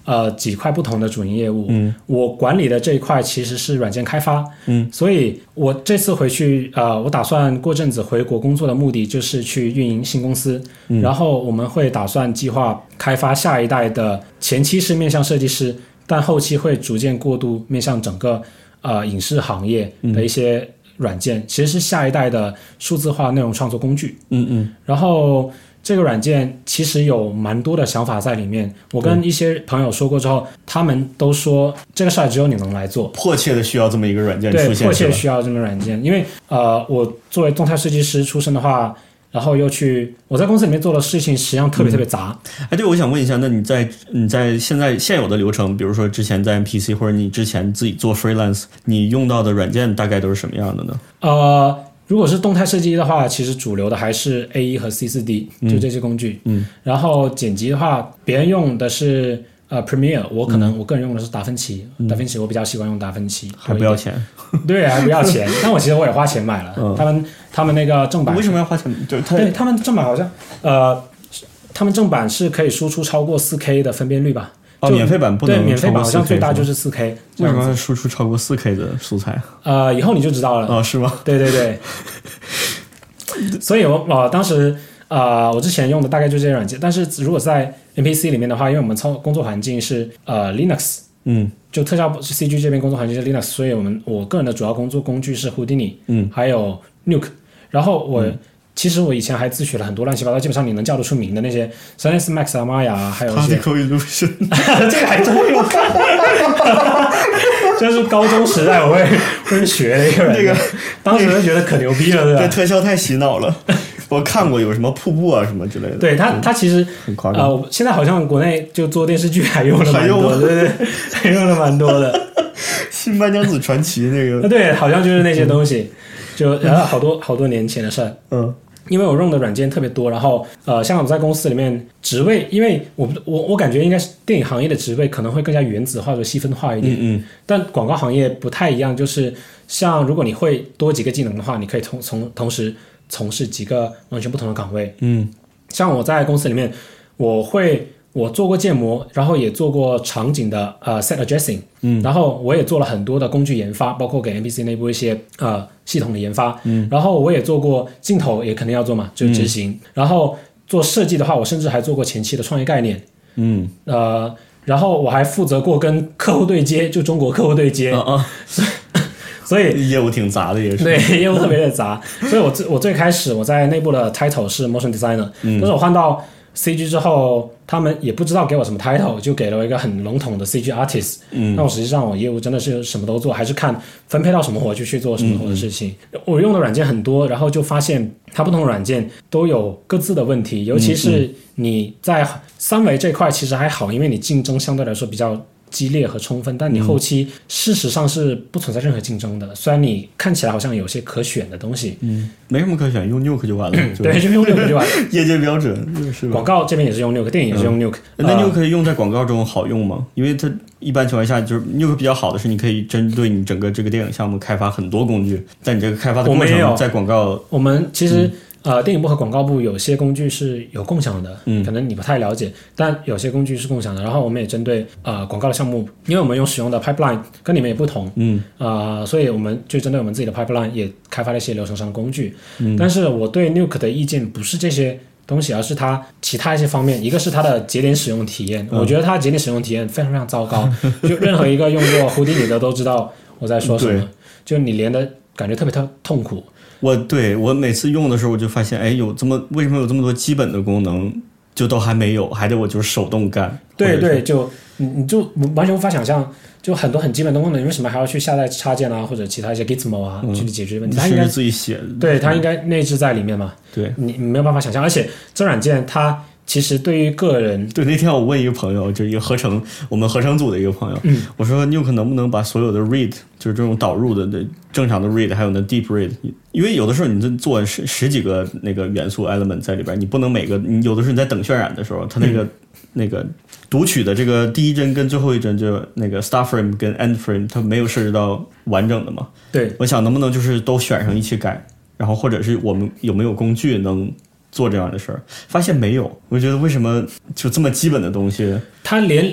呃几块不同的主营业务。
嗯，
我管理的这一块其实是软件开发。
嗯，
所以我这次回去，呃，我打算过阵子回国工作的目的就是去运营新公司。嗯，然后我们会打算计划开发下一代的，前期是面向设计师，但后期会逐渐过渡面向整个呃影视行业的一些软件，嗯、其实是下一代的数字化内容创作工具。
嗯嗯，
然后这个软件其实有蛮多的想法在里面，我跟一些朋友说过之后，他们都说这个事儿只有你能来做，
迫切的需要这么一个软件出现。
对，迫切需要这么软件，因为呃，我作为动态设计师出身的话，然后又去我在公司里面做的事情实际上特别特别杂。
嗯、哎，对，我想问一下，那你在你在现在现有的流程，比如说之前在 M P C 或者你之前自己做 freelance， 你用到的软件大概都是什么样的呢？
呃。如果是动态设计的话，其实主流的还是 A 一 和 C 四 D， 就这些工具。
嗯，
然后剪辑的话，别人用的是呃 Premiere， 我可能、嗯、我个人用的是达芬奇。嗯、达芬奇我比较习惯用达芬奇，
还不要钱。
对，还不要钱。但我其实我也花钱买了。嗯、他们他们那个正版
为什么要花钱？就他
对他们正版好像呃，他们正版是可以输出超过 四 K 的分辨率吧？
哦，免费版不能
对，免费版好像最大就是 四 K。
为什么要输出超过 四 K 的素材？
呃，以后你就知道了。
哦，是吗？
对对对。所以我呃当时呃我之前用的大概就这些软件，但是如果在 M P C 里面的话，因为我们操工作环境是呃 Linux，
嗯，
就特效 C G 这边工作环境是 Linux， 所以我们我个人的主要工作工具是 Houdini，
嗯，
还有 Nuke， 然后我。
嗯
其实我以前还自学了很多乱七八糟，基本上你能叫得出名的那些 三 D Max 啊、Maya 啊，还有一些
Particle Illusion，
这个还真会用。这是高中时代我会会学的一个软件，那个当时就觉得可牛逼了，对吧？
这特效太洗脑了。我看过有什么瀑布啊什么之类的。
对它，它其实
很夸张。
呃，现在好像国内就做电视剧还用了蛮多的，对对对，还用了蛮多的。
新白娘子传奇那个，
对，好像就是那些东西，就然后好多好多年前的事儿。
嗯。
因为我用的软件特别多，然后呃，像我在公司里面职位，因为我我我感觉应该是电影行业的职位可能会更加原子化或者细分化一点，
嗯嗯，
但广告行业不太一样，就是像如果你会多几个技能的话，你可以同从同时从事几个完全不同的岗位，
嗯，
像我在公司里面，我会我做过建模，然后也做过场景的呃 set addressing，
嗯，
然后我也做了很多的工具研发，包括给 M P C 内部一些呃系统的研发，
嗯，
然后我也做过镜头，也肯定要做嘛，就是执行，嗯、然后做设计的话，我甚至还做过前期的创业概念，
嗯，
呃，然后我还负责过跟客户对接，就中国客户对接，
啊啊，
所以
业务挺杂的也是，
对，业务特别的杂，所以我最我最开始我在内部的 title 是 motion designer，
嗯，
但是我换到C G 之后，他们也不知道给我什么 title， 就给了我一个很笼统的 C G artist。嗯，那我实际上我业务真的是什么都做，还是看分配到什么活就去做什么活的事情。嗯、我用的软件很多，然后就发现它不同的软件都有各自的问题，尤其是你在三维这块其实还好，因为你竞争相对来说比较激烈和充分，但你后期事实上是不存在任何竞争的。虽然你看起来好像有些可选的东西，
嗯，没什么可选，用 Nuke 就完了。
对，就用 Nuke 就完了。
业界标准是吧？
广告这边也是用 Nuke， 电影也是用 Nuke、
嗯。那 Nuke 用在广告中好用吗？因为它一般情况下就是 Nuke 比较好的是，你可以针对你整个这个电影项目开发很多工具，在你这个开发的过程在广告，
我们其实。嗯呃，电影部和广告部有些工具是有共享的，
嗯，
可能你不太了解，但有些工具是共享的。然后我们也针对呃广告的项目，因为我们用使用的 pipeline 跟你们也不同，
嗯，
呃，所以我们就针对我们自己的 pipeline 也开发了一些流程上的工具。
嗯，
但是我对 Nuke 的意见不是这些东西，而是它其他一些方面。一个是它的节点使用体验，嗯、我觉得它的节点使用体验非常非常糟糕，就任何一个用过 Houdini 的都知道我在说什么，就你连的感觉特别特痛苦。
我对我每次用的时候，我就发现，哎，有这么为什么有这么多基本的功能，就都还没有，还得我就是手动干。
对对，就你你就完全无法想象，就很多很基本的功能，你为什么还要去下载插件啊，或者其他一些 Gizmo 啊、嗯、去解决问题？它应该
是自己写的，
对，它应该内置在里面嘛。
对，
你你没有办法想象，而且这软件它。其实对于个人，
对，那天我问一个朋友，就一个合成我们合成组的一个朋友，
嗯，
我说 Nuke 能不能把所有的 read 就是这种导入的的正常的 read 还有那 deep read， 因为有的时候你这做十十几个那个元素 element 在里边，你不能每个你有的时候你在等渲染的时候，它那个、嗯、那个读取的这个第一帧跟最后一帧就那个 start frame 跟 end frame 它没有涉及到完整的嘛？
对，
我想能不能就是都选上一起改，然后或者是我们有没有工具能做这样的事儿，发现没有。我觉得为什么就这么基本的东西，
它连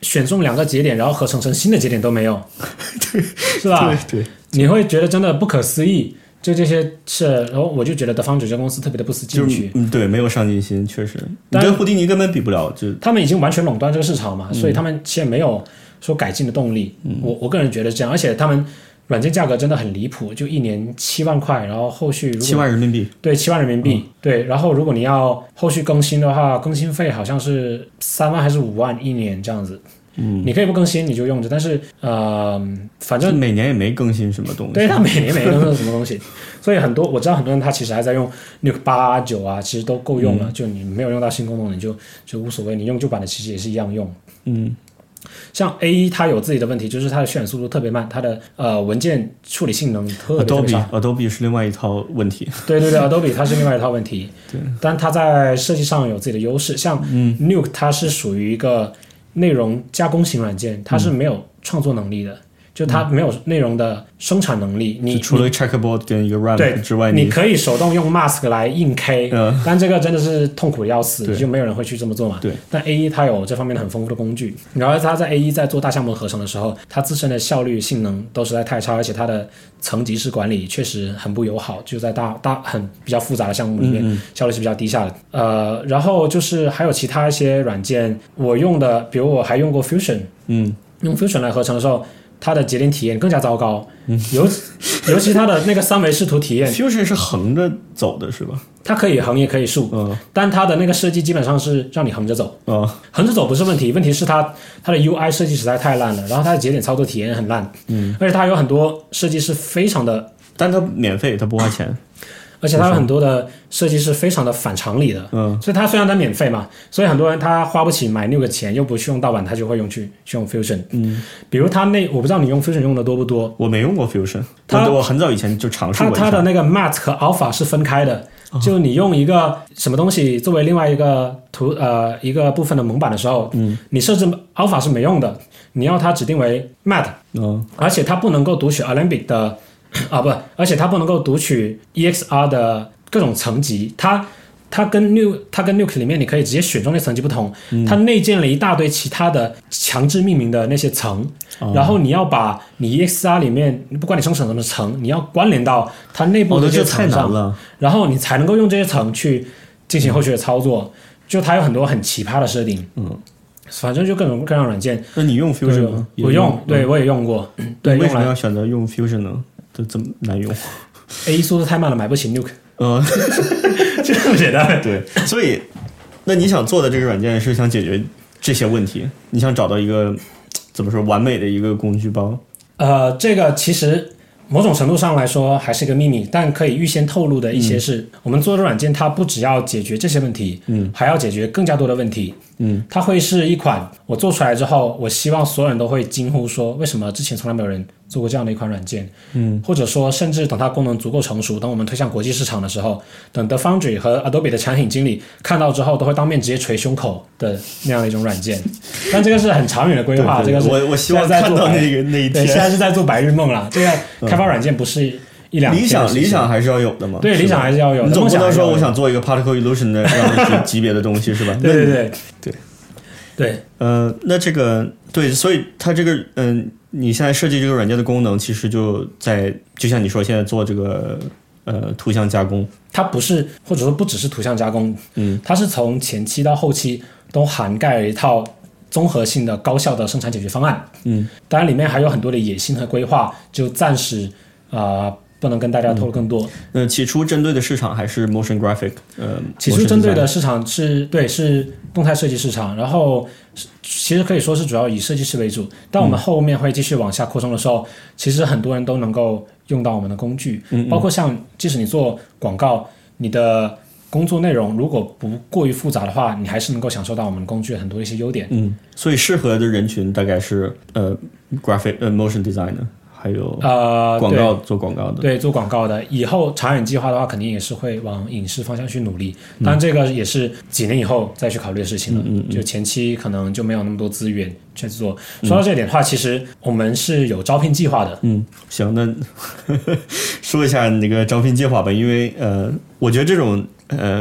选中两个节点，然后合成成新的节点都没有，
对，
是吧？
对对，
你会觉得真的不可思议。就这些是，然后我就觉得德方这家公司特别的不思进取，
嗯，对，没有上进心，确实，你跟胡迪尼根本比不了，就
他们已经完全垄断这个市场嘛，嗯、所以他们现在没有说改进的动力。嗯、我我个人觉得这样，而且他们软件价格真的很离谱，就一年七万块，然后后续如果
七万人民币，
对，七万人民币，嗯、对，然后如果你要后续更新的话，更新费好像是三万还是五万一年这样子。嗯，你可以不更新你就用着，但是呃，反正
每年也没更新什么东西。
对，他每年没更新什么东西，所以很多我知道很多人他其实还在用 Nuke 八九啊，其实都够用了，嗯、就你没有用到新功能，你就就无所谓，你用旧版的其实也是一样用。嗯，像 A 一 它有自己的问题，就是它的渲染速度特别慢，它的呃文件处理性能特别特别差。
Adobe 是另外一套问题。
对对对 ，Adobe 它是另外一套问题。对，但它在设计上有自己的优势，像 Nuke 它是属于一个内容加工型软件，它是没有创作能力的，嗯、就它没有内容的生产能力。你
除了 checkerboard 跟一个 ramp 之外，
你可以手动用 mask 来印 K，嗯、但这个真的是痛苦的要死，就没有人会去这么做嘛。对。但 A 一 它有这方面很丰富的工具，然后它在 A 一 在做大项目合成的时候，它自身的效率性能都实在太差，而且它的层级式管理确实很不友好，就在大大很比较复杂的项目里面，嗯嗯效率是比较低下的。呃，然后就是还有其他一些软件，我用的，比如我还用过 Fusion， 嗯，用 Fusion 来合成的时候，它的节点体验更加糟糕，嗯、尤尤其它的那个三维视图体验
，Fusion 是横着走的是吧？
它可以横也可以竖，嗯、但它的那个设计基本上是让你横着走，嗯、横着走不是问题，问题是它它的 U I 设计实在太烂了，然后它的节点操作体验很烂，嗯，而且它有很多设计是非常的，
但它免费，它不花钱。
而且它有很多的设计是非常的反常理的，嗯，所以它虽然它免费嘛，所以很多人他花不起买Nuke的钱，又不去用盗版，他就会用去去用 Fusion， 嗯，比如他那我不知道你用 Fusion 用的多不多，
我没用过 Fusion， 它我很早以前就尝试过一下，
它它的那个 Matte 和 Alpha 是分开的，哦、就你用一个什么东西作为另外一个图呃一个部分的蒙版的时候，嗯，你设置 Alpha 是没用的，你要它指定为 Matte，嗯，而且它不能够读取 Alembic 的。啊不，而且它不能够读取 E X R 的各种层级，它它跟 Nuke 它跟 Nuke 里面你可以直接选中那层级不同，嗯、它内建了一大堆其他的强制命名的那些层，哦、然后你要把你 E X R 里面不管你生成什么层，你要关联到它内部的这些层上，
哦、
然后你才能够用这些层去进行后续的操作，嗯、就它有很多很奇葩的设定，嗯。反正就各种各样软件。
那你用 Fusion 吗？
我用，对、嗯、我也用过。对，
为什么要选择用 Fusion 呢？这这么难用
？A 一 速度太慢了，买不起 Nuke。
嗯，
就这么简单。
对，所以那你想做的这个软件是想解决这些问题，你想找到一个怎么说完美的一个工具包？
呃，这个其实某种程度上来说还是一个秘密，但可以预先透露的一些是，嗯、我们做的软件它不只要解决这些问题，嗯，还要解决更加多的问题。嗯，它会是一款我做出来之后，我希望所有人都会惊呼说，为什么之前从来没有人做过这样的一款软件？嗯，或者说，甚至等它功能足够成熟，等我们推向国际市场的时候，等 The Foundry 和 Adobe 的产品经理看到之后，都会当面直接捶胸口的那样的一种软件。但这个是很长远的规划，
对对
这个是
我我希望看到那个那一天，
对，现在是在做白日梦了。这个开发软件不是。一两
理想理想还是要有的嘛，
对，理想还是要有的。
你总不能说我想做一个 particle illusion 的这样级别的东西是吧？
对对对
对
对。
呃，那这个对，所以它这个嗯、呃，你现在设计这个软件的功能，其实就在就像你说现在做这个呃图像加工，
它不是或者说不只是图像加工，嗯，它是从前期到后期都涵盖了一套综合性的高效的生产解决方案，嗯，当然里面还有很多的野心和规划，就暂时啊。呃不能跟大家透露更多。
嗯，起初针对的市场还是 motion graphic， 呃，
起初针对的市场是对是动态设计市场，然后其实可以说是主要以设计师为主。但我们后面会继续往下扩充的时候，嗯、其实很多人都能够用到我们的工具，嗯嗯包括像即使你做广告，你的工作内容如果不过于复杂的话，你还是能够享受到我们工具很多一些优点。
嗯，所以适合的人群大概是呃 graphic 呃 motion designer。还有呃，广告做广告的，
对，做广告的。以后长远计划的话，肯定也是会往影视方向去努力。当然，这个也是几年以后再去考虑的事情了。嗯嗯、就前期可能就没有那么多资源去做。说到这一点的话，其实我们是有招聘计划的。
嗯，行，那呵呵说一下那个招聘计划吧，因为呃，我觉得这种呃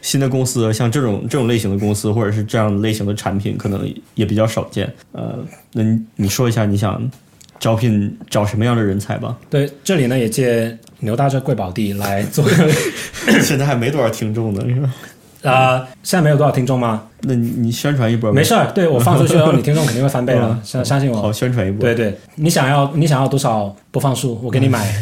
新的公司，像这种这种类型的公司，或者是这样类型的产品，可能也比较少见。呃，那你你说一下你想招聘找什么样的人才吧？
对，这里呢也借牛大这贵宝地来做
现在还没多少听众呢，是吧？
啊、呃，现在没有多少听众吗？
那你你宣传一波吧。
没事儿，对我放出去后，你听众肯定会翻倍了，相相信我。
好，宣传一波。
对对，你想要你想要多少播放数，我给你买。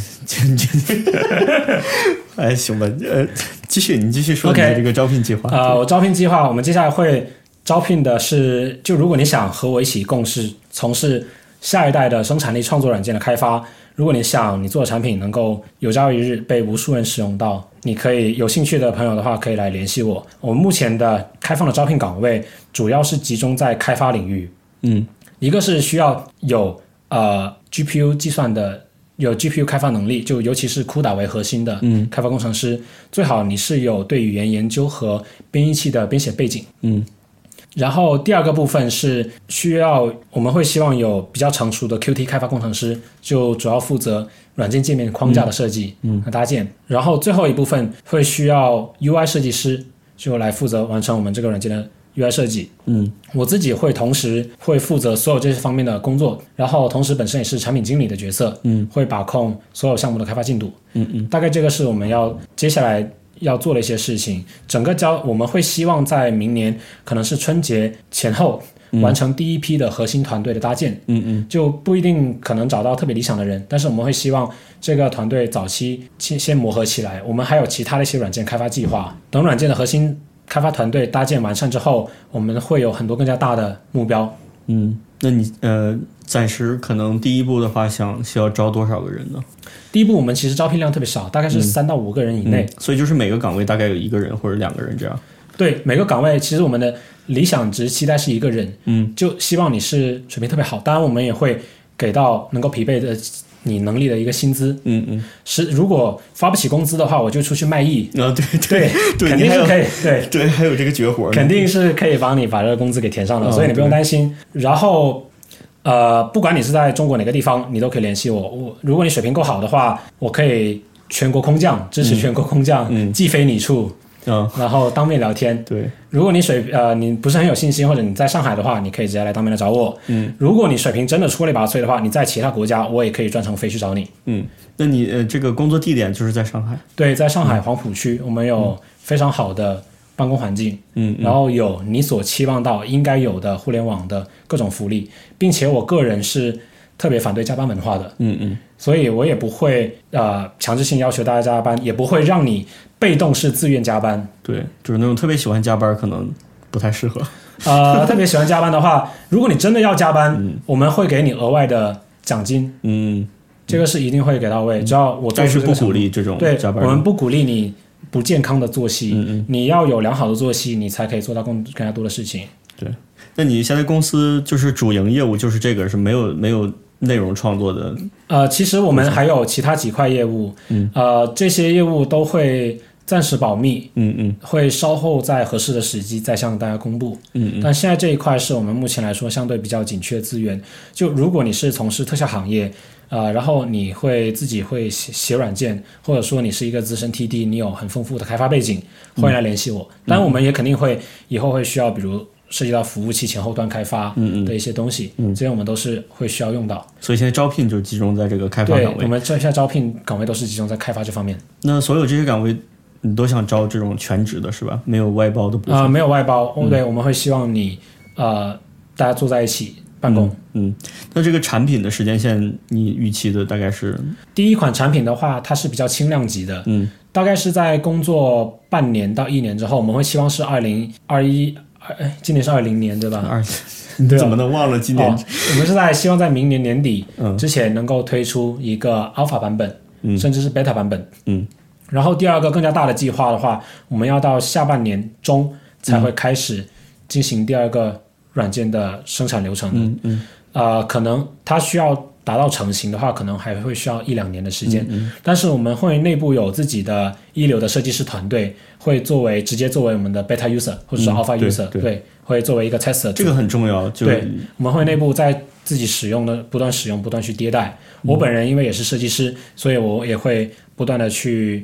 哎，行吧，呃，继续，你继续说你的这个招聘计划。
呃，我招聘计划，我们接下来会招聘的是，就如果你想和我一起共事，从事下一代的生产力创作软件的开发，如果你想你做的产品能够有朝一日被无数人使用到，你可以有兴趣的朋友的话可以来联系我。我们目前的开放的招聘岗位主要是集中在开发领域，
嗯，
一个是需要有呃 G P U 计算的，有 G P U 开发能力，就尤其是 C U D A 为核心的开发工程师，嗯、最好你是有对语言研究和编译器的编写背景，
嗯。
然后第二个部分是需要，我们会希望有比较成熟的 Q T 开发工程师，就主要负责软件界面框架的设计和搭建。嗯嗯、然后最后一部分会需要 U I 设计师，就来负责完成我们这个软件的 U I 设计。
嗯，
我自己会同时会负责所有这些方面的工作，然后同时本身也是产品经理的角色，
嗯，
会把控所有项目的开发进度。
嗯嗯，
大概这个是我们要接下来要做的一些事情。整个交我们会希望在明年可能是春节前后完成第一批的核心团队的搭建。
嗯嗯，
就不一定可能找到特别理想的人，但是我们会希望这个团队早期先磨合起来。我们还有其他的一些软件开发计划，等软件的核心开发团队搭建完善之后，我们会有很多更加大的目标。
嗯，那你呃暂时可能第一步的话想需要招多少个人呢？
第一步我们其实招聘量特别少，大概是三到五个人以内、
嗯嗯、所以就是每个岗位大概有一个人或者两个人这样。
对，每个岗位其实我们的理想值期待是一个人，
嗯，
就希望你是水平特别好，当然我们也会给到能够匹配的你能力的一个薪资。
嗯嗯，
是如果发不起工资的话，我就出去卖艺。
啊，对
对
对，
肯定是可以，对
对，还有这个绝活，
肯定是可以帮你把这个工资给填上的、哦，所以你不用担心。然后呃，不管你是在中国哪个地方，你都可以联系我。我如果你水平够好的话，我可以全国空降，支持全国空降，
嗯，
寄飞你处。
嗯，
然后当面聊天。
对，
如果你水呃你不是很有信心，或者你在上海的话，你可以直接来当面来找我。
嗯，
如果你水平真的出类拔萃的话，你在其他国家我也可以专程飞去找你。
嗯，那你呃这个工作地点就是在上海？
对，在上海黄浦区，嗯、我们有非常好的办公环境。
嗯，
然后有你所期望到应该有的互联网的各种福利，并且我个人是特别反对加班文化的。
嗯嗯，
所以我也不会呃强制性要求大家加班，也不会让你被动式自愿加班。
对，就是那种特别喜欢加班可能不太适合。
呃，特别喜欢加班的话，如果你真的要加班，嗯、我们会给你额外的奖金。
嗯，
这个是一定会给到位。只要我
但是不鼓励这种加班。
对，我们不鼓励你不健康的作息。
嗯嗯，
你要有良好的作息，你才可以做到更更加多的事情。
对，那你现在公司就是主营业务就是这个，是没有没有内容创作的？
呃，其实我们还有其他几块业务。
嗯，
呃，这些业务都会暂时保密。
嗯嗯，
会稍后在合适的时机再向大家公布。
嗯嗯，
但现在这一块是我们目前来说相对比较紧缺资源。就如果你是从事特效行业，呃，然后你会自己会写写软件，或者说你是一个资深 T D， 你有很丰富的开发背景，欢迎来联系我。嗯、当然，我们也肯定会以后会需要，比如涉及到服务器前后端开发的一些东西，嗯嗯，这些我们都是会需要用到。
所以现在招聘就集中在这个开发岗位。
对，我们这现在招聘岗位都是集中在开发这方面。
那所有这些岗位你都想招这种全职的是吧？没有外包的部分？
啊、呃，没有外包。嗯、对，我们会希望你呃大家坐在一起办公。
嗯，嗯，那这个产品的时间线你预期的大概是？
第一款产品的话，它是比较轻量级的，
嗯，
大概是在工作半年到一年之后，我们会希望是二零二一，哎，今年是二零年对吧？
二，你怎么能忘了今年？
哦、我们是在希望在明年年底之前
嗯
能够推出一个 alpha 版本，
嗯，
甚至是 beta 版本，
嗯。
然后第二个更加大的计划的话，我们要到下半年中才会开始进行第二个软件的生产流程的。
嗯嗯。
呃，可能它需要达到成型的话，可能还会需要一两年的时间。
嗯嗯，
但是我们会内部有自己的一流的设计师团队，会作为直接作为我们的 beta user 或者说 alpha user，、嗯、对,
对,
对，会作为一个 tester。
这个很重要。就
对，我们会内部在自己使用的不断使用，不断去迭代。我本人因为也是设计师，所以我也会不断的去。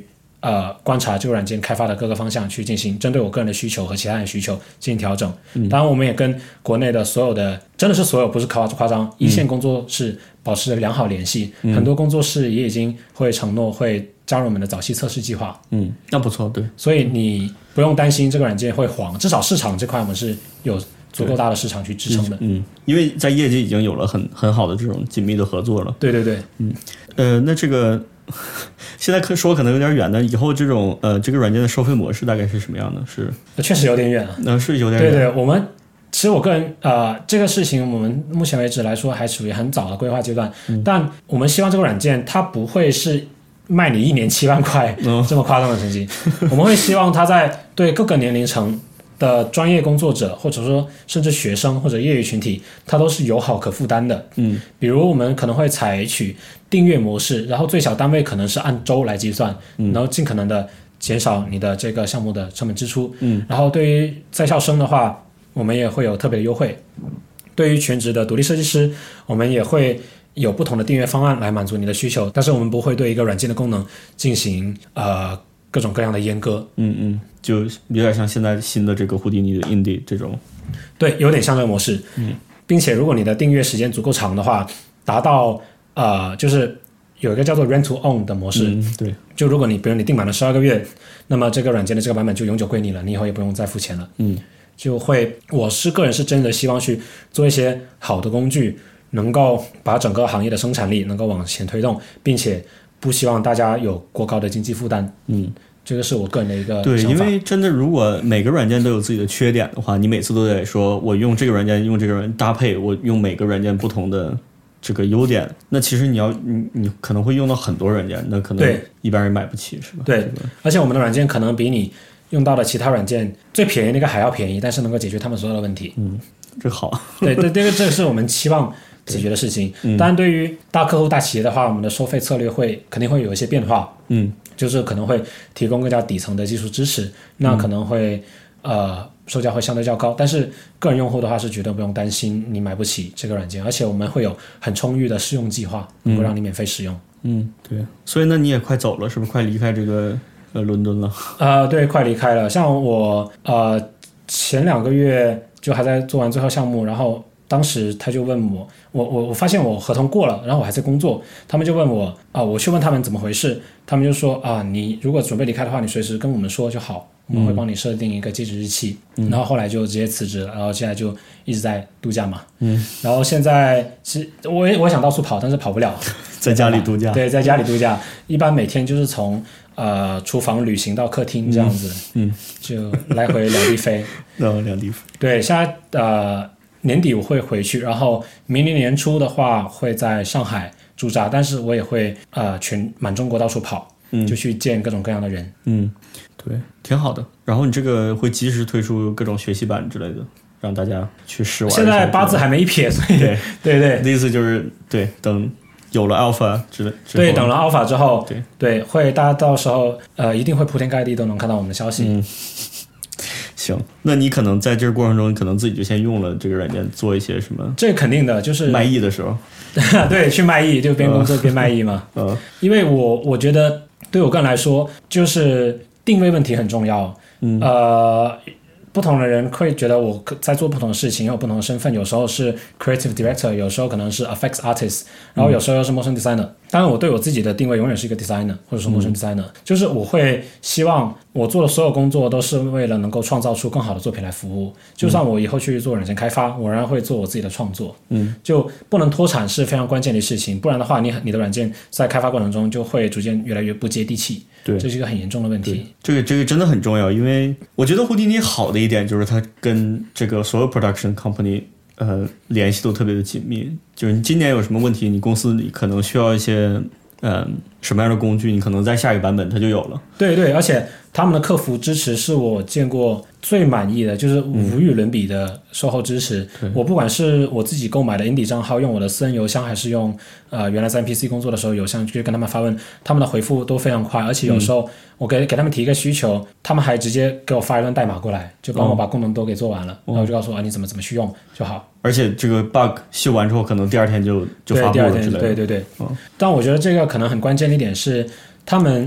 呃观察这个软件开发的各个方向，去进行针对我个人的需求和其他人的需求进行调整。嗯、当然，我们也跟国内的所有的真的是所有，不是夸夸张，一线工作室保持着良好联系。嗯、很多工作室也已经会承诺会加入我们的早期测试计划。
嗯，那不错，对。
所以你不用担心这个软件会黄，至少市场这块我们是有足够大的市场去支撑的。
嗯，因为在业界已经有了很很好的这种紧密的合作了。
对对对，
嗯，呃，那这个现在说可能有点远的，以后这种呃这个软件的收费模式大概是什么样的？是
确实有点远啊。
那、呃、是有点远。
对对，我们其实我个人呃这个事情我们目前为止来说还属于很早的规划阶段，嗯、但我们希望这个软件它不会是卖你一年七万块、哦、这么夸张的成绩，我们会希望它在对各个年龄层的专业工作者，或者说甚至学生或者业余群体，它都是友好可负担的。嗯，比如我们可能会采取订阅模式，然后最小单位可能是按周来计算，嗯、然后尽可能的减少你的这个项目的成本支出。嗯，然后对于在校生的话，我们也会有特别的优惠。对于全职的独立设计师，我们也会有不同的订阅方案来满足你的需求，但是我们不会对一个软件的功能进行呃各种各样的阉割。
嗯嗯，就有点像现在新的这个胡迪尼的 Indie 这种。
对，有点像这个模式。嗯，并且如果你的订阅时间足够长的话，达到呃就是有一个叫做 Rent to Own 的模式。
嗯，对。
就如果你比如你订满了十二个月，那么这个软件的这个版本就永久归你了，你以后也不用再付钱了。嗯，就会我是个人是真的希望去做一些好的工具，能够把整个行业的生产力能够往前推动，并且不希望大家有过高的经济负担。嗯，这个是我个人的一个
对，
想法。
因为真的如果每个软件都有自己的缺点的话，你每次都得说我用这个软件用这个软件搭配，我用每个软件不同的这个优点，那其实你要你你可能会用到很多软件，那可能一般人买不起，是吧？
对，这个、而且我们的软件可能比你用到的其他软件最便宜那个还要便宜，但是能够解决他们所有的问题。
嗯，这好。
对对，这个这个是我们期望解决的事情。当然，对于大客户、大企业的话，我们的收费策略会肯定会有一些变化。嗯，就是可能会提供更加底层的技术支持，那可能会、嗯、呃售价会相对较高。但是个人用户的话是绝对不用担心你买不起这个软件，而且我们会有很充裕的试用计划，能够让你免费使用。
嗯，对。所以那你也快走了，是不是快离开这个呃伦敦了？
呃，对，快离开了。像我呃前两个月就还在做完最后项目，然后当时他就问我，我我我发现我合同过了，然后我还在工作，他们就问我啊，我去问他们怎么回事，他们就说啊，你如果准备离开的话，你随时跟我们说就好，我们会帮你设定一个截止日期。嗯、然后后来就直接辞职了，然后现在就一直在度假嘛。嗯，然后现在其实我也我想到处跑，但是跑不了，
在家里度假。
对，在家里度假，一般每天就是从呃厨房旅行到客厅这样子，嗯，嗯就来回两地飞。
哦，两地飞。对，
现在呃。年底我会回去，然后明年年初的话会在上海驻扎，但是我也会呃全满中国到处跑，嗯，就去见各种各样的人。
嗯，对，挺好的。然后你这个会及时推出各种学习版之类的，让大家去试玩。
现在八字还没一撇，所以对对对，
的意思就是对，等有了 alpha 之类，
对，等了 alpha 之后，对对，会大家到时候呃一定会铺天盖地都能看到我们的消息。
嗯。行，那你可能在这个过程中，可能自己就先用了这个软件做一些什么？
这肯定的，就是
卖艺的时候，
对，去卖艺就边工作边卖艺嘛。嗯，因为我我觉得对我个人来说，就是定位问题很重要。嗯，呃。不同的人会觉得我在做不同的事情，有不同的身份，有时候是 creative director， 有时候可能是 effects artist， 然后有时候又是 motion designer。当然我对我自己的定位永远是一个 designer 或者说 motion designer，嗯、就是我会希望我做的所有工作都是为了能够创造出更好的作品来服务。就算我以后去做软件开发，我仍然会做我自己的创作。嗯，就不能脱产是非常关键的事情，不然的话你你的软件在开发过程中就会逐渐越来越不接地气。对，这是一个很严重的问题。
这个这个真的很重要，因为我觉得胡迪尼好的一点就是它跟这个所有 production company 呃联系都特别的紧密。就是你今年有什么问题，你公司里可能需要一些呃什么样的工具，你可能在下一个版本它就有了。
对对，而且他们的客服支持是我见过最满意的，就是无与伦比的售后支持。嗯、我不管是我自己购买的 Indie 账号，用我的私人邮箱，还是用呃原来在 N P C 工作的时候邮箱去跟他们发问，他们的回复都非常快，而且有时候我给给他们提一个需求，他们还直接给我发一段代码过来，就帮我把功能都给做完了，嗯、然后我就告诉我啊你怎么怎么去用就好。
而且这个 bug 修完之后，可能第二天就就发布了之类的。
对对对对。嗯、但我觉得这个可能很关键的一点是，他们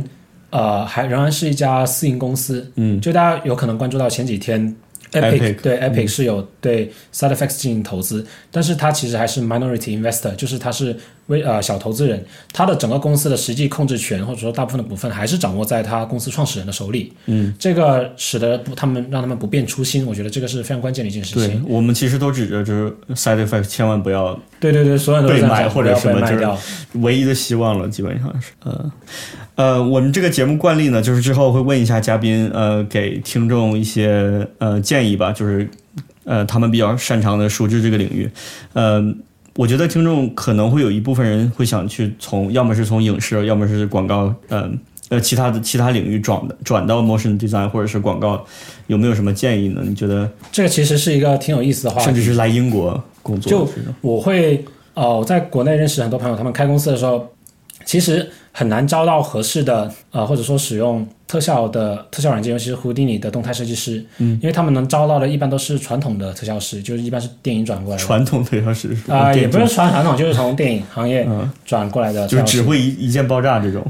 呃还仍然是一家私营公司。
嗯，
就大家有可能关注到前几天 Epic,
Epic
对 Epic 是有对 SideFX 进行投资，嗯、但是它其实还是 minority investor， 就是它是微呃小投资人，它的整个公司的实际控制权或者说大部分的股份还是掌握在他公司创始人的手里。嗯，这个使得不他们让他们不变初心，我觉得这个是非常关键的一件事情。
对，我们其实都指着就是 SideFX 千万不要
对对对，所有人都
被买或者什么，
就是
唯一的希望了，基本上是呃。呃，我们这个节目惯例呢，就是之后会问一下嘉宾，呃，给听众一些呃建议吧，就是呃他们比较擅长的熟知这个领域。呃，我觉得听众可能会有一部分人会想去从，要么是从影视，要么是广告，呃呃其他的其他领域转的转到 motion design 或者是广告，有没有什么建议呢？你觉得？
这个其实是一个挺有意思的话题，
甚至是来英国工作。
就我会呃，我在国内认识很多朋友，他们开公司的时候，其实很难招到合适的呃，或者说使用特效的特效软件，尤其是胡迪尼的动态设计师。嗯，因为他们能招到的一般都是传统的特效师，就是一般是电影转过来的。
传统特效师
啊、呃，也不是传传统，就是从电影行业转过来的特效师、嗯，
就是只会一一件爆炸这种。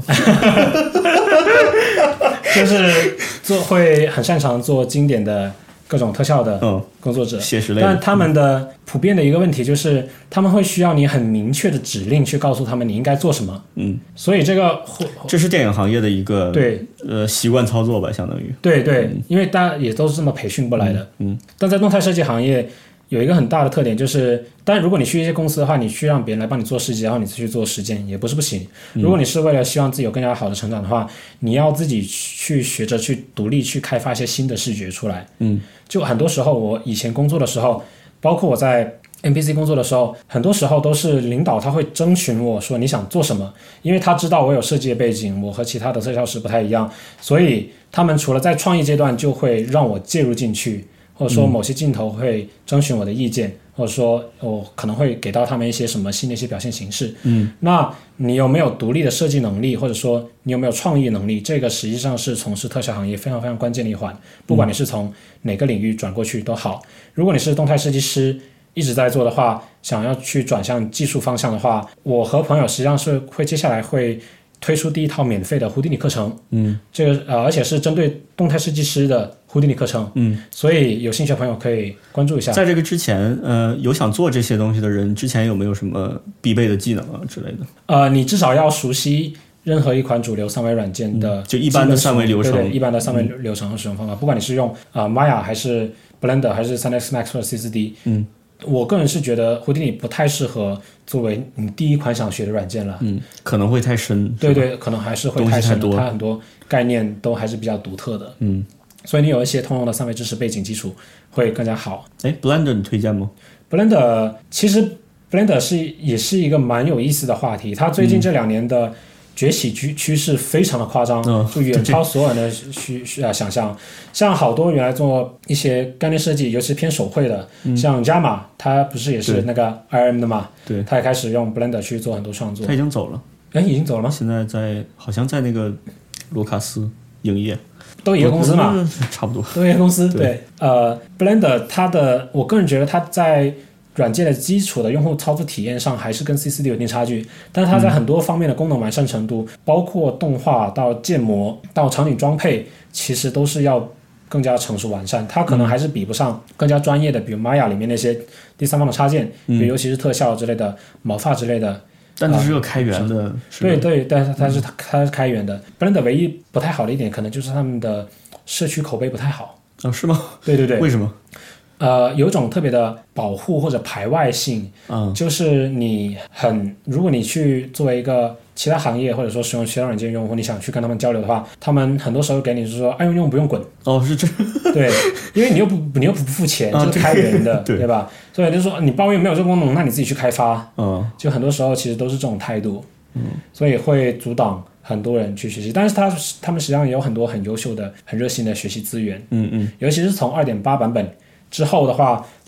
就是做会很擅长做经典的各种特效的工作者，
嗯、写实类的。
但他们的普遍的一个问题就是，他们会需要你很明确的指令去告诉他们你应该做什么。嗯，所以这个
这是电影行业的一个
对
呃习惯操作吧，相当于。
对对、嗯，因为大家也都是这么培训过来的。嗯，嗯但在动态设计行业有一个很大的特点就是，当然如果你去一些公司的话，你去让别人来帮你做设计，然后你去做实践也不是不行。如果你是为了希望自己有更加好的成长的话，你要自己去学着去独立去开发一些新的视觉出来。嗯，就很多时候我以前工作的时候，包括我在 N P C 工作的时候，很多时候都是领导他会征询我说你想做什么，因为他知道我有设计的背景，我和其他的特效师不太一样，所以他们除了在创意阶段就会让我介入进去，或者说某些镜头会征询我的意见，或者说我可能会给到他们一些什么新的一些表现形式。嗯，那你有没有独立的设计能力，或者说你有没有创意能力，这个实际上是从事特效行业非常非常关键的一环，不管你是从哪个领域转过去都好。如果你是动态设计师一直在做的话，想要去转向技术方向的话，我和朋友实际上是会接下来会推出第一套免费的胡迪尼课程。嗯，这个呃，而且是针对动态设计师的胡迪尼课程。嗯，所以有兴趣的朋友可以关注一下。
在这个之前，呃，有想做这些东西的人，之前有没有什么必备的技能啊之类的？
呃，你至少要熟悉任何一款主流三维软件的、嗯、
就一般的三维流程，
对对，一般的三维流程和使用方法，嗯、不管你是用啊、呃、Maya 还是 Blender 还是 三 D X Max 或者 C 四 D。嗯。我个人是觉得胡迪尼不太适合作为你第一款想学的软件了，
嗯，可能会太深，
对对，可能还是会太深，
太
它很多概念都还是比较独特的，嗯，所以你有一些通用的三维知识背景基础会更加好。
哎 ，Blender 你推荐吗
？Blender 其实 Blender 是也是一个蛮有意思的话题，它最近这两年的、嗯崛起趋趋势非常的夸张，
嗯、
就远超所有人的需需啊想象。像好多原来做一些概念设计，尤其偏手绘的，嗯、像 Jama， 他不是也是那个 I R M 的嘛？
对，
他也开始用 Blender 去做很多创作。
他已经走了，
哎，已经走了吗？
现在在好像在那个卢卡斯影业，
都一个公司嘛，
差不多，
都一个公司。
对，
对呃 ，Blender 它的，我个人觉得它在软件的基础的用户操作体验上还是跟 C 四 D 有一定差距，但是它在很多方面的功能完善程度，嗯、包括动画到建模到场景装配，其实都是要更加成熟完善。它可能还是比不上更加专业的，比如 Maya 里面那些第三方的插件，比如尤其是特效之类的、毛发之类的。
但它是个开源的，
呃、对对，但是它是它是开源的。Blender 唯一不太好的一点，可能就是他们的社区口碑不太好。
哦，是吗？
对对对。
为什么？
呃，有一种特别的保护或者排外性，嗯，就是你很，如果你去作为一个其他行业或者说使用其他软件用户，你想去跟他们交流的话，他们很多时候给你是说爱用用不用滚。
哦，是这，
对，因为你又不你又不付钱，
啊、
就是开源的，
对,
对吧？所以就是说你抱怨没有这个功能，那你自己去开发，
嗯，
就很多时候其实都是这种态度，嗯，所以会阻挡很多人去学习，但是他他们实际上也有很多很优秀的、很热心的学习资源，
嗯嗯，
尤其是从 二点八 版本之后的话，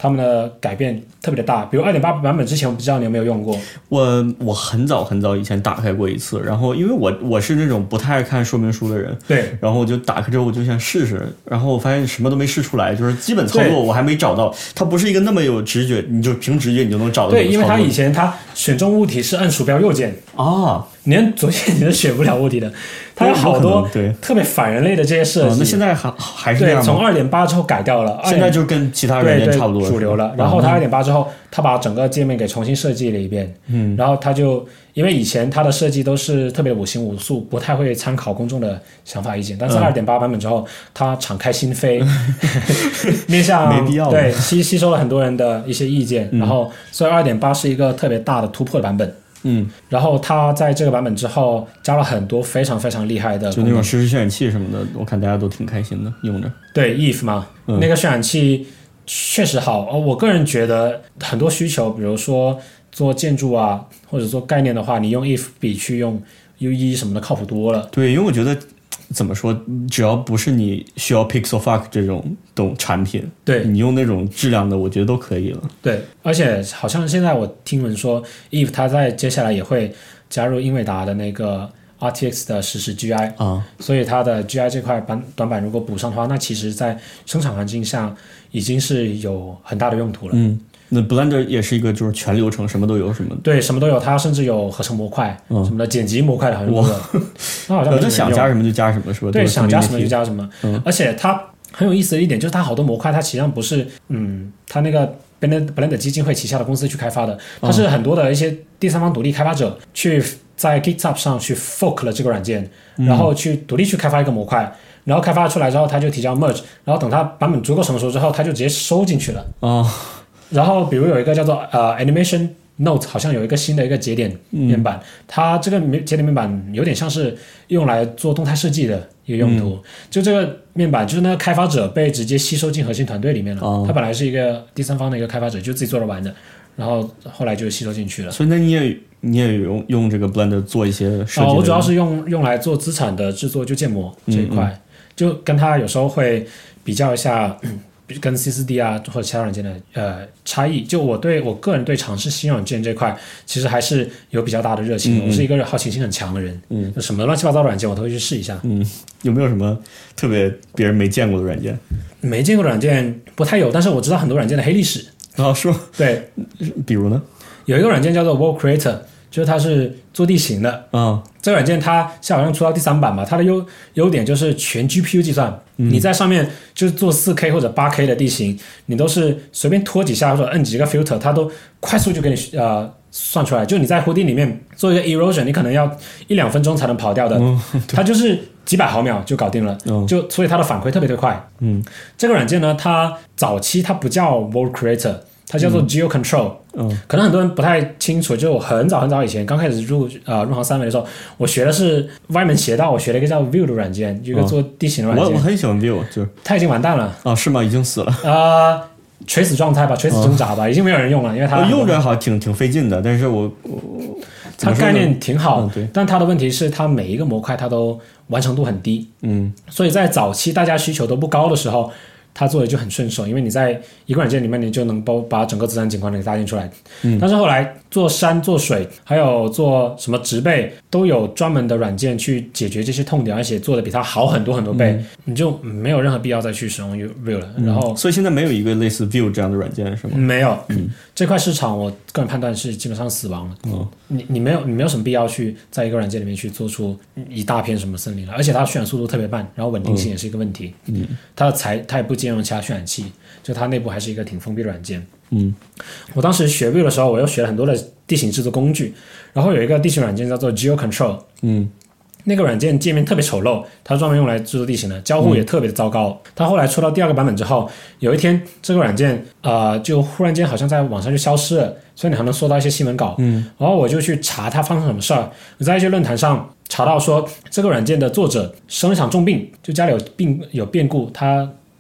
他们的改变特别的大。比如 二点八 版本之前，我不知道你有没有用过。
我我很早很早以前打开过一次，然后因为我我是那种不太爱看说明书的人，
对，
然后我就打开之后我就想试试，然后我发现什么都没试出来，就是基本操作我还没找到，它不是一个那么有直觉，你就凭直觉你就能找到。
对，因为它以前它选中物体是按鼠标右键
啊，
你按左键你是选不了物体的。它有好多特别反人类的这些设计，
哦、那现在还还是这样吗？
对，从 二点八 之后改掉了，
现在就跟其他软件差不多
主流了。然后它 二点八 之后，它把整个界面给重新设计了一遍，嗯，然后它就因为以前它的设计都是特别五行五素，不太会参考公众的想法意见，但是 二点八 版本之后，它敞开心扉，面向
没必要
对吸吸收了很多人的一些意见，嗯、然后所以 二点八 是一个特别大的突破的版本。
嗯，
然后它在这个版本之后加了很多非常非常厉害的，
就那种实时渲染器什么的，我看大家都挺开心的用着。
对 ，if 嘛、嗯，那个渲染器确实好。哦，我个人觉得很多需求，比如说做建筑啊，或者做概念的话，你用 if 比去用 U E 什么的靠谱多了。
对，因为我觉得怎么说，只要不是你需要 Pixel Fuck 这种懂产品，
对
你用那种质量的，我觉得都可以了。
对，而且好像现在我听闻说 ，if 它在接下来也会加入英伟达的那个 R T X 的实时 G I
啊，
所以它的 G I 这块版短板如果补上的话，那其实在生产环境下已经是有很大的用途了。
嗯。那 Blender 也是一个就是全流程什么都有什么
对什么都有，它甚至有合成模块、嗯、什么的剪辑模块的好像都有。那好像
就想加什么就加什么是吧？
对，想加什么就加什么。嗯、而且它很有意思的一点就是它好多模块它实际上不是嗯它那个 Blender 基金会旗下的公司去开发的，它是很多的一些第三方独立开发者去在 GitHub 上去 fork 了这个软件，然后去独立去开发一个模块。然后开发出来之后，它就提交 merge， 然后等它版本足够成熟之后，它就直接收进去了。
哦。
然后比如有一个叫做呃 Animation Note， 好像有一个新的一个节点面板，嗯、它这个节点面板有点像是用来做动态设计的一个用途。嗯、就这个面板，就是那个开发者被直接吸收进核心团队里面了。哦、他本来是一个第三方的一个开发者，就自己做着玩的，然后后来就吸收进去了。
所以那你也你也用用这个 Blender 做一些设计？
哦，我主要是用用来做资产的制作，就建模这一块，嗯嗯就跟它有时候会比较一下。嗯跟 C 四 D 啊或者其他软件的呃差异，就我对我个人对尝试新软件这块其实还是有比较大的热情的。嗯嗯我是一个好奇心很强的人，嗯，就什么乱七八糟的软件我都会去试一下。
嗯，有没有什么特别别人没见过的软件？
没见过的软件不太有，但是我知道很多软件的黑历史。
哦，是吗？
对，
比如呢？
有一个软件叫做 World Creator。就是它是做地形的，
嗯，
这个软件它现在好像出到第三版吧，它的优优点就是全 G P U 计算，嗯、你在上面就是做 四 K 或者 八 K 的地形，你都是随便拖几下或者摁几个 filter， 它都快速就给你呃算出来。就你在 Houdini 里面做一个 erosion， 你可能要一两分钟才能跑掉的，嗯、它就是几百毫秒就搞定了，嗯、就所以它的反馈特别的快。嗯，这个软件呢，它早期它不叫 World Creator。它叫做 Geo Control，嗯，可能很多人不太清楚。就我很早很早以前刚开始入呃入行三维的时候，我学的是歪门邪道，我学了一个叫 Vue 的软件，一个做地形的软件。
我我很喜欢 Vue， 就
它已经完蛋了
啊？是吗？已经死了？
呃，垂死状态吧，垂死挣扎吧，哦、已经没有人用了，因为它
用着好像挺挺费劲的。但是我我
它概念挺好，
嗯、对，
但它的问题是它每一个模块它都完成度很低，嗯，所以在早期大家需求都不高的时候。它做的就很顺手，因为你在一个软件里面，你就能包把整个自然景观给搭建出来。嗯，但是后来做山、做水，还有做什么植被，都有专门的软件去解决这些痛点，而且做的比它好很多很多倍，嗯、你就没有任何必要再去使用 Vue 了。然后、
嗯，所以现在没有一个类似 Vue 这样的软件是吗？
没有，嗯，这块市场我个人判断是基本上死亡了。嗯，你你没有你没有什么必要去在一个软件里面去做出一大片什么森林了，而且它渲染速度特别慢，然后稳定性也是一个问题。嗯，它的材它也不兼容其他渲染器，就它内部还是一个挺封闭的软件。嗯，我当时学 Vue 的时候，我又学了很多的地形制作工具，然后有一个地形软件叫做 Geo Control。嗯，那个软件界面特别丑陋，它专门用来制作地形的，交互也特别的糟糕。嗯、它后来出到第二个版本之后，有一天这个软件呃就忽然间好像在网上就消失了，所以你还能搜到一些新闻稿。嗯，然后我就去查它发生什么事儿，我在一些论坛上查到说这个软件的作者生了一场重病，就家里有病有变故，他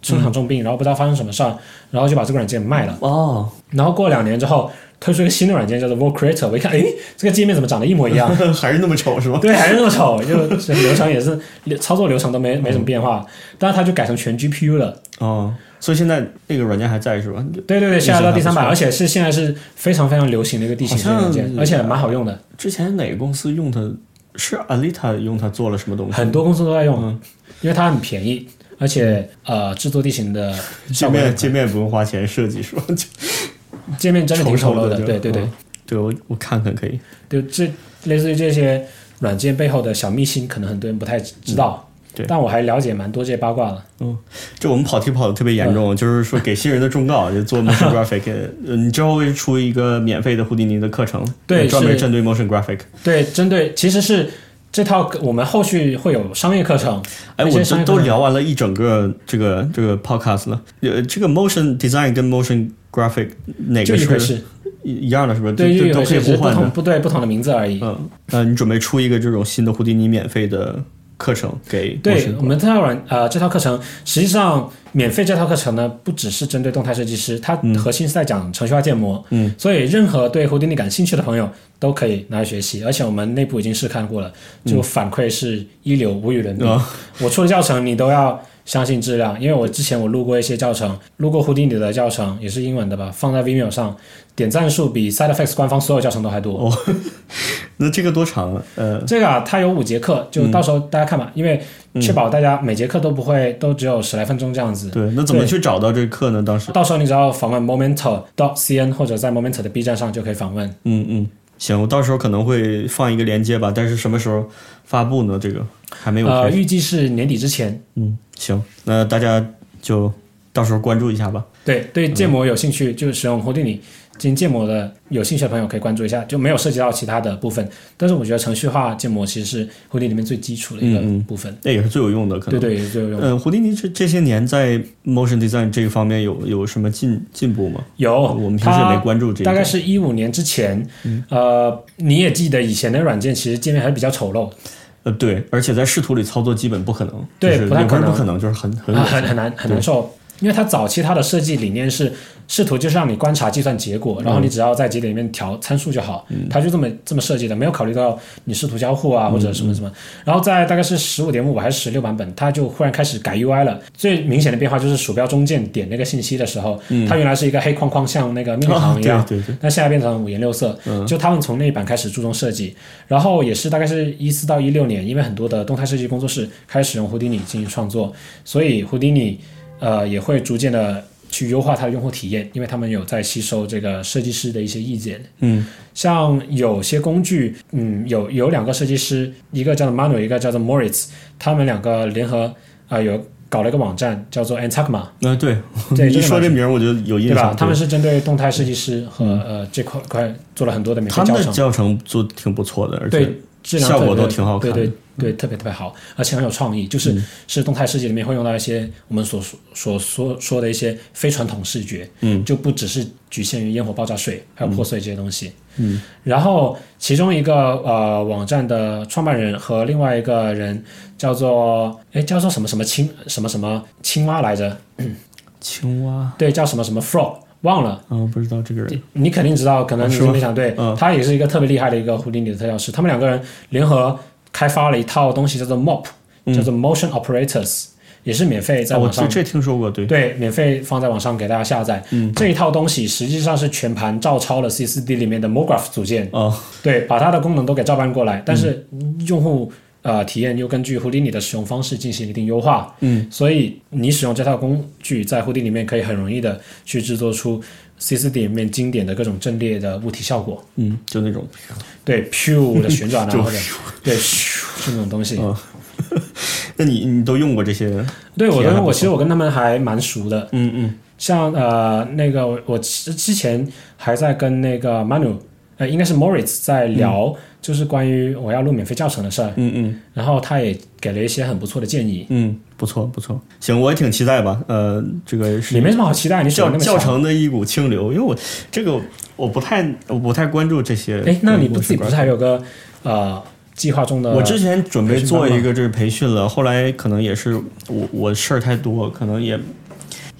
生场重病，然后不知道发生什么事儿，然后就把这个软件卖了。
哦，
然后过两年之后推出一个新的软件叫做 Work Creator， 我一看，哎，这个界面怎么长得一模一样？
还是那么丑是吗？
对，还是那么丑，就流程也是操作流程都没没什么变化，但是它就改成全 G P U 了。
哦，所以现在那个软件还在是吧？
对对对，下来到第三版，而且是现在是非常非常流行的一个地形软件，而且蛮好用的。
之前哪个公司用它？是 Alita 用它做了什么东西？
很多公司都在用，嗯、因为它很便宜，而且呃制作地形的
界面界面不用花钱设计是吧？
界面真的挺丑陋的，对对对，
嗯、对我我看看可以。
对，这类似于这些软件背后的小秘辛，可能很多人不太知道。嗯
对，
但我还了解蛮多这些八卦的。
嗯，这我们跑题跑的特别严重，嗯、就是说给新人的忠告，就做 motion graphic， 你之后会出一个免费的胡迪尼的课程，
对，
专门针对 motion graphic。
对，针对其实是这套我们后续会有商业课程。
哎，我这都聊完了一整个这个这个 podcast 了。呃，这个 motion design 跟 motion graphic 哪个是一样的？是不是？
对，
都可以互换的，
不对，不同的名字而已。
嗯，呃，你准备出一个这种新的胡迪尼免费的课程给
对我们这套软呃这套课程，实际上免费这套课程呢，不只是针对动态设计师，它核心是在讲程序化建模，嗯，所以任何对胡迪尼感兴趣的朋友都可以拿来学习，而且我们内部已经试看过了，就反馈是一流，无与伦比。嗯、我出的教程你都要相信质量，因为我之前我录过一些教程，录过胡迪尼的教程，也是英文的吧，放在 Vimeo 上，点赞数比 SideEffects 官方所有教程都还多。
哦，那这个多长啊？呃，
这个啊，它有五节课，就到时候大家看吧，嗯、因为确保大家每节课都不会都只有十来分钟这样子。
对，那怎么去找到这个课呢？当时
到时候你只要访问 Momentor dot C N 或者在 Momentor 的 B 站上就可以访问。
嗯嗯，行，我到时候可能会放一个链接吧，但是什么时候发布呢？这个还没有。
呃，预计是年底之前。
嗯，行，那大家就到时候关注一下吧。
对，对建模有兴趣，嗯、就是使用胡迪尼进行建模的有兴趣的朋友可以关注一下，就没有涉及到其他的部分。但是我觉得程序化建模其实是胡迪尼里面最基础的一个部分，
那、嗯嗯、也是最有用的，可能。
对对，也是最有用的。
呃，胡迪尼这这些年在 motion design 这个方面有有什么进进步吗？
有，
我们平时也没关注这个。
大概是一五年之前，嗯、呃，你也记得以前的软件其实界面还是比较丑陋。
呃，对，而且在视图里操作基本不可能，
对，
就是、
不太可能，
不可能，就是很很、
啊、很很难很难受。因为它早期它的设计理念是视图就是让你观察计算结果，然后你只要在节点里面调参数就好，嗯、它就这么这么设计的，没有考虑到你视图交互啊或者什么什么。嗯、然后在大概是十五点五还是十六版本，它就忽然开始改 U I 了。最明显的变化就是鼠标中键点那个信息的时候，嗯、它原来是一个黑框框，像那个命令行一样，
哦、对对对，
但现在变成五颜六色。嗯、就他们从那一版开始注重设计，然后也是大概是一四到一六年，因为很多的动态设计工作室开始使用胡迪尼进行创作，所以胡迪尼呃也会逐渐的去优化它的用户体验，因为他们有在吸收这个设计师的一些意见。
嗯，
像有些工具，嗯，有有两个设计师，一个叫做 Manu， 一个叫做 Moritz， 他们两个联合啊、呃、有搞了一个网站叫做 Antagma。
呃，对，
对，
一说这名我就有印象，
对吧？他们是针对动态设计师和、嗯、呃这块块做了很多的免费教程，
他们的教程做挺不错的，而且
对质量
效果都挺好看的，
对对对，特别特别好，而且很有创意，就是、嗯、是动态设计里面会用到一些我们所所说说的一些非传统视觉，嗯，就不只是局限于烟火爆炸水还有破碎这些东西，嗯，然后其中一个呃网站的创办人和另外一个人叫做哎叫做什么什么青什么什么青蛙来着，嗯、
青蛙，
对，叫什么什么 frog。忘了，
嗯，不知道这个人，
你肯定知道，可能你没想对，
嗯、
他也是一个特别厉害的一个胡迪尼的特效师，他们两个人联合开发了一套东西叫做 M O P，、嗯、叫做 Motion Operators， 也是免费在网上，
哦、这, 这听说过，对
对，免费放在网上给大家下载。嗯，这一套东西实际上是全盘照抄了 C 四 D 里面的 MoGraph 组件，
哦，
对，把它的功能都给照搬过来，但是用户。呃，体验又根据胡迪尼的使用方式进行一定优化，嗯，所以你使用这套工具在胡迪尼里面可以很容易的去制作出 C 四 D 里面经典的各种阵列的物体效果，
嗯，就那种
对 Pew 的旋转啊，或者对是那种东西。
哦、那你你都用过这些？
对，我跟我其实我跟他们还蛮熟的，
嗯嗯，
像呃那个我我之前还在跟那个 Manu， 呃应该是 Moritz 在聊。嗯，就是关于我要录免费教程的事儿，
嗯嗯，
然后他也给了一些很不错的建议，
嗯，不错不错，行，我也挺期待吧，呃，这个是
你没什么好期待，你
教教程的一股清流，因为我这个我不太我不太关注这些，
哎，那你不自己不是还有个呃计划中的？
我之前准备做一个这个培训了，后来可能也是我我事儿太多，可能也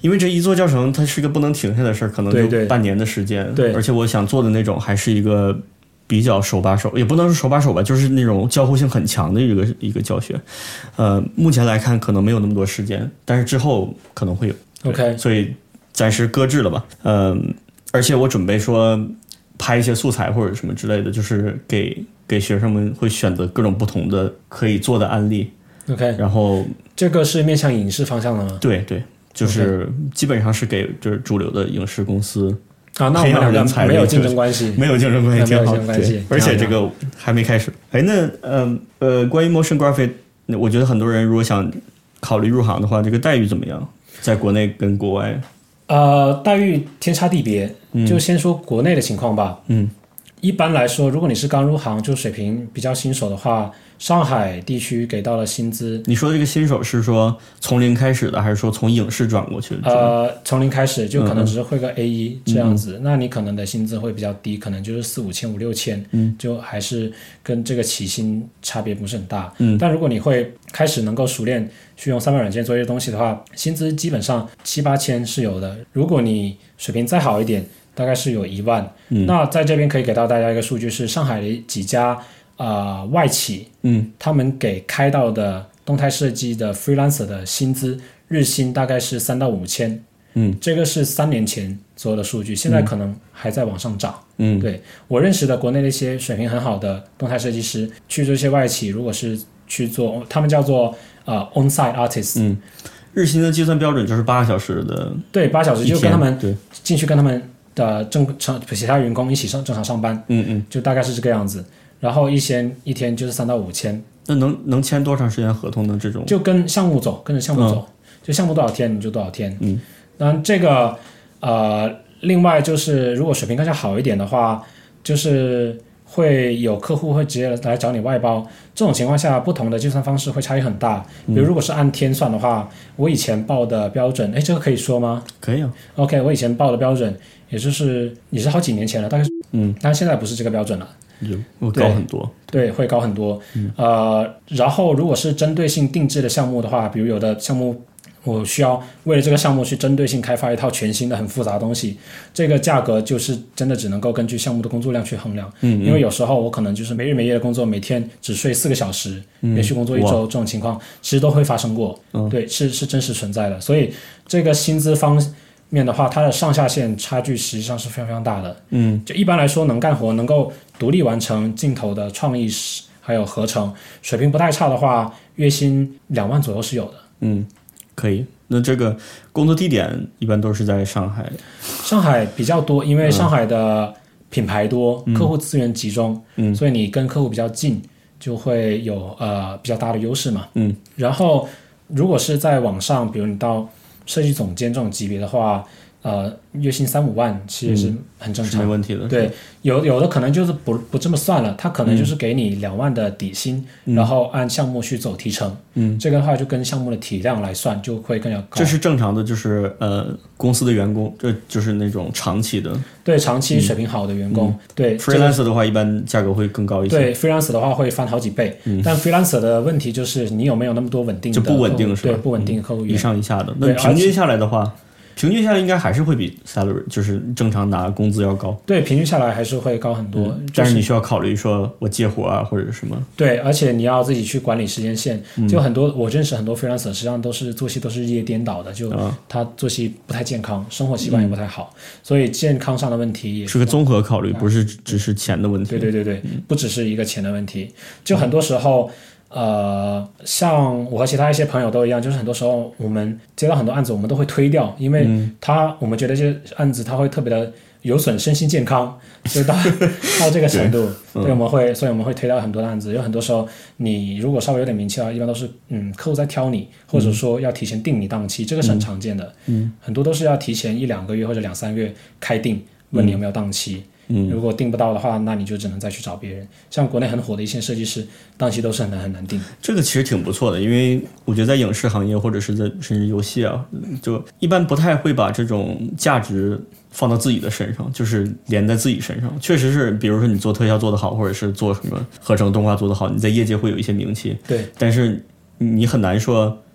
因为这一做教程它是个不能停下的事儿，可能就半年的时间。
对，
而且我想做的那种还是一个比较手把手，也不能是手把手吧，就是那种交互性很强的一个一个教学。呃，目前来看可能没有那么多时间，但是之后可能会有。
OK，
所以暂时搁置了吧。嗯、呃，而且我准备说拍一些素材或者什么之类的，就是给给学生们会选择各种不同的可以做的案例。
OK，
然后
这个是面向影视方向的吗？
对对，就是基本上是给就是主流的影视公司
啊，那我们两个没有竞争关系，
没有竞争关系，
没有竞争关系。
而且这个还没开始。哎，那呃呃，关于 motion graphic， 我觉得很多人如果想考虑入行的话，这个待遇怎么样？在国内跟国外？
呃，待遇天差地别。嗯、就先说国内的情况吧。
嗯，
一般来说，如果你是刚入行，就水平比较新手的话，上海地区给到了薪资。
你说的这个新手是说从零开始的，还是说从影视转过去的？
呃，从零开始，就可能只是会个 A 一、嗯、这样子、嗯，那你可能的薪资会比较低，可能就是四五千、五六千，嗯，就还是跟这个起薪差别不是很大。嗯，但如果你会开始能够熟练去用三百软件做一些东西的话，薪资基本上七八千是有的。如果你水平再好一点，大概是有一万。嗯，那在这边可以给到大家一个数据是上海的几家。呃，外企，嗯，他们给开到的动态设计的 freelancer 的薪资日薪大概是三到五千，嗯，这个是三年前左右的数据，现在可能还在往上涨，嗯，对我认识的国内的一些水平很好的动态设计师，去这些外企，如果是去做，他们叫做呃 on-site artist，
嗯，日薪的计算标准就是八个小时的，
对，八小时就跟他们进去跟他们的正常其他员工一起上正常上班，嗯嗯，就大概是这个样子。然后一天一天就是三到五千，
那能能签多长时间合同呢？这种
就跟项目走，跟着项目走，嗯、就项目多少天你就多少天。嗯，当然这个呃，另外就是如果水平更加好一点的话，就是会有客户会直接来找你外包。这种情况下，不同的计算方式会差异很大。比如如果是按天算的话，我以前报的标准，哎，这个可以说吗？可
以啊。
OK， 我以前报的标准，也就是也是好几年前了，大概是嗯，但是现在不是这个标准了。
会高很多，
对，对会高很多、嗯。呃，然后如果是针对性定制的项目的话，比如有的项目我需要为了这个项目去针对性开发一套全新的很复杂的东西，这个价格就是真的只能够根据项目的工作量去衡量。嗯，因为有时候我可能就是没日没夜的工作，每天只睡四个小时，连续工作一周，这种情况其实都会发生过。嗯，对，是是真实存在的。所以这个薪资方面的话，它的上下限差距实际上是非常非常大的。嗯，就一般来说，能干活、能够独立完成镜头的创意还有合成，水平不太差的话，月薪两万左右是有的。
嗯，可以。那这个工作地点一般都是在上海？
上海比较多，因为上海的品牌多，嗯、客户资源集中，嗯，所以你跟客户比较近，就会有呃比较大的优势嘛。嗯，然后如果是在网上，比如你到设计总监这种级别的话，呃，月薪三五万其实是很正常，
嗯、没问题的。
对，有有的可能就是不不这么算了，他可能就是给你两万的底薪、嗯，然后按项目去走提成。嗯，这个的话就跟项目的体量来算，就会更加高。
这是正常的，就是呃公司的员工，这就是那种长期的。
对，长期水平好的员工。嗯、对
，freelancer 的话一般价格会更高一些。
对 ，freelancer 的话会翻好几倍。嗯，但 freelancer 的问题就是你有没有那么多稳定的
就不稳定是吧？
对，不稳定的客户源、
嗯、一上一下的。那平均下来的话。平均下来应该还是会比 salary 就是正常拿工资要高。
对，平均下来还是会高很多。嗯就是、
但是你需要考虑说我接活啊或者什么。
对，而且你要自己去管理时间线。嗯、就很多我认识很多 freelancer 实际上都是作息都是日夜颠倒的，就他作息不太健康，生活习惯也不太好，嗯、所以健康上的问题也
是个综合考虑，不是只是钱的问题。
对对对对，嗯、不只是一个钱的问题。就很多时候。呃，像我和其他一些朋友都一样，就是很多时候我们接到很多案子，我们都会推掉，因为他、嗯、我们觉得这些案子他会特别的有损身心健康，就到到这个程度，对，对我们会，所以我们会推掉很多的案子。有很多时候，你如果稍微有点名气的话，一般都是嗯客户在挑你，或者说要提前定你档期，这个是很常见的。嗯，很多都是要提前一两个月或者两三个月开定，问你有没有档期。嗯，如果定不到的话，那你就只能再去找别人。像国内很火的一线设计师，档期都是很难很难定。
这个其实挺不错的，因为我觉得在影视行业或者是在甚至游戏啊，就一般不太会把这种价值放到自己的身上，就是连在自己身上。确实是，比如说你做特效做得好，或者是做什么合成动画做得好，你在业界会有一些名气。
对，
但是你很难说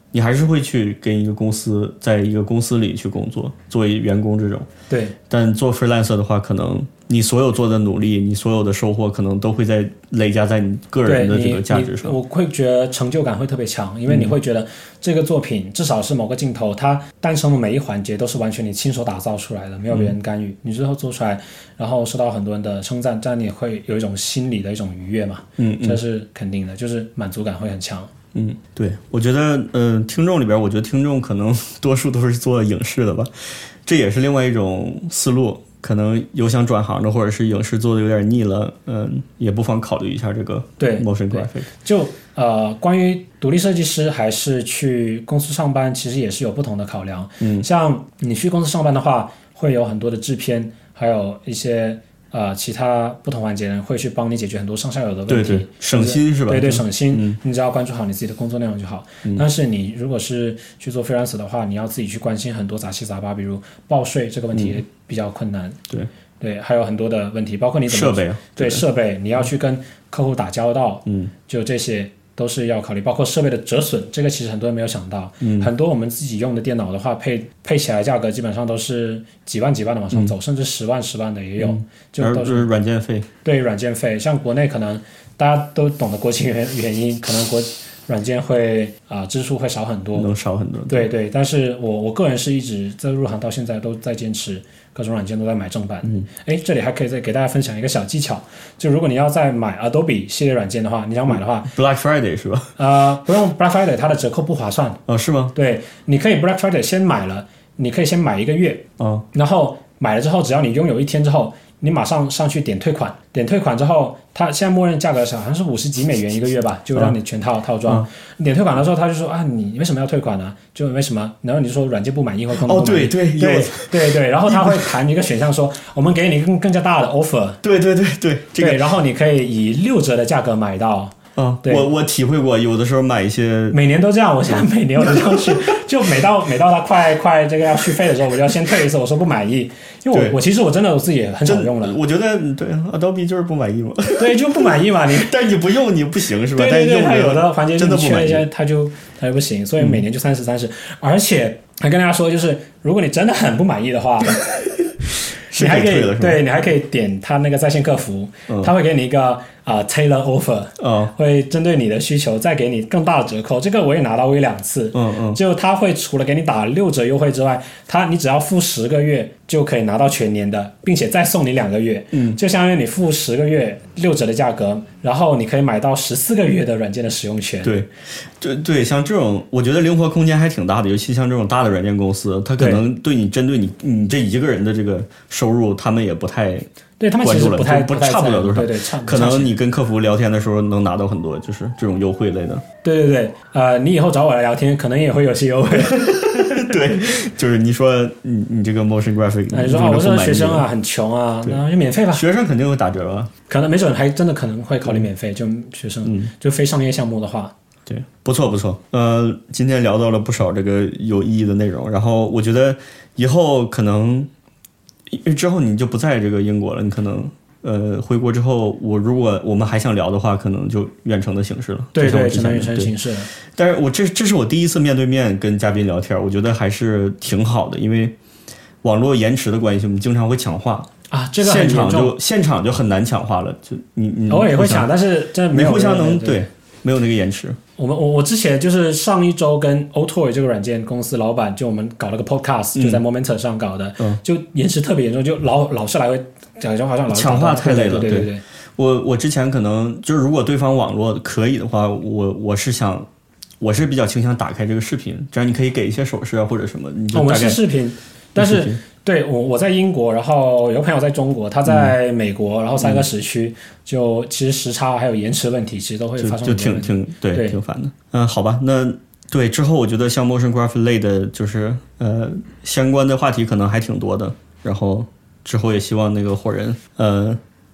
你还是会去跟一个公司，在一个公司里去工作，作为员工这种。
对。
但做 freelancer 的话，可能你所有做的努力，你所有的收获，可能都会在累加在你个人的这个价值上。
我会觉得成就感会特别强，因为你会觉得这个作品、嗯、至少是某个镜头，它诞生的每一环节都是完全你亲手打造出来的，没有别人干预。嗯、你最后做出来，然后受到很多人的称赞，这样你会有一种心理的一种愉悦嘛？嗯，这是肯定的，就是满足感会很强。
嗯，对，我觉得，嗯、呃，听众里边，我觉得听众可能多数都是做影视的吧，这也是另外一种思路。可能有想转行的，或者是影视做的有点腻了，嗯，也不妨考虑一下这个
对
motion graphic。
就呃，关于独立设计师还是去公司上班，其实也是有不同的考量。嗯，像你去公司上班的话，会有很多的制片，还有一些。呃，其他不同环节人会去帮你解决很多上下游的问题，
对对，省心是吧？
对对，省心、
嗯，
你只要关注好你自己的工作内容就好。嗯、但是你如果是去做 freelance 的话，你要自己去关心很多杂七杂八，比如报税这个问题也比较困难。
嗯、对
对，还有很多的问题，包括你怎么
设备，
对, 对设备，你要去跟客户打交道，
嗯，
就这些。都是要考虑，包括设备的折损，这个其实很多人没有想到。嗯，很多我们自己用的电脑的话，配配起来价格基本上都是几万几万的往上走，嗯、甚至十万十万的也有。嗯、就都
是软件费。
对，软件费，像国内可能大家都懂得国情原原因，可能国软件会啊、呃、支出会少很多，
能少很多。
对对，但是我我个人是一直在入行到现在都在坚持。各种软件都在买正版。嗯，哎，这里还可以再给大家分享一个小技巧，就如果你要再买 Adobe 系列软件的话，你想买的话、
嗯、，Black Friday 是吧？
呃，不用 Black Friday， 它的折扣不划算。
哦，是吗？
对，你可以 Black Friday 先买了，你可以先买一个月，
哦，
然后买了之后，只要你拥有一天之后，你马上上去点退款，点退款之后，它现在默认价格好像是五十几美元一个月吧，就让你全套、哦、套装。嗯、点退款的时候，他就说啊，你为什么要退款呢？就为什么？然后你就说软件不满意或功能不满意。
哦，对对
对对对，然后他会弹一个选项说，我们给你更更加大的 offer。
对对对对，这个、
对，然后你可以以六折的价格买到。
啊、嗯，我我体会过，有的时候买一些，
每年都这样。我现在每年我都这样去，就每到每到它快快这个要续费的时候，我就要先退一次，我说不满意，因为我我其实我真的我自己也很少用了。
我觉得对 Adobe 就是不满意嘛，
对，就不满意嘛，你
但是你不用你不行是吧？
对对对，
它
有的环节
真的不满意，
它就它就不行，所以每年就三十三十，而且还跟大家说，就是如果你真的很不满意的话。你还可以对你还可以点他那个在线客服，嗯、他会给你一个啊、呃、tailor offer，、
嗯、
会针对你的需求再给你更大的折扣。这个我也拿到过一两次，
嗯嗯，
就他会除了给你打六折优惠之外，他你只要付十个月就可以拿到全年的，并且再送你两个月，
嗯，
就相当于你付十个月六折的价格，然后你可以买到十四个月的软件的使用权。
对，对对，像这种我觉得灵活空间还挺大的，尤其像这种大的软件公司，它可能对你针对你你这一个人的这个收入，他们也不太
对他们其实不太
不差不了多少，
对对，差
可能你跟客服聊天的时候能拿到很多，就是这种优惠类的。
对对对，呃，你以后找我来聊天，可能也会有些优惠。
对，就是你说你你这个 motion graphic，
你说啊，我是学生啊，很穷啊，那就免费吧。
学生肯定会打折吧？
可能没准还真的可能会考虑免费，就学生、嗯、就非商业项目的话。
对，不错不错。呃，今天聊到了不少这个有意义的内容，然后我觉得以后可能。因为之后你就不在这个英国了，你可能呃回国之后，我如果我们还想聊的话，可能就远程的形式了。
对对，只能远程形式了。
但是我这这是我第一次面对面跟嘉宾聊天，我觉得还是挺好的，因为网络延迟的关系，我们经常会抢话
啊，这个
现场就现场就很难抢话了，就你你
偶尔也会抢，但是真的没有
互相能 对, 对没有那个延迟。
我们我我之前就是上一周跟 Otoy 这个软件公司老板，就我们搞了个 podcast，、嗯、就在 Momentum 上搞的，嗯、就延迟特别严重，就老老是来回讲讲话上老是
抢话太累了。
对对 对, 对，
我我之前可能就是如果对方网络可以的话，我我是想我是比较倾向打开这个视频，这样你可以给一些手势啊或者什么。你就大概、
哦、我们是视频，但是。对我我在英国，然后有朋友在中国，他在美国，嗯、然后三个时区，嗯、就其实时差还有延迟问题，其实都会发生
就，就挺挺对，对挺烦的。嗯，好吧，那对之后我觉得像 motion graphic 类的，就是呃相关的话题可能还挺多的。然后之后也希望那个火人呃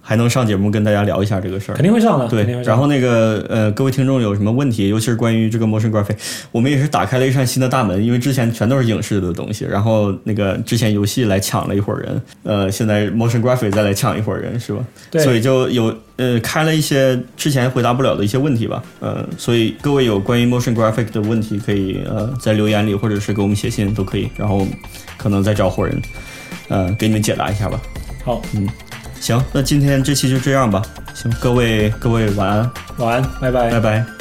还能上节目跟大家聊一下这个事儿。
肯定会上的。
对，然后那个呃，各位听众有什么问题，尤其是关于这个 motion graphic， 我们也是打开了一扇新的大门，因为之前全都是影视的东西，然后那个之前游戏来抢了一伙人，呃，现在 motion graphic 再来抢一伙人，是吧？
对，
所以就有呃开了一些之前回答不了的一些问题吧，呃，所以各位有关于 motion graphic 的问题，可以呃在留言里或者是给我们写信都可以，然后可能再找伙人，呃，给你们解答一下吧。
好，
嗯。行，那今天这期就这样吧。行，各位各位晚安，
晚安，拜拜，
拜拜。